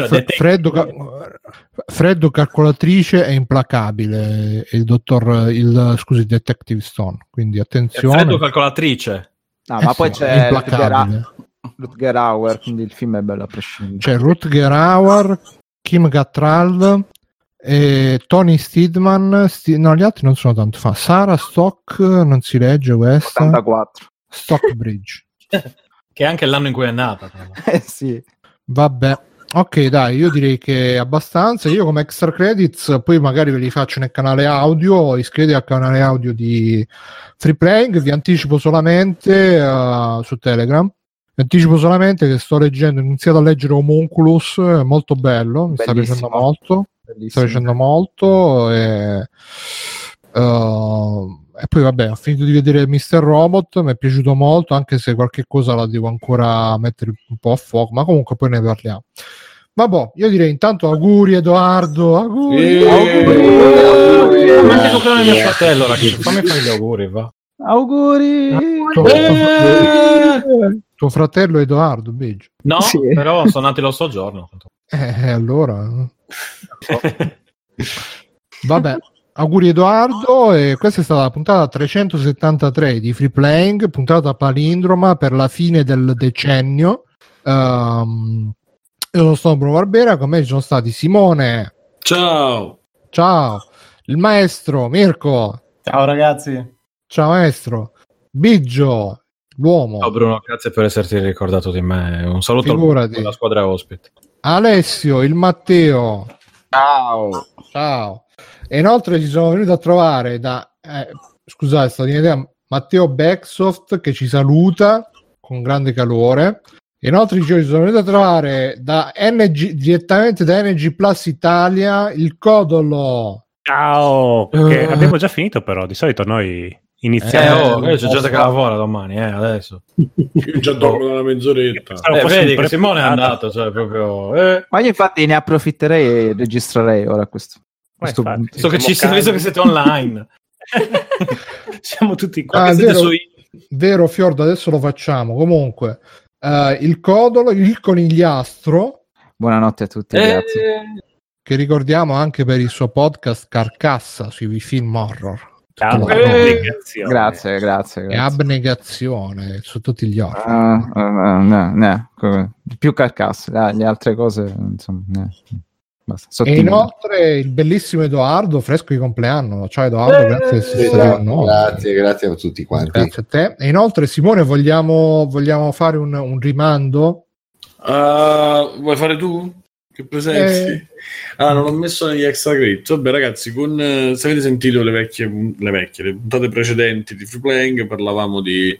freddo calcolatrice è implacabile il Detective Stone, quindi attenzione. Freddo calcolatrice. Ma poi c'è Rutger Hauer, quindi il film è bello a prescindere. C'è Rutger Hauer, Kim Cattrall e Tony Steedman. No, gli altri non sono tanto fan. Sarah Stock, non si legge questa. 84. Stockbridge. Che è anche l'anno in cui è nata. Sì. Vabbè. Ok, dai, io direi che è abbastanza. Io come extra credits poi magari ve li faccio nel canale audio. Iscrivetevi al canale audio di Free Playing. Vi anticipo solamente su Telegram. Vi anticipo solamente che sto leggendo, ho iniziato a leggere Homunculus, è molto bello, mi sta piacendo molto. Sta piacendo molto e poi vabbè, ho finito di vedere Mr. Robot, mi è piaciuto molto, anche se qualche cosa la devo ancora mettere un po' a fuoco, ma comunque poi ne parliamo. Vabbè, io direi intanto auguri Edoardo, auguri. Ma anche toccare mio fratello, fammi fare gli auguri, va. Auguri. Tuo fratello Edoardo, Biggio. No, sì. Però sono nati lo soggiorno. Allora vabbè, auguri Edoardo, e questa è stata la puntata 373 di Free Playing, puntata palindroma per la fine del decennio. Io sono stato Bruno Barbera, con me ci sono stati Simone, ciao, il maestro Mirko, ciao ragazzi, ciao maestro, Biggio, l'uomo. Ciao Bruno, grazie per esserti ricordato di me, un saluto alla squadra ospite. Alessio, il Matteo, ciao. E inoltre ci sono venuti a trovare scusate, sto di idea, Matteo Backsoft, che ci saluta con grande calore. E inoltre ci sono venuti a trovare direttamente da NG Plus Italia il Codolo. Ciao, che abbiamo già finito, però di solito noi iniziamo. C'è gente che lavora domani, adesso. Io già dormo da una mezz'oretta. Vedi che Simone è andato, cioè proprio. Ma io infatti ne approfitterei e registrerei ora questo. Visto che siete online. Siamo tutti qua. Vero Fiordo, adesso lo facciamo. Comunque, il Codolo, il conigliastro. Buonanotte a tutti, grazie. Che ricordiamo anche per il suo podcast Carcassa sui film horror. Grazie. E abnegazione su tutti gli occhi. Più Carcassa, le altre cose insomma. Basta, e inoltre il bellissimo Edoardo, fresco di compleanno. Ciao Edoardo, grazie di essere stato con noi. Grazie a tutti quanti. Grazie a te. E inoltre Simone, vogliamo fare un rimando? Vuoi fare tu? Che presenti? Non ho messo negli extra credit. Vabbè ragazzi, se avete sentito le puntate precedenti di Free Playing, parlavamo di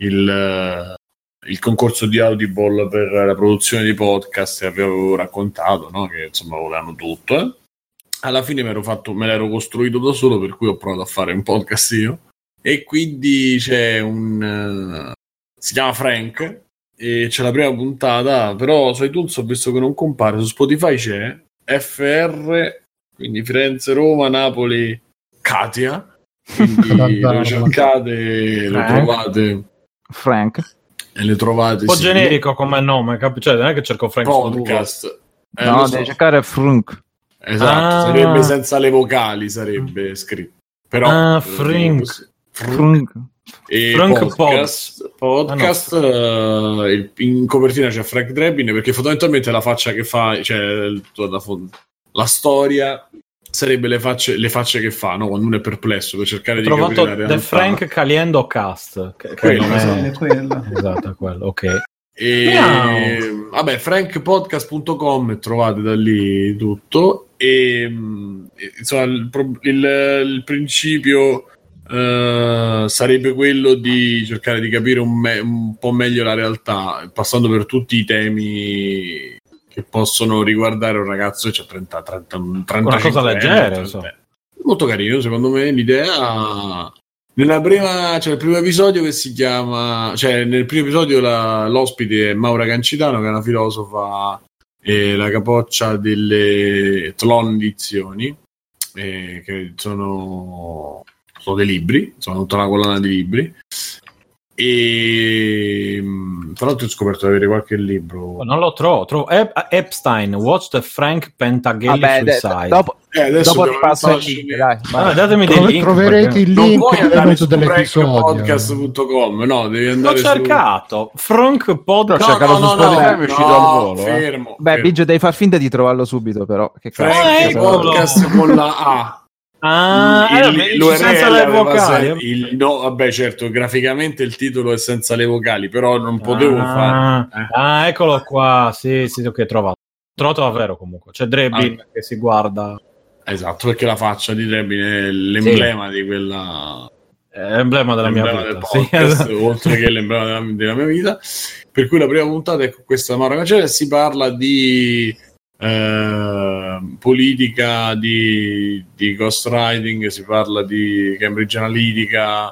il concorso di Audible per la produzione di podcast, e avevo raccontato, no, che insomma volevano tutto. Alla fine me l'ero costruito da solo, per cui ho provato a fare un podcast io, e quindi c'è si chiama Frank e c'è la prima puntata, però su iTunes ho visto che non compare, su Spotify c'è FR, quindi Firenze, Roma, Napoli, Katia, quindi lo cercate, lo trovate Frank. E le trovate un po' generico come nome, cioè non è che cerco Frank podcast, no, devi cercare Frank, esatto, sarebbe senza le vocali, sarebbe scritto, però Frank e podcast in copertina c'è Frank Drebin, perché fondamentalmente la faccia che fa, cioè la storia sarebbe le facce che fa, no? Quando uno è perplesso per cercare di capire la realtà. The Frank Caliendo Cast, che non è quello. Esatto, quello, ok. Vabbè, frankpodcast.com, trovate da lì tutto e insomma il principio sarebbe quello di cercare di capire un po' meglio la realtà, passando per tutti i temi che possono riguardare un ragazzo che ha 35 una cosa leggera, molto carino secondo me l'idea. Nel primo episodio che si chiama, cioè nel primo episodio l'ospite è Maura Cancitano, che è una filosofa e la capoccia delle tlondizioni, che sono dei libri, sono tutta una collana di libri. E tra l'altro ho scoperto di avere qualche libro. Non lo trovo. Epstein, Watch the Frank Pentageli Suicide. Dopo ti passo il link, dai. Datemi dei link. Troverete il link dell'episodio. Podcast.com, no, devi andare. L'ho cercato. Frank Podcast. è uscito al volo. Fermo. Biggio, devi far finta di trovarlo subito, però. Che Frank Podcast con la A. Senza le vocali. No, vabbè, certo, graficamente il titolo è senza le vocali, però non potevo fare. Eccolo qua. Sì, che ho trovato. Trovato davvero comunque. C'è Drebin che si guarda. Esatto, perché la faccia di Drebin è l'emblema di quella. L'emblema della mia vita. Del podcast, oltre che l'emblema della mia vita. Per cui la prima puntata è questa Maura Cancitano, si parla di politica, di ghostwriting, si parla di Cambridge Analytica,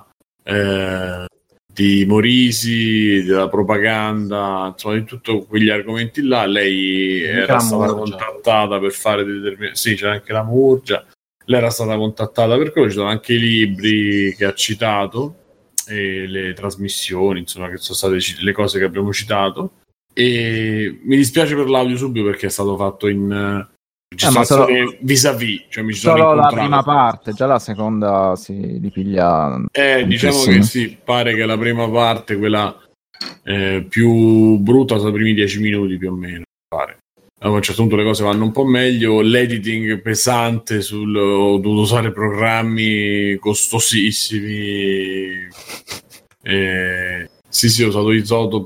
di Morisi, della propaganda, insomma di tutti quegli argomenti là. Lei era stata contattata per fare sì, c'è anche la Murgia. Lei era stata contattata per quello, ci sono anche i libri che ha citato e le trasmissioni, insomma, che sono state le cose che abbiamo citato. E mi dispiace per l'audio subito perché è stato fatto in registrazione vis-à-vis, cioè mi ci sono solo incontrato. La prima parte, già la seconda si ripiglia. Diciamo che sì, pare che la prima parte, quella più brutta, sono i primi 10 minuti più o meno, pare. A un certo punto le cose vanno un po' meglio, l'editing pesante, ho dovuto usare programmi costosissimi. Sì, ho usato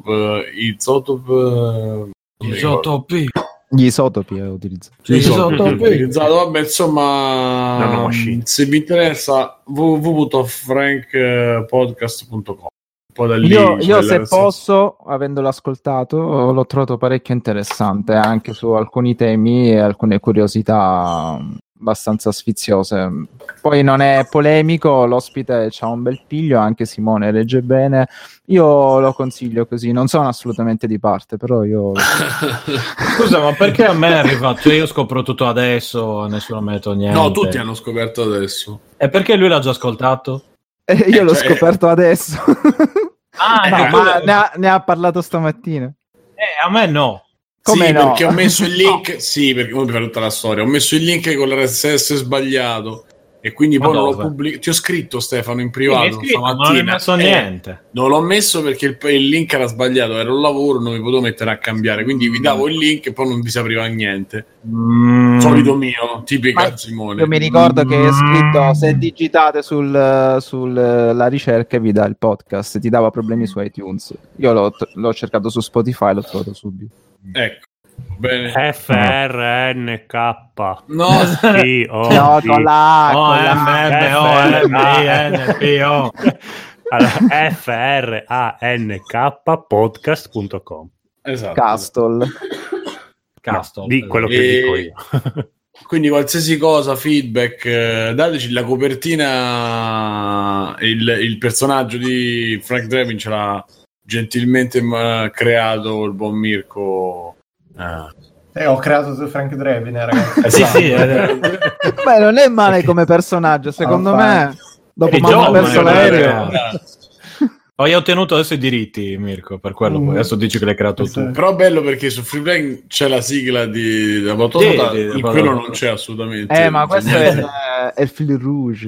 Gli isotopi ho utilizzato. Vabbè, insomma, se vi interessa www.frankpodcast.com. Io se posso, avendolo ascoltato, l'ho trovato parecchio interessante anche su alcuni temi e alcune curiosità abbastanza sfiziose. Poi non è polemico, l'ospite c'ha un bel piglio, anche Simone legge bene. Io lo consiglio così, non sono assolutamente di parte, però io scusa, ma perché a me è arrivato? Cioè, io scopro tutto adesso, nessuno mi ha detto niente. No, tutti hanno scoperto adesso. E perché lui l'ha già ascoltato? Io l'ho scoperto adesso. Ma ne ha parlato stamattina. A me no. Come sì, no? Perché ho messo il link. Sì, perché come per tutta la storia, ho messo il link con l'RSS sbagliato e quindi poi non l'ho pubblicato. Ti ho scritto, Stefano, in privato stamattina. Non ho messo niente. Non l'ho messo perché il link era sbagliato, era un lavoro, non mi potevo mettere a cambiare, quindi vi davo il link e poi non vi si apriva niente. Solito mio, tipica Simone. Io mi ricordo che è scritto, se digitate sulla ricerca vi dà il podcast, ti dava problemi su iTunes. Io l'ho cercato su Spotify, l'ho trovato subito. Ecco. Bene. FRNK. No, no, con la MMONPO. Allora, frankpodcast.com. Esatto. Castle. Di quello che dico io. Quindi qualsiasi cosa, feedback, dateci. La copertina, il personaggio di Frank Drebin ce l'ha gentilmente creato il buon Mirko. Ho creato Frank Drebin, ragazzi. Sì. Beh, non è male come personaggio, secondo me. Dopo mi ha perso l'aereo. Poi ho ottenuto adesso i diritti, Mirko, per quello. Poi adesso dici che l'hai creato tu. Però è bello perché su Freeplay c'è la sigla di Botota, in quello non c'è assolutamente. Ma questo è il fil rouge.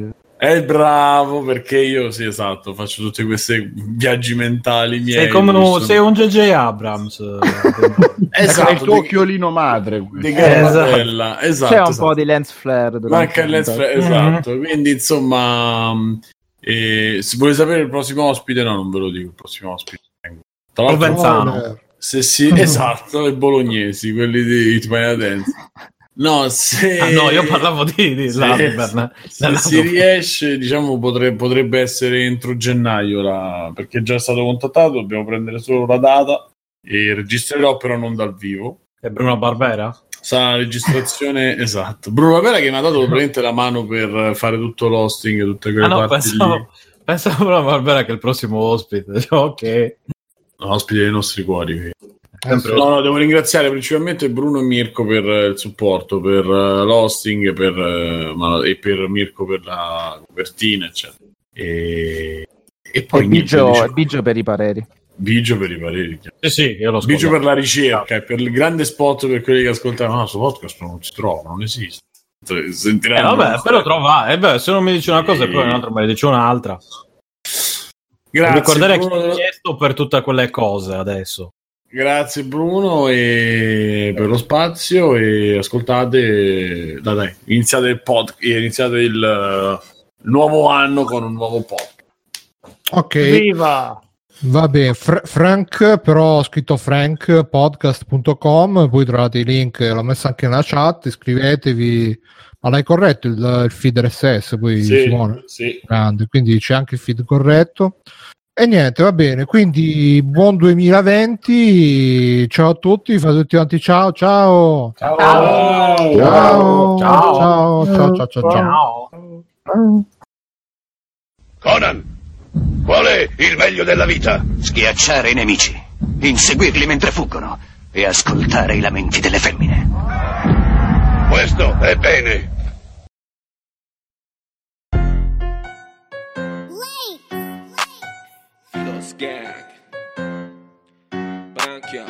È bravo, perché io, sì, esatto, faccio tutti questi viaggi mentali miei. Sei un J.J. Abrams. Esatto, il tuo occhiolino madre. Esatto. C'è un po' di lens flare. Manca il lens flare, esatto. Quindi, insomma, se volete sapere il prossimo ospite, no, non ve lo dico, il prossimo ospite. Tra Provenzano. Esatto, i bolognesi, quelli di Italiana Dance. No, io parlavo di se si riesce, diciamo, potrebbe essere entro gennaio, perché è già stato contattato, dobbiamo prendere solo la data e registrerò, però non dal vivo. È Bruno Barbera? Sarà la registrazione, esatto. Bruno Barbera che mi ha dato praticamente la mano per fare tutto l'hosting e tutte quelle parti pensavo a Bruno Barbera che è il prossimo ospite. Ok. Ospite dei nostri cuori. No, devo ringraziare principalmente Bruno e Mirko per il supporto, per l'hosting e per Mirko per la copertina, eccetera. E poi Bigio per i pareri. Bigio per i pareri. Sì, io lo Bigio per la ricerca e per il grande spot per quelli che ascoltano. No, su podcast non si trova, non esiste. Vabbè, però trova. Se non mi dice una cosa e poi un'altra me ne dice un'altra. Grazie. Ricordare chi ha chiesto per tutte quelle cose adesso. Grazie Bruno e per lo spazio, e ascoltate, iniziate il nuovo anno con un nuovo podcast. Ok, viva! Va bene, Frank, però scritto frankpodcast.com, poi trovate i link, l'ho messo anche nella chat, iscrivetevi. Ma l'hai corretto il feed RSS poi, Simone? Sì. Grande, quindi c'è anche il feed corretto. E niente, va bene, quindi buon 2020, ciao a tutti, fate tutti quanti ciao. Conan, qual è il meglio della vita? Schiacciare i nemici, inseguirli mentre fuggono e ascoltare i lamenti delle femmine. Questo è bene. Gang Branchia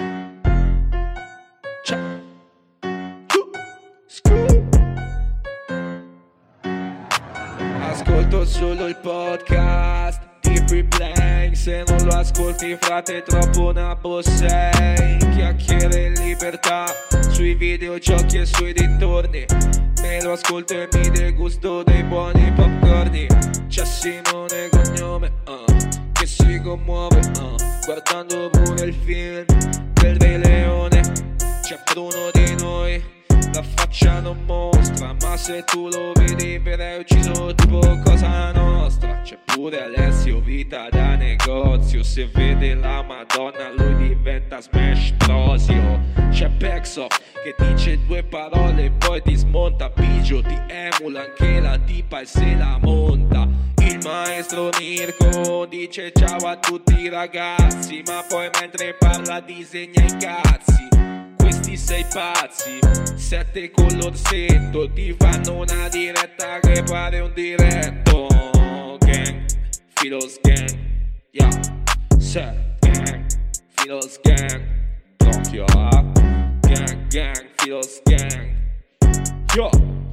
Ascolto solo il podcast di Free Playing. Se non lo ascolti, frate, troppo nabo sei. Chiacchiere in libertà sui videogiochi e sui dintorni. Me lo ascolto e mi degusto dei buoni popcorni. C'è Simone cognome che si commuove guardando pure il film del Re Leone. C'è Bruno di noi, la faccia non mostra, ma se tu lo vedi verrai ucciso tipo Cosa Nostra. C'è pure Alessio, vita da negozio, se vede la Madonna lui diventa Smash Brosio. C'è Pexo che dice due parole e poi ti smonta. Bigio ti emula anche la tipa e se la monta. Il maestro Mirko dice ciao a tutti ragazzi, ma poi mentre parla disegna i cazzi. Questi sei pazzi, 7 con l'orsetto, ti fanno una diretta che pare un diretto. Gang, Filos gang, yeah, set gang, Filos gang, Tokyo, gang, Filos gang, yo,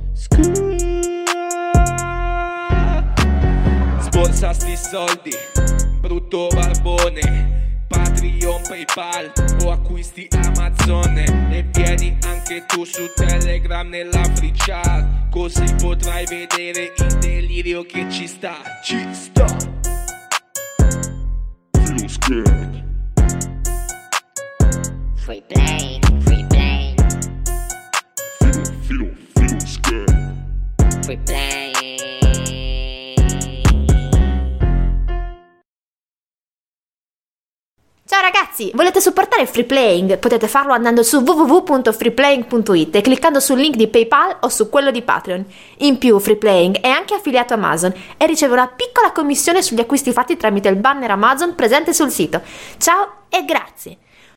Sborsa sti soldi, brutto barbone. Patreon, PayPal o acquisti Amazon. E vieni anche tu su Telegram nella free chat, così potrai vedere il delirio che ci sta. Filo scared. Free play. Filo scared. Free play. Ciao ragazzi, volete supportare Free Playing? Potete farlo andando su www.freeplaying.it e cliccando sul link di PayPal o su quello di Patreon. In più, Free Playing è anche affiliato a Amazon e riceve una piccola commissione sugli acquisti fatti tramite il banner Amazon presente sul sito. Ciao e grazie!